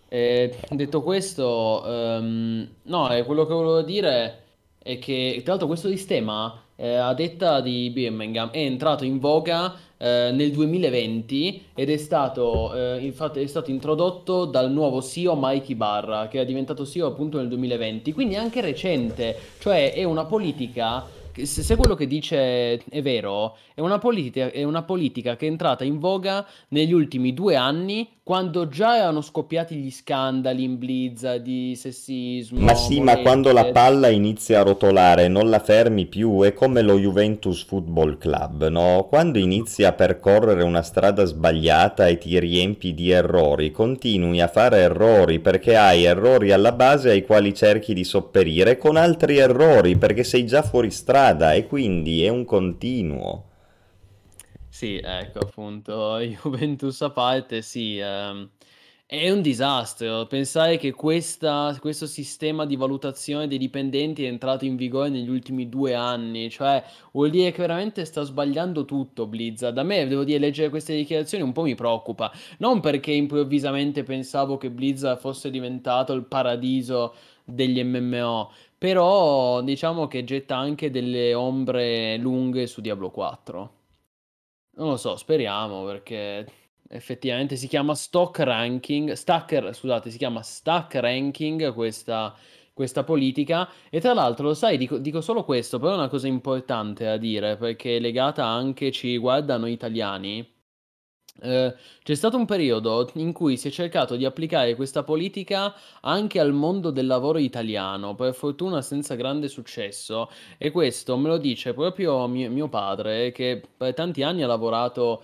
Detto questo, no, quello che volevo dire è che, tra l'altro, questo sistema, a detta di Birmingham, è entrato in voga nel 2020 ed è stato, infatti, è stato introdotto dal nuovo CEO Mike Ibarra, che è diventato CEO appunto nel 2020, quindi è anche recente, cioè è una politica. Se quello che dice è vero, è una politica che è entrata in voga negli ultimi 2 anni, quando già erano scoppiati gli scandali in Blizz di Ma sessismo, sì, ma quando la molestie. palla inizia a rotolare non la fermi più, è come lo Juventus Football Club, no? Quando inizi a percorrere una strada sbagliata e ti riempi di errori, continui a fare errori perché hai errori alla base ai quali cerchi di sopperire con altri errori perché sei già fuori strada e quindi è un continuo. Sì, ecco appunto, Juventus a parte, sì, è un disastro. Pensare che questo sistema di valutazione dei dipendenti è entrato in vigore negli ultimi 2 anni, cioè vuol dire che veramente sta sbagliando tutto Blizzard. A me, devo dire, leggere queste dichiarazioni un po' mi preoccupa, non perché improvvisamente pensavo che Blizzard fosse diventato il paradiso degli MMO, però diciamo che getta anche delle ombre lunghe su Diablo 4. Non lo so, speriamo perché effettivamente si chiama scusate, si chiama stack ranking questa politica. E tra l'altro, lo sai, dico solo questo, però è una cosa importante da dire perché è legata anche, ci riguarda noi italiani. C'è stato un periodo in cui si è cercato di applicare questa politica anche al mondo del lavoro italiano, per fortuna senza grande successo, e questo me lo dice proprio mio padre, che per tanti anni ha lavorato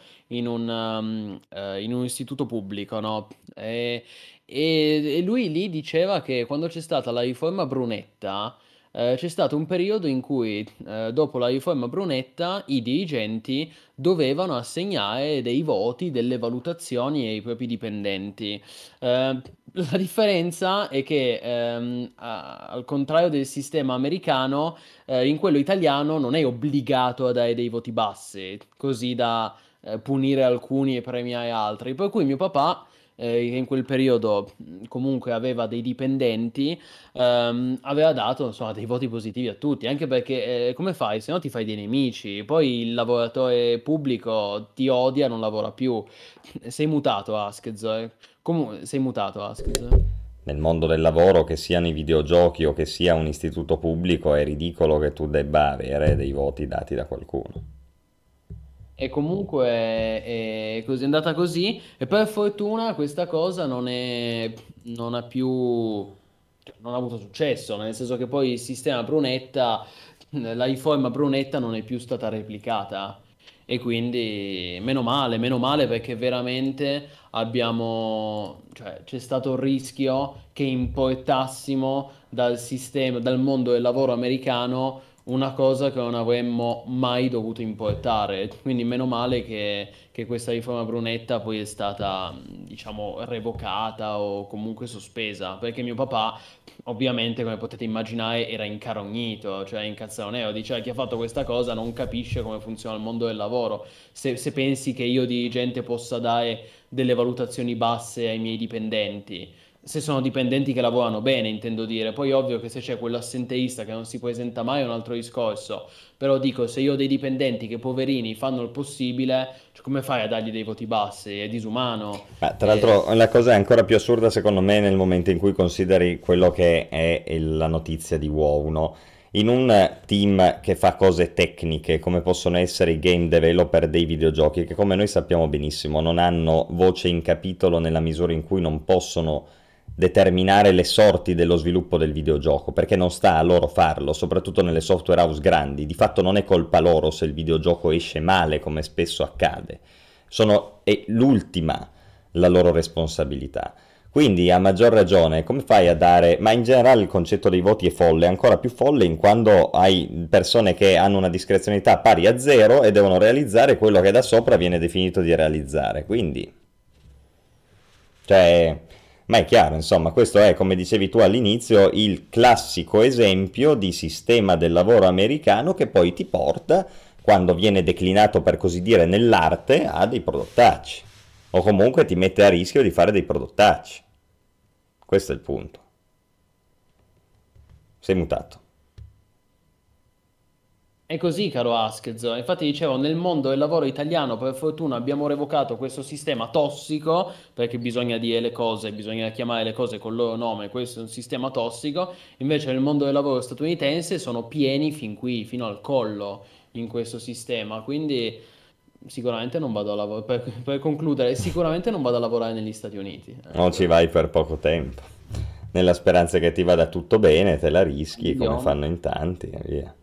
in un istituto pubblico, no? E lui lì diceva che quando c'è stata la riforma Brunetta, c'è stato un periodo in cui, dopo la riforma Brunetta, i dirigenti dovevano assegnare dei voti, delle valutazioni ai propri dipendenti. La differenza è che, al contrario del sistema americano, in quello italiano non è obbligato a dare dei voti bassi, così da punire alcuni e premiare altri. Per cui mio papà, che in quel periodo comunque aveva dei dipendenti, aveva dato insomma dei voti positivi a tutti, anche perché come fai? Se no ti fai dei nemici, poi il lavoratore pubblico ti odia, non lavora più. Sei mutato, Askez. Comunque, sei mutato, Askez. Nel mondo del lavoro, che siano i videogiochi o che sia un istituto pubblico, è ridicolo che tu debba avere dei voti dati da qualcuno. E comunque è andata così, e per fortuna questa cosa non ha più, cioè, non ha avuto successo, nel senso che poi il sistema Brunetta, la riforma Brunetta non è più stata replicata, e quindi meno male perché veramente cioè, c'è stato il rischio che importassimo dal sistema, dal mondo del lavoro americano una cosa che non avremmo mai dovuto importare. Quindi meno male che questa riforma Brunetta poi è stata, diciamo, revocata o comunque sospesa, perché mio papà, ovviamente, come potete immaginare, era incarognito, cioè incazzoneo, dice chi ha fatto questa cosa non capisce come funziona il mondo del lavoro. Se pensi che io dirigente possa dare delle valutazioni basse ai miei dipendenti, se sono dipendenti che lavorano bene, intendo dire. Poi ovvio che se c'è quell'assenteista che non si presenta mai è un altro discorso. Però dico, se io ho dei dipendenti che poverini fanno il possibile, cioè, come fai a dargli dei voti bassi? È disumano. Ma tra Eh, l'altro la cosa è ancora più assurda secondo me nel momento in cui consideri quello che è la notizia di WoW, no? In un team che fa cose tecniche come possono essere i game developer dei videogiochi, che come noi sappiamo benissimo non hanno voce in capitolo nella misura in cui non possono determinare le sorti dello sviluppo del videogioco, perché non sta a loro farlo, soprattutto nelle software house grandi. Di fatto non è colpa loro se il videogioco esce male, come spesso accade. È l'ultima la loro responsabilità. Quindi a maggior ragione, come fai a dare... Ma in generale il concetto dei voti è folle, ancora più folle in quando hai persone che hanno una discrezionalità pari a zero e devono realizzare quello che da sopra viene definito di realizzare. Quindi, cioè, ma è chiaro, insomma, questo è, come dicevi tu all'inizio, il classico esempio di sistema del lavoro americano che poi ti porta, quando viene declinato per così dire nell'arte, a dei prodottacci. O comunque ti mette a rischio di fare dei prodottacci. Questo è il punto. Sei mutato. È così, caro Askezo. Infatti dicevo, nel mondo del lavoro italiano, per fortuna, abbiamo revocato questo sistema tossico, perché bisogna dire le cose, bisogna chiamare le cose col loro nome, questo è un sistema tossico. Invece nel mondo del lavoro statunitense sono pieni fin qui, fino al collo in questo sistema. Quindi sicuramente non vado a lavorare, per concludere, sicuramente non vado a lavorare negli Stati Uniti. Non ci vai per poco tempo. Nella speranza che ti vada tutto bene, te la rischi, come fanno in tanti, e via.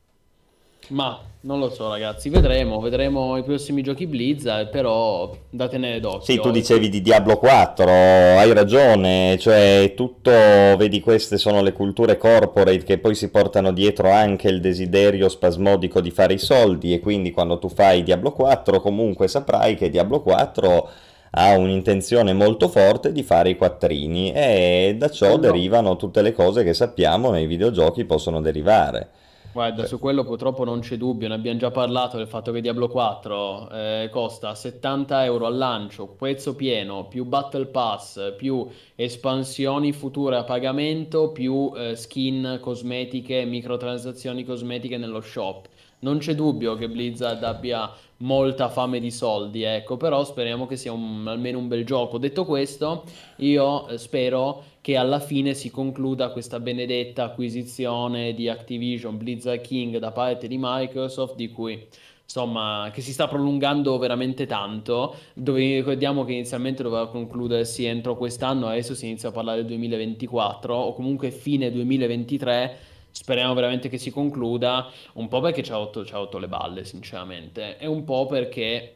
Ma non lo so, ragazzi, vedremo i prossimi giochi Blizzard, però da tenere d'occhio. Sì, tu dicevi di Diablo 4, hai ragione, cioè tutto, vedi, queste sono le culture corporate che poi si portano dietro anche il desiderio spasmodico di fare i soldi, e quindi quando tu fai Diablo 4 comunque saprai che Diablo 4 ha un'intenzione molto forte di fare i quattrini, e da ciò derivano tutte le cose che sappiamo nei videogiochi possono derivare. Guarda, su quello purtroppo non c'è dubbio, ne abbiamo già parlato del fatto che Diablo 4 costa 70 euro al lancio, prezzo pieno, più Battle Pass, più espansioni future a pagamento, più skin cosmetiche, microtransazioni cosmetiche nello shop. Non c'è dubbio che Blizzard abbia molta fame di soldi, ecco, però speriamo che sia almeno un bel gioco. Detto questo, io spero che alla fine si concluda questa benedetta acquisizione di Activision Blizzard King da parte di Microsoft, di cui insomma che si sta prolungando veramente tanto, dove ricordiamo che inizialmente doveva concludersi entro quest'anno, adesso si inizia a parlare del 2024 o comunque fine 2023. Speriamo veramente che si concluda, un po' perché ci ha rotto le balle sinceramente, e un po' perché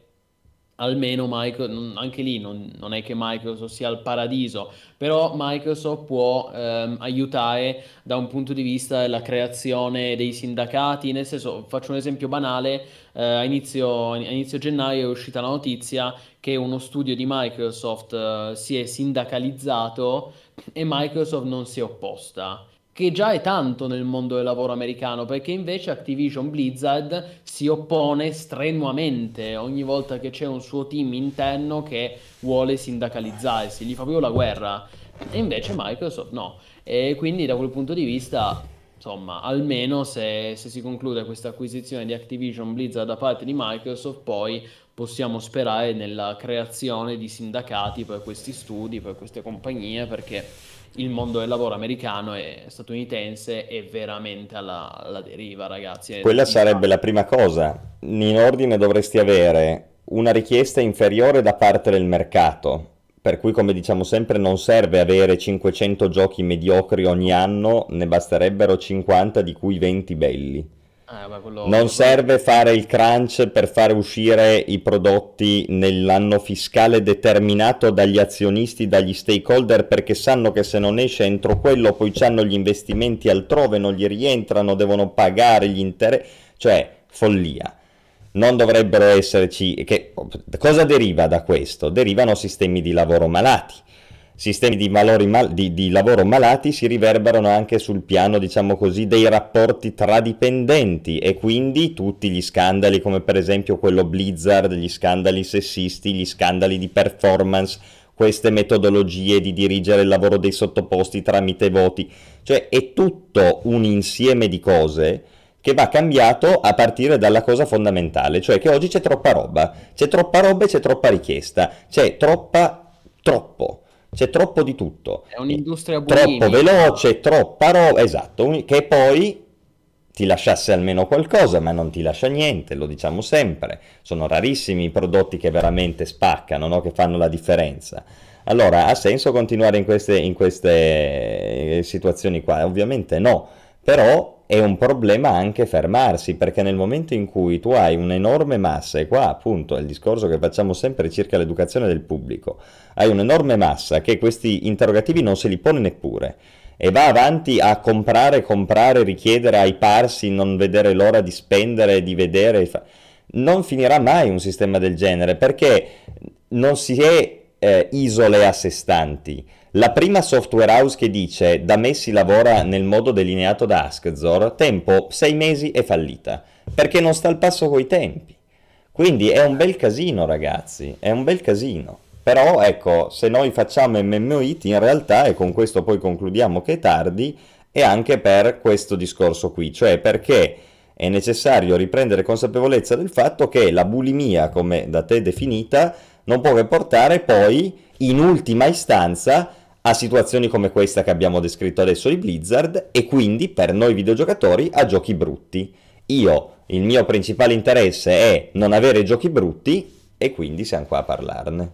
almeno anche lì non è che Microsoft sia il paradiso, però Microsoft può aiutare da un punto di vista della creazione dei sindacati. Nel senso, faccio un esempio banale, a inizio gennaio è uscita la notizia che uno studio di Microsoft si è sindacalizzato e Microsoft non si è opposta, che già è tanto nel mondo del lavoro americano, perché invece Activision Blizzard si oppone strenuamente ogni volta che c'è un suo team interno che vuole sindacalizzarsi, gli fa proprio la guerra, e invece Microsoft no. E quindi da quel punto di vista, insomma, almeno se si conclude questa acquisizione di Activision Blizzard da parte di Microsoft, poi possiamo sperare nella creazione di sindacati per questi studi, per queste compagnie, perché il mondo del lavoro americano e statunitense è veramente alla deriva, ragazzi. Quella sarebbe la prima cosa. In ordine dovresti avere una richiesta inferiore da parte del mercato, per cui, come diciamo sempre, non serve avere 500 giochi mediocri ogni anno, ne basterebbero 50, di cui 20 belli. Non serve fare il crunch per fare uscire i prodotti nell'anno fiscale determinato dagli azionisti, dagli stakeholder, perché sanno che se non esce entro quello poi hanno gli investimenti altrove, non gli rientrano, devono pagare gli interessi, cioè follia. Non dovrebbero esserci... Cosa deriva da questo? Derivano sistemi di lavoro malati. Sistemi di lavoro malati si riverberano anche sul piano, diciamo così, dei rapporti tra dipendenti, e quindi tutti gli scandali, come per esempio quello Blizzard, gli scandali sessisti, gli scandali di performance, queste metodologie di dirigere il lavoro dei sottoposti tramite voti, cioè è tutto un insieme di cose che va cambiato a partire dalla cosa fondamentale, cioè che oggi c'è troppa roba e c'è troppa richiesta, c'è troppo. C'è troppo di tutto. È un'industria bulimica. Troppo veloce, troppa roba, esatto, che poi ti lasciasse almeno qualcosa, ma non ti lascia niente, lo diciamo sempre. Sono rarissimi i prodotti che veramente spaccano, no? Che fanno la differenza. Allora, ha senso continuare in queste situazioni qua? Ovviamente no, però è un problema anche fermarsi, perché nel momento in cui tu hai un'enorme massa, e qua appunto è il discorso che facciamo sempre circa l'educazione del pubblico, hai un'enorme massa che questi interrogativi non se li pone neppure e va avanti a comprare, richiedere ai parsi, non vedere l'ora di spendere, di vedere, non finirà mai un sistema del genere, perché non si è isole a sé stanti. La prima software house che dice da me si lavora nel modo delineato da Askzor, tempo 6 mesi è fallita, perché non sta al passo coi tempi. Quindi è un bel casino, ragazzi, è un bel casino. Però ecco, se noi facciamo MMOIT in realtà, e con questo poi concludiamo che è tardi, è anche per questo discorso qui, cioè perché è necessario riprendere consapevolezza del fatto che la bulimia, come da te definita, non può che portare poi, in ultima istanza, a situazioni come questa che abbiamo descritto adesso di Blizzard, e quindi per noi videogiocatori a giochi brutti. Il mio principale interesse è non avere giochi brutti, e quindi siamo qua a parlarne.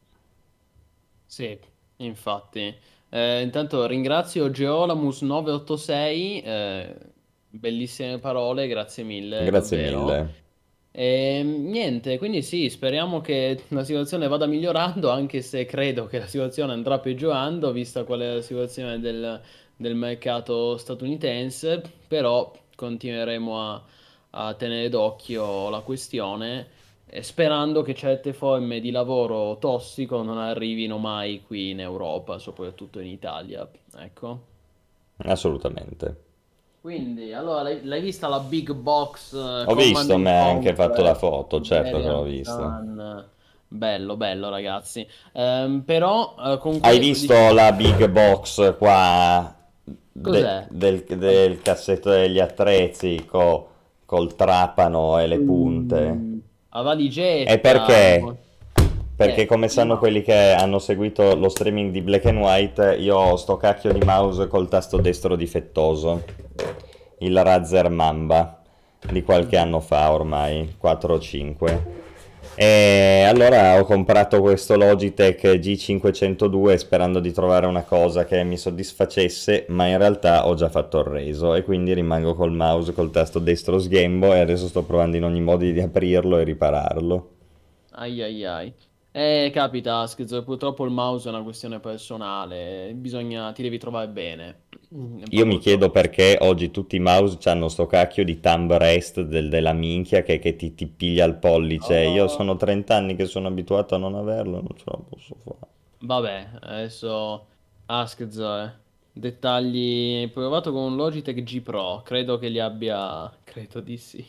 Sì, infatti. Intanto ringrazio Geolamus986, bellissime parole, grazie mille, Grazie davvero. mille. E niente, quindi sì, speriamo che la situazione vada migliorando, anche se credo che la situazione andrà peggiorando, vista qual è la situazione del mercato statunitense, però continueremo a tenere d'occhio la questione, sperando che certe forme di lavoro tossico non arrivino mai qui in Europa, soprattutto in Italia. Ecco. Assolutamente. Quindi, allora, l'hai vista la Big Box Ho Command visto, mi and ha anche fatto la Conquer foto, certo che l'ho Iberian vista. Sun? Bello, bello, ragazzi. Però, con Hai questo, visto diciamo, la big box qua cos'è? del cassetto degli attrezzi col trapano e le punte? A E valigetta. perché? Perché come sanno No. quelli che hanno seguito lo streaming di Black and White, io ho sto cacchio di mouse col tasto destro difettoso, il Razer Mamba, di qualche anno fa ormai, 4 o 5. E allora ho comprato questo Logitech G502 sperando di trovare una cosa che mi soddisfacesse, ma in realtà ho già fatto il reso e quindi rimango col mouse col tasto destro sghembo e adesso sto provando in ogni modo di aprirlo e ripararlo. Ai ai ai. Capita, Askez, purtroppo il mouse è una questione personale, ti devi trovare bene. È Io mi proprio chiedo così. perché oggi tutti i mouse hanno sto cacchio di thumb rest della minchia che ti piglia il pollice. Io Oh. sono 30 anni che sono abituato a non averlo, non ce la posso fare. Vabbè, adesso Askez, dettagli. Hai provato con un Logitech G Pro, credo che li abbia. Credo di sì.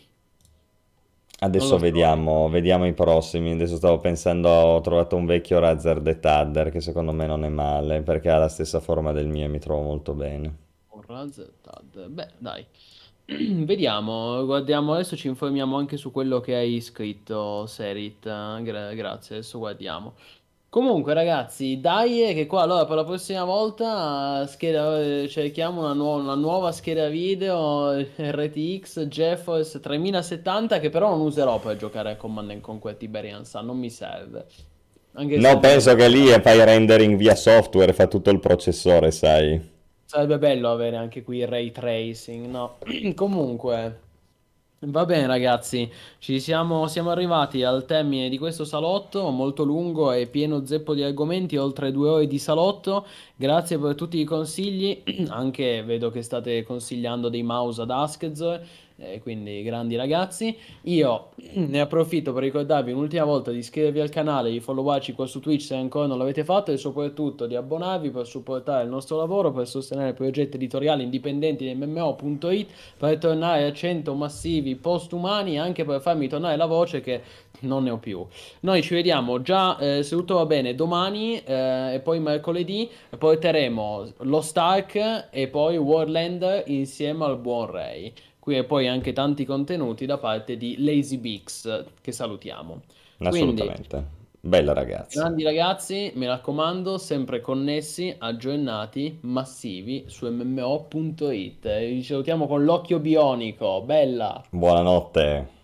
Non Adesso lo so. vediamo i prossimi. Adesso stavo pensando, ho trovato un vecchio Razer The Tadder che secondo me non è male perché ha la stessa forma del mio e mi trovo molto bene. Un Razer Tad. Beh, dai. Vediamo, guardiamo adesso, ci informiamo anche su quello che hai scritto, Serit. Grazie, adesso guardiamo. Comunque, ragazzi, dai, che qua allora per la prossima volta cerchiamo una nuova scheda video RTX GeForce 3070 che però non userò per giocare a Command and Conquer Tiberian Sun, non mi serve. Anche se No, ovviamente penso che lì fai rendering via software, fa tutto il processore, sai. sarebbe bello avere anche qui il ray tracing, no? Comunque. Va bene ragazzi, siamo arrivati al termine di questo salotto molto lungo e pieno zeppo di argomenti, oltre 2 ore di salotto. Grazie per tutti i consigli, anche vedo che state consigliando dei mouse ad Asked, quindi grandi ragazzi. Io ne approfitto per ricordarvi un'ultima volta di iscrivervi al canale, di followarci qua su Twitch se ancora non l'avete fatto e soprattutto di abbonarvi per supportare il nostro lavoro, per sostenere progetti editoriali indipendenti di MMO.it, per tornare a 100 massivi postumani e anche per farmi tornare la voce che non ne ho più. Noi ci vediamo già, se tutto va bene, domani e poi mercoledì porteremo lo Stark e poi Warlander insieme al buon Ray. Qui e poi anche tanti contenuti da parte di Lazy Bix che salutiamo. Quindi, Assolutamente. Bella ragazzi. grandi ragazzi, mi raccomando, sempre connessi, aggiornati, massivi su MMO.it. Ci salutiamo con l'occhio bionico. Bella! Buonanotte.